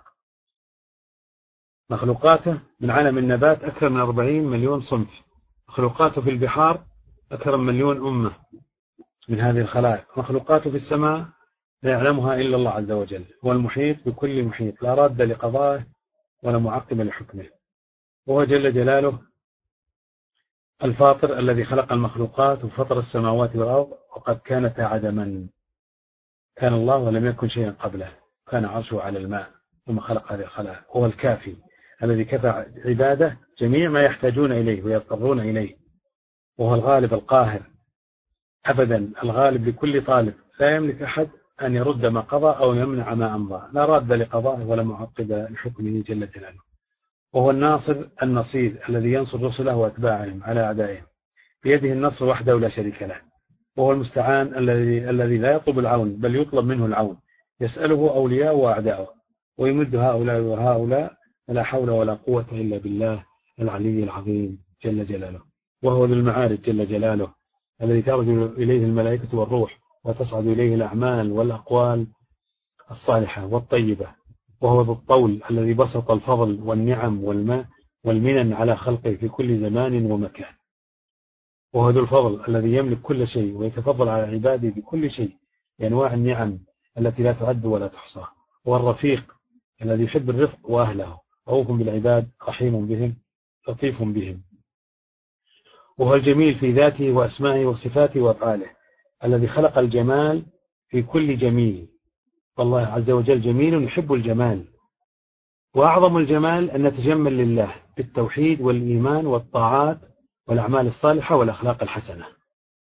مخلوقاته من عالم النبات أكثر من أربعين مليون صنف، مخلوقاته في البحار أكثر من مليون أمة من هذه الخلائق، مخلوقاته في السماء لا يعلمها إلا الله عز وجل. هو المحيط بكل محيط، لا راد لقضائه ولا معقب لحكمه. وهو جل جلاله الفاطر الذي خلق المخلوقات وفطر السماوات والأرض وقد كانتا عدما. كان الله ولم يكن شيئا قبله، كان عرشه على الماء ثم خلق هذه الخلائق. هو الكافي الذي كفى عباده جميع ما يحتاجون إليه ويضطرون إليه. وهو الغالب القاهر أبدا، الغالب لكل طالب، لا يملك أحد أن يرد ما قضى أو يمنع ما أمضى، لا راد لقضائه ولا معقب لحكمه جل جلاله. وهو الناصر النصير الذي ينصر رسله وأتباعهم على أعدائهم، بيده النصر وحده لا شريك له. وهو المستعان الذي الذي لا يطلب العون بل يطلب منه العون، يسأله أولياء وأعداؤه، ويمد هؤلاء وهؤلاء، ولا حول ولا قوة إلا بالله العلي العظيم جل جلاله. وهو ذو المعارج جل جلاله الذي ترجع إليه الملائكة والروح وتصعد إليه الأعمال والأقوال الصالحة والطيبة. وهو ذو الطول الذي بسط الفضل والنعم والماء والمنن على خلقه في كل زمان ومكان. وهو ذو الفضل الذي يملك كل شيء ويتفضل على عباده بكل شيء بأنواع النعم التي لا تعد ولا تحصى. هو الرفيق الذي يحب الرفق وأهله، رؤوف بالعباد، رحيم بهم، لطيف بهم. وهو الجميل في ذاته وأسمائه وصفاته وأفعاله، الذي خلق الجمال في كل جميل، والله عز وجل جميل يحب الجمال. وأعظم الجمال أن نتجمل لله بالتوحيد والإيمان والطاعات والأعمال الصالحة والأخلاق الحسنة،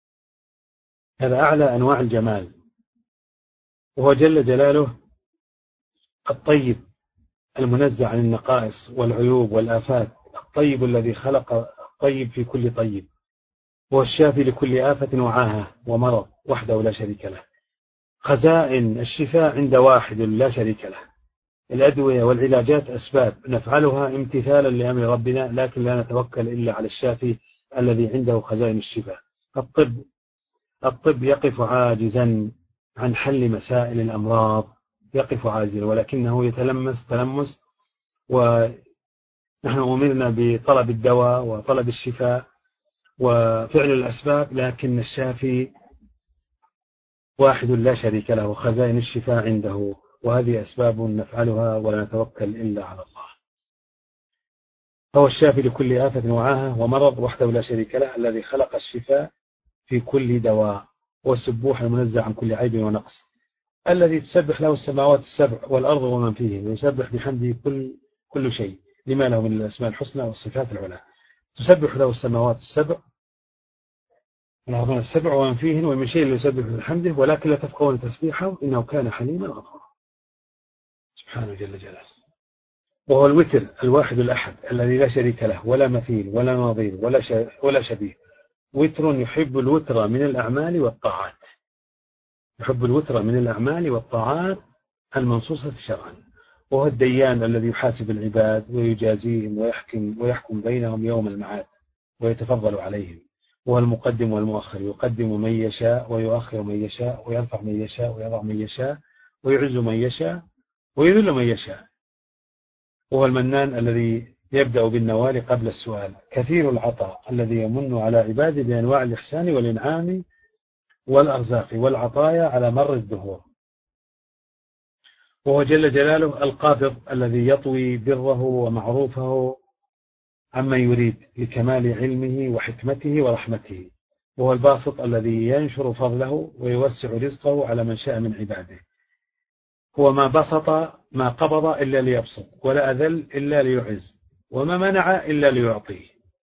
هذا أعلى أنواع الجمال. وهو جل جلاله الطيب المنزه عن النقائص والعيوب والآفات، الطيب الذي خلق الطيب في كل طيب، هو الشافي لكل آفة وعاهة ومرض وحده لا شريك له. خزائن الشفاء عند واحد لا شريك له. الأدوية والعلاجات أسباب نفعلها امتثالا لأمر ربنا، لكن لا نتوكل إلا على الشافي الذي عنده خزائن الشفاء. الطب الطب يقف عاجزا عن حل مسائل الأمراض، يقف عاجزا، ولكنه يتلمس تلمس، ونحن أمرنا بطلب الدواء وطلب الشفاء وفعل الأسباب، لكن الشافي واحد لا شريك له، خزائن الشفاء عنده، وهذه أسباب نفعلها ولا نتوكل إلا على الله. هو الشافي لكل آفة وعاهة ومرض وحده لا شريك له، الذي خلق الشفاء في كل دواء، والسبوح المنزه عن كل عيب ونقص، الذي تسبح له السماوات السبع والأرض ومن فيه، ويسبح بحمده كل كل شيء، لما له من الأسماء الحسنى والصفات العلى. تسبح له السماوات السبع والأرض السبع ومن فيهن، ومن شيء يسبح بحمده ولكن لا تفقهون تسبيحه إنه كان حليما غفورا سبحانه جل جلاله. وهو الوتر الواحد الأحد الذي لا شريك له ولا مثيل ولا نظير ولا ولا شبيه. وتر يحب الوتر من الأعمال والطاعات، يحب الوتر من الأعمال والطاعات المنصوصة شرعا. وهو الديان الذي يحاسب العباد ويجازيهم ويحكم ويحكم بينهم يوم المعاد ويتفضل عليهم. وهو المقدم والمؤخر، يقدم من يشاء ويؤخر من يشاء، ويرفع من يشاء ويضع من يشاء، ويعز من يشاء ويذل من يشاء. وهو المنان الذي يبدأ بالنوال قبل السؤال، كثير العطاء الذي يمن على عباده بأنواع الإحسان والإنعام والأرزاق والعطايا على مر الدهور. وهو جل جلاله القابض الذي يطوي بره ومعروفه عمن يريد لكمال علمه وحكمته ورحمته. وهو الباسط الذي ينشر فضله ويوسع رزقه على من شاء من عباده. هو ما بسط ما قبض إلا ليبسط، ولا أذل إلا ليعز، وما منع إلا ليعطيه.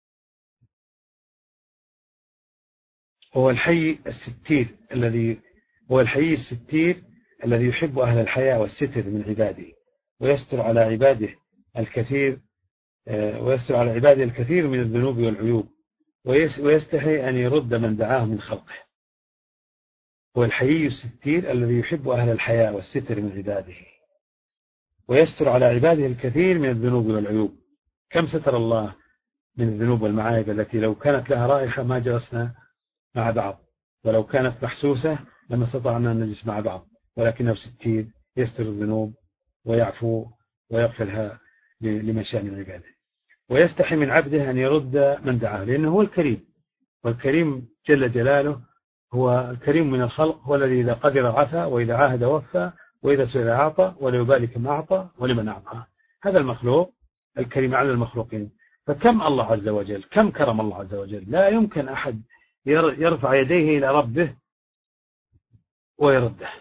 هو الحي الستير الذي هو الحي الستير الذي يحب أهل الحياء والستر من عباده، ويستر على عباده الكثير ويستر على عباده الكثير من الذنوب والعيوب، ويستحي أن يرد من دعاه من خلقه. هو الحي الستير الذي يحب أهل الحياء والستر من عباده، ويستر على عباده الكثير من الذنوب والعيوب. كم ستر الله من الذنوب والمعايب التي لو كانت لها رائحة ما جلسنا مع بعض، ولو كانت محسوسة لما استطعنا أن نجلس مع بعض، ولكنه ستير يستر الذنوب ويعفو ويغفرها لمن شاء من عباده. ويستحي من عبده أن يرد من دعاه، لأنه هو الكريم، والكريم جل جلاله هو الكريم من الخلق، هو الذي إذا قدر عفا، وإذا عاهد وفى، وإذا سئل أعطى، ولا يبالي كم أعطى ولمن أعطى. هذا المخلوق الكريم على المخلوقين. فكم الله عز وجل، كم كرم الله عز وجل، لا يمكن أحد يرفع يديه إلى ربه ويرده.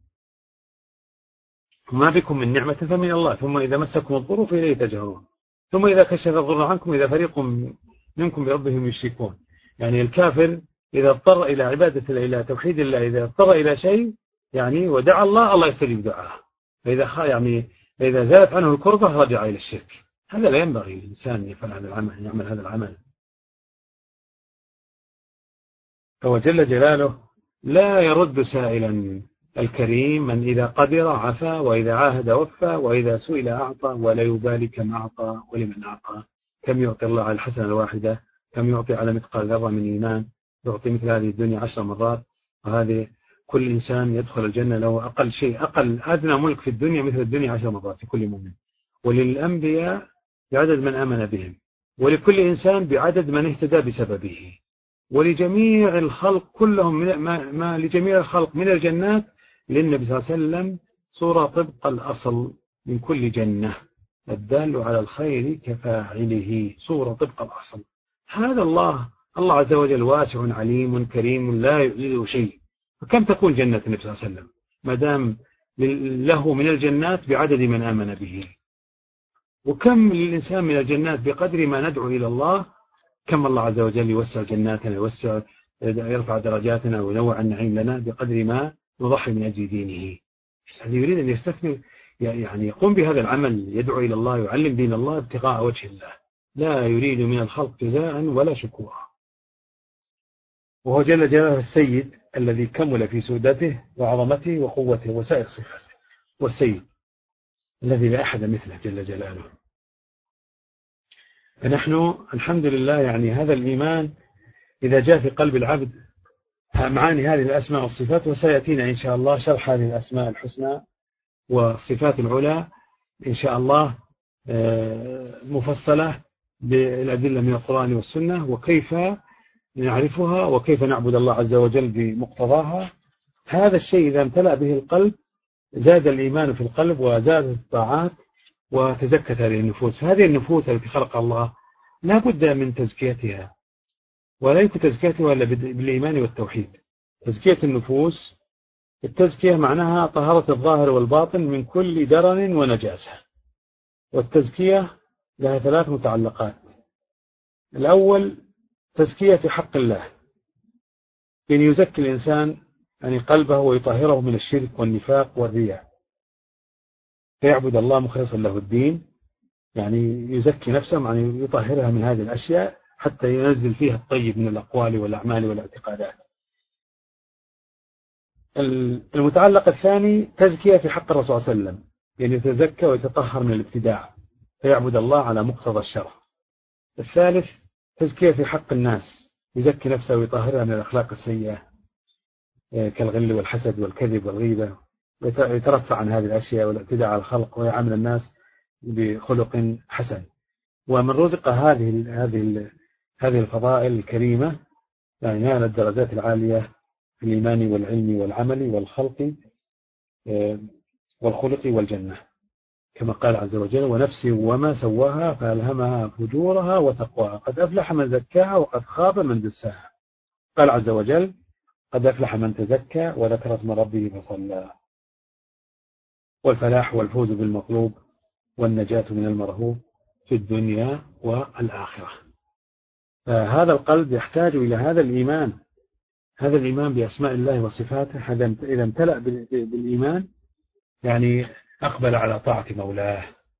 ما بكم من نعمة فمن الله، ثم إذا مسكم الضر فإليه تجهرون، ثم إذا كشف الضر عنكم إذا فريق منكم بربهم يشركون. يعني الكافر إذا اضطر إلى عبادة الله، إلى توحيد الله، إذا اضطر إلى شيء يعني ودعا الله، الله يستجيب دعاه. فإذا يعني إذا زالت عنه الكربة رجع إلى الشرك. هذا لا ينبغي الإنسان يفعل هذا العمل، يعمل هذا العمل. فهو جل جلاله لا يرد سائلا، الكريم من إذا قدر عفا، وإذا عاهد وفى، وإذا سئل أعطى، ولا يبالي كم أعطى ولمن أعطى. كم يعطي الله على الحسنة الواحدة، كم يعطي على مثقال ذرة من إيمان، يعطي مثل هذه الدنيا عشر مرات. وهذه كل إنسان يدخل الجنة له أقل شيء، أقل أدنى ملك في الدنيا مثل الدنيا عشر مرات لكل مؤمن. وللأنبياء بعدد من آمن بهم، ولكل إنسان بعدد من اهتدى بسببه، ولجميع الخلق كلهم من ما, ما لجميع الخلق من الجنات للنبي صلى الله عليه وسلم صورة طبق الأصل من كل جنة، الدال على الخير كفاعله، صورة طبق الأصل. هذا الله الله عز وجل واسع عليم كريم لا يعجزه شيء. فكم تكون جنة النبي صلى الله عليه وسلم ما دام له من الجنات بعدد من آمن به، وكم للإنسان من الجنات بقدر ما ندعو إلى الله. كم الله عز وجل يوسع جناتنا، يوسع يرفع درجاتنا وينوع النعيم لنا بقدر ما نضحي من أجل دينه. الذي يريد أن يستثمر يعني يقوم بهذا العمل، يدعو إلى الله، يعلم دين الله ابتغاء وجه الله، لا يريد من الخلق جزاء ولا شكورا. وهو جل جلاله السيد الذي كمل في سودته وعظمته وقوته وسائر صفاته، والسيد الذي لا أحد مثله جل جلاله. فنحن الحمد لله يعني هذا الإيمان إذا جاء في قلب العبد معاني هذه الأسماء والصفات، وسيأتينا إن شاء الله شرح هذه الأسماء الحسنى والصفات العلى إن شاء الله مفصلة بالأدلة من القرآن والسنة، وكيف نعرفها وكيف نعبد الله عز وجل بمقتضاها. هذا الشيء إذا امتلأ به القلب زاد الإيمان في القلب وزادت الطاعات وتزكت هذه النفوس. هذه النفوس التي خلق الله لا بد من تزكيتها، ولا يمكن تزكيتها إلا بالإيمان والتوحيد. تزكية النفوس، التزكية معناها طهارة الظاهر والباطن من كل درن ونجاسة. والتزكية لها ثلاث متعلقات. الأول تزكية في حق الله، بأن يزكي الإنسان يعني قلبه ويطهره من الشرك والنفاق والرياء، فيعبد الله مخلصا له الدين، يعني يزكي نفسه، يعني يطهرها من هذه الأشياء حتى ينزل فيها الطيب من الأقوال والأعمال والاعتقادات. المتعلق الثاني تزكية في حق الرسول صلى الله عليه وسلم، يعني يتزكى ويتطهر من الابتداع فيعبد الله على مقتضى الشرع. الثالث تزكية في حق الناس، يزكي نفسه ويطهرها من الأخلاق السيئة كالغل والحسد والكذب والغيبة، ويترفع عن هذه الأشياء والاعتداء على الخلق ويعامل الناس بخلق حسن. ومن رزق هذه هذه هذه الفضائل الكريمة يعني نال الدرجات العالية في الإيمان والعلم والعمل والخلق والخلق والجنة، كما قال عز وجل: ونفس وما سواها فألهمها فجورها وتقواها قد أفلح من زكاها وقد خاب من دساها. قال عز وجل: قد أفلح من تزكى وذكر اسم ربه فصلى. والفلاح والفوز بالمطلوب والنجاة من المرهوب في الدنيا والآخرة. فهذا القلب يحتاج إلى هذا الإيمان، هذا الإيمان بأسماء الله وصفاته. هذا إذا امتلأ بالإيمان يعني أقبل على طاعة مولاه.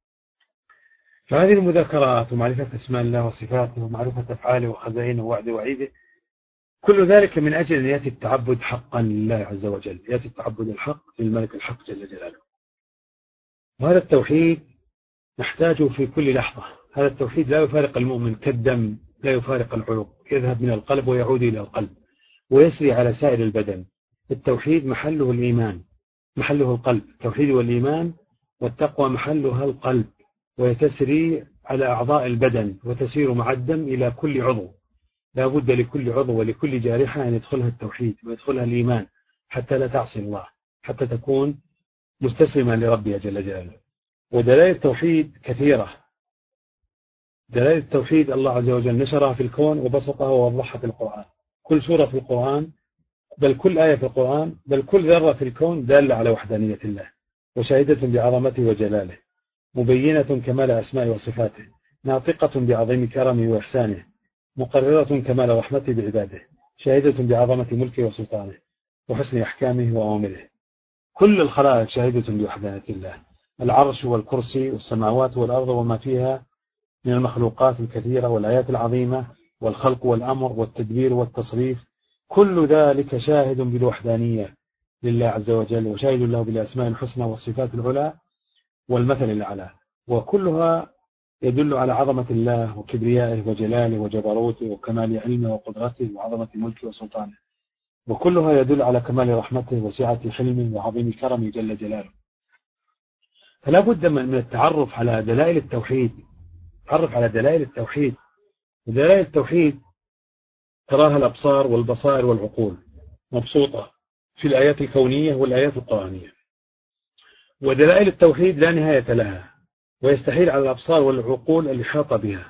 فهذه المذاكرات ومعرفة أسماء الله وصفاته ومعرفة أفعاله وخزائنه ووعده وعيده، كل ذلك من أجل أن يأتي التعبد حقا لله عز وجل، يأتي التعبد الحق للملك الحق جل جلاله. وهذا التوحيد نحتاجه في كل لحظة. هذا التوحيد لا يفارق المؤمن كالدم لا يفارق العروق، يذهب من القلب ويعود إلى القلب ويسري على سائر البدن. التوحيد محله الإيمان، محله القلب. التوحيد والإيمان والتقوى محلها القلب، ويتسري على أعضاء البدن وتسير مع الدم إلى كل عضو. لا بد لكل عضو ولكل جارحة أن يدخلها التوحيد ويدخلها الإيمان حتى لا تعصي الله، حتى تكون مستسلما لربها جل جلاله. ودلائل التوحيد كثيرة. دلائل التوحيد الله عز وجل نشرها في الكون وبسطها ووضحها في القرآن. كل سورة في القرآن، بل كل آية في القرآن، بل كل ذرة في الكون دالة على وحدانية الله وشاهدة بعظمته وجلاله، مبينة كمال أسماء وصفاته، ناطقة بعظيم كرمه وإحسانه، مقررة كمال رحمته بعباده، شاهدة بعظمة ملكه وسلطانه وحسن أحكامه وأوامره. كل الخلائق شاهدة بوحدانية الله، العرش والكرسي والسماوات والأرض وما فيها من المخلوقات الكثيرة والآيات العظيمة والخلق والأمر والتدبير والتصريف، كل ذلك شاهد بالوحدانية لله عز وجل، وشاهد له بالأسماء الحسنى والصفات العلى والمثل الأعلى، وكلها يدل على عظمة الله وكبريائه وجلاله وجبروته وكمال علمه وقدرته وعظمة ملكه وسلطانه، وكلها يدل على كمال رحمته وسعة حلمه وعظيم كرمه جل جلاله. فلا بد من التعرف على دلائل التوحيد، تعرف على دلائل التوحيد. ودلائل التوحيد تراها الأبصار والبصائر والعقول مبسوطة في الآيات الكونية والآيات القرآنية. ودلائل التوحيد لا نهاية لها، ويستحيل على الأبصار والعقول الإحاطة بها،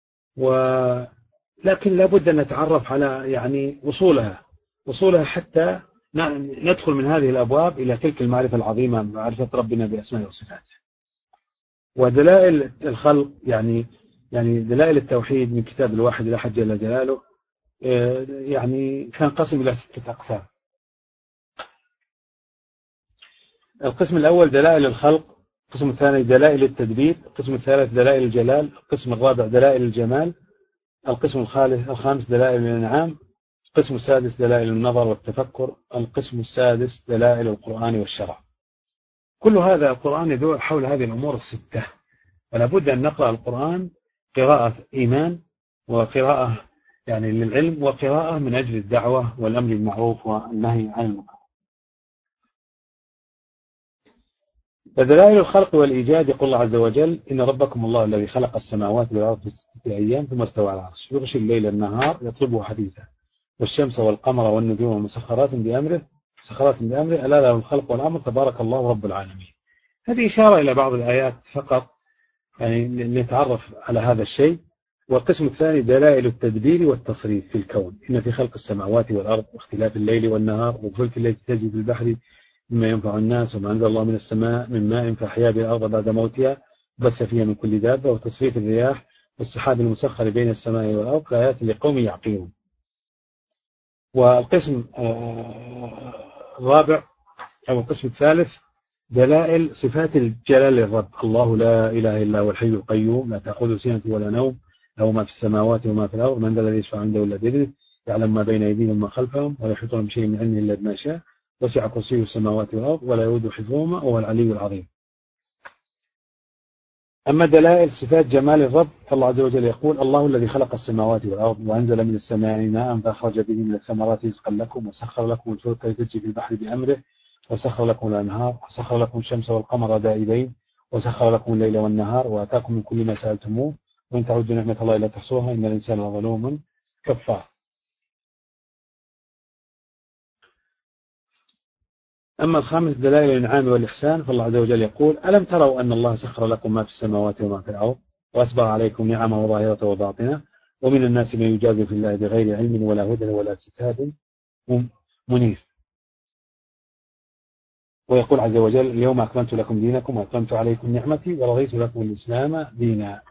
ولكن لا بد أن نتعرف على يعني وصولها وصولها حتى ندخل من هذه الأبواب إلى تلك المعرفة العظيمة، معرفة ربنا بأسمائه وصفاته. ودلائل الخلق يعني يعني دلائل التوحيد من كتاب الواحد الأحد جل جلاله يعني تنقسم إلى ستة أقسام. القسم الأول دلائل الخلق القسم الثاني دلائل التدبير، القسم الثالث دلائل الجلال، القسم الرابع دلائل الجمال، القسم الخامس دلائل الإنعام، القسم السادس دلائل النظر والتفكر، القسم السادس دلائل القرآن والشرع. كل هذا القرآن يدور حول هذه الأمور الستة، ولا بد أن نقرأ القرآن قراءة إيمان، وقراءة يعني للعلم، وقراءة من أجل الدعوة والأمر بالمعروف والنهي عن المنكر. فدلائل الخلق والإيجاد يقول الله عز وجل: إن ربكم الله الذي خلق السماوات والأرض في ستة أيام ثم استوى على العرش يغشي الليل النهار يطلبه حديثا والشمس والقمر والنجوم مسخرات بأمره مسخرات بأمره ألا له الخلق والأمر تبارك الله رب العالمين. هذه إشارة إلى بعض الآيات فقط يعني نتعرف على هذا الشيء. والقسم الثاني دلائل التدبير والتصريف في الكون: إن في خلق السماوات والأرض واختلاف الليل والنهار والفلك التي تجري في البحر مما ينفع الناس وما أنزل الله من السماء من ماء فأحيا به الأرض بعد موتها بث فيها من كل دابة وتصريف الرياح والسحاب المسخر بين السماء والأرض لآيات لقوم يعقلون. والقسم الرابع أو القسم الثالث دلائل صفات الجلال للرب: الله لا إله إلا هو الحي القيوم لا تأخذه سنة ولا نوم له ما في السماوات وما في الأرض من ذا الذي يشفع عنده إلا بإذنه يعلم ما بين أيديهم وما خلفهم ولا يحيطون بشيء من علمه إلا بما شاء وسع كرسيه السماوات والأرض ولا يؤوده حفظهما وهو العلي العظيم. أما دلائل صفات جمال الرب فالله عز وجل يقول: الله الذي خلق السماوات والأرض وأنزل من السماء ماء فأخرج به من الثمرات رزقا لكم وسخر لكم الفلك لتجري في البحر بأمره وسخر لكم الأنهار وسخر لكم الشمس والقمر دائبين وسخر لكم الليل والنهار وآتاكم من كل ما سألتموه وإن تعدوا نعمة الله لا تحصوها إن الإنسان لظلوم كفار. أما الخامس دلائل الإنعام والإحسان فالله عز وجل يقول: ألم تروا أن الله سخر لكم ما في السماوات وما في الأرض وأسبغ عليكم نعمه ظاهرة وباطنة ومن الناس من يجادل في الله بغير علم ولا هدى ولا كتاب منير. ويقول عز وجل: اليوم أكملت لكم دينكم وأتممت عليكم نعمتي ورضيت لكم الإسلام دينا.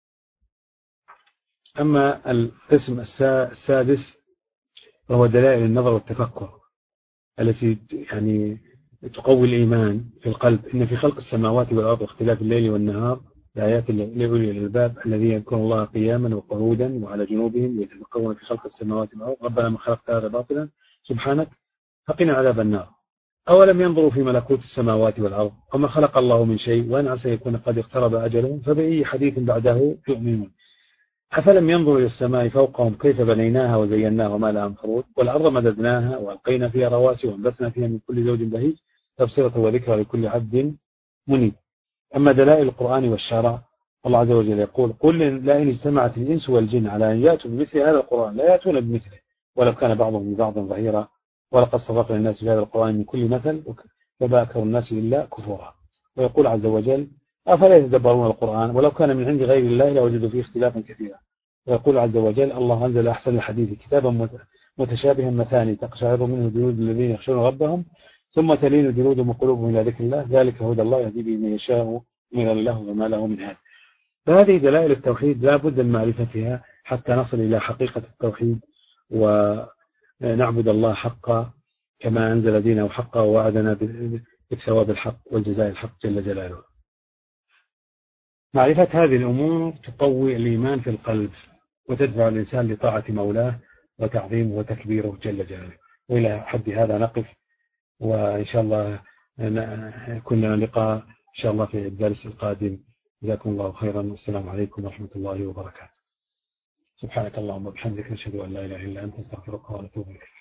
أما القسم السادس وهو دلائل النظر والتفكر التي يعني تقوي الإيمان في القلب: إن في خلق السماوات والأرض واختلاف الليل والنهار لآيات لأولي الألباب الذين يذكرون الله قياما وقعودا وعلى جنوبهم ويتفكرون في خلق السماوات والأرض ربنا ما خلقت هذا باطلا سبحانك فقنا عذاب النار. أولم ينظروا في ملكوت السماوات والأرض وما خلق الله من شيء وأن عسى يكون قد اقترب أجلهم فبأي حديث بعده يؤمنون. أفلم ينظروا إلى السماء فوقهم كيف بنيناها وزيناها وما لها من فروج والأرض مددناها وألقينا فيها رواسي وأنبتنا فيها من كل زوج بهيج تبصرة وذكرى لكل عبد منيب. أما دلائل القرآن والشرع الله عز وجل يقول: قل لئن اجتمعت الإنس والجن على أن يأتوا بمثل هذا القرآن لا يأتون بمثله ولو كان بعضهم لبعض ظهيرا ولقد صرفنا للناس في هذا القرآن من كل مثل فما أكثر الناس إلا كفورا. ويقول عز وجل: أفلا يتدبرون القرآن ولو كان من عند غير الله لوجدوا فيه اختلافا كثيرا. ويقول عز وجل: الله أنزل أحسن الحديث كتابا متشابها مثاني تقشعر منه جلود الذين يخشون ربهم ثم تلين جلودهم وقلوبهم إلى ذكر الله ذلك هدى الله يهدي به من يشاء من الله وما له من هاد. فهذه دلائل التوحيد لا بد من معرفتها حتى نصل إلى حقيقة التوحيد ونعبد الله حقا كما أنزل دينه حقا ووعدنا بالثواب الحق والجزاء الحق جل جلاله. معرفة هذه الأمور تقوي الإيمان في القلب وتدفع الإنسان لطاعة مولاه وتعظيمه وتكبيره جل جلاله. وإلى حد هذا نقف، وإن شاء الله كنا لقاء إن شاء الله في الدرس القادم. جزاكم الله خيرا والسلام عليكم ورحمة الله وبركاته. سبحانك اللهم وبحمدك نشهد أن لا إله إلا أنت نستغفرك ونتوب إليك.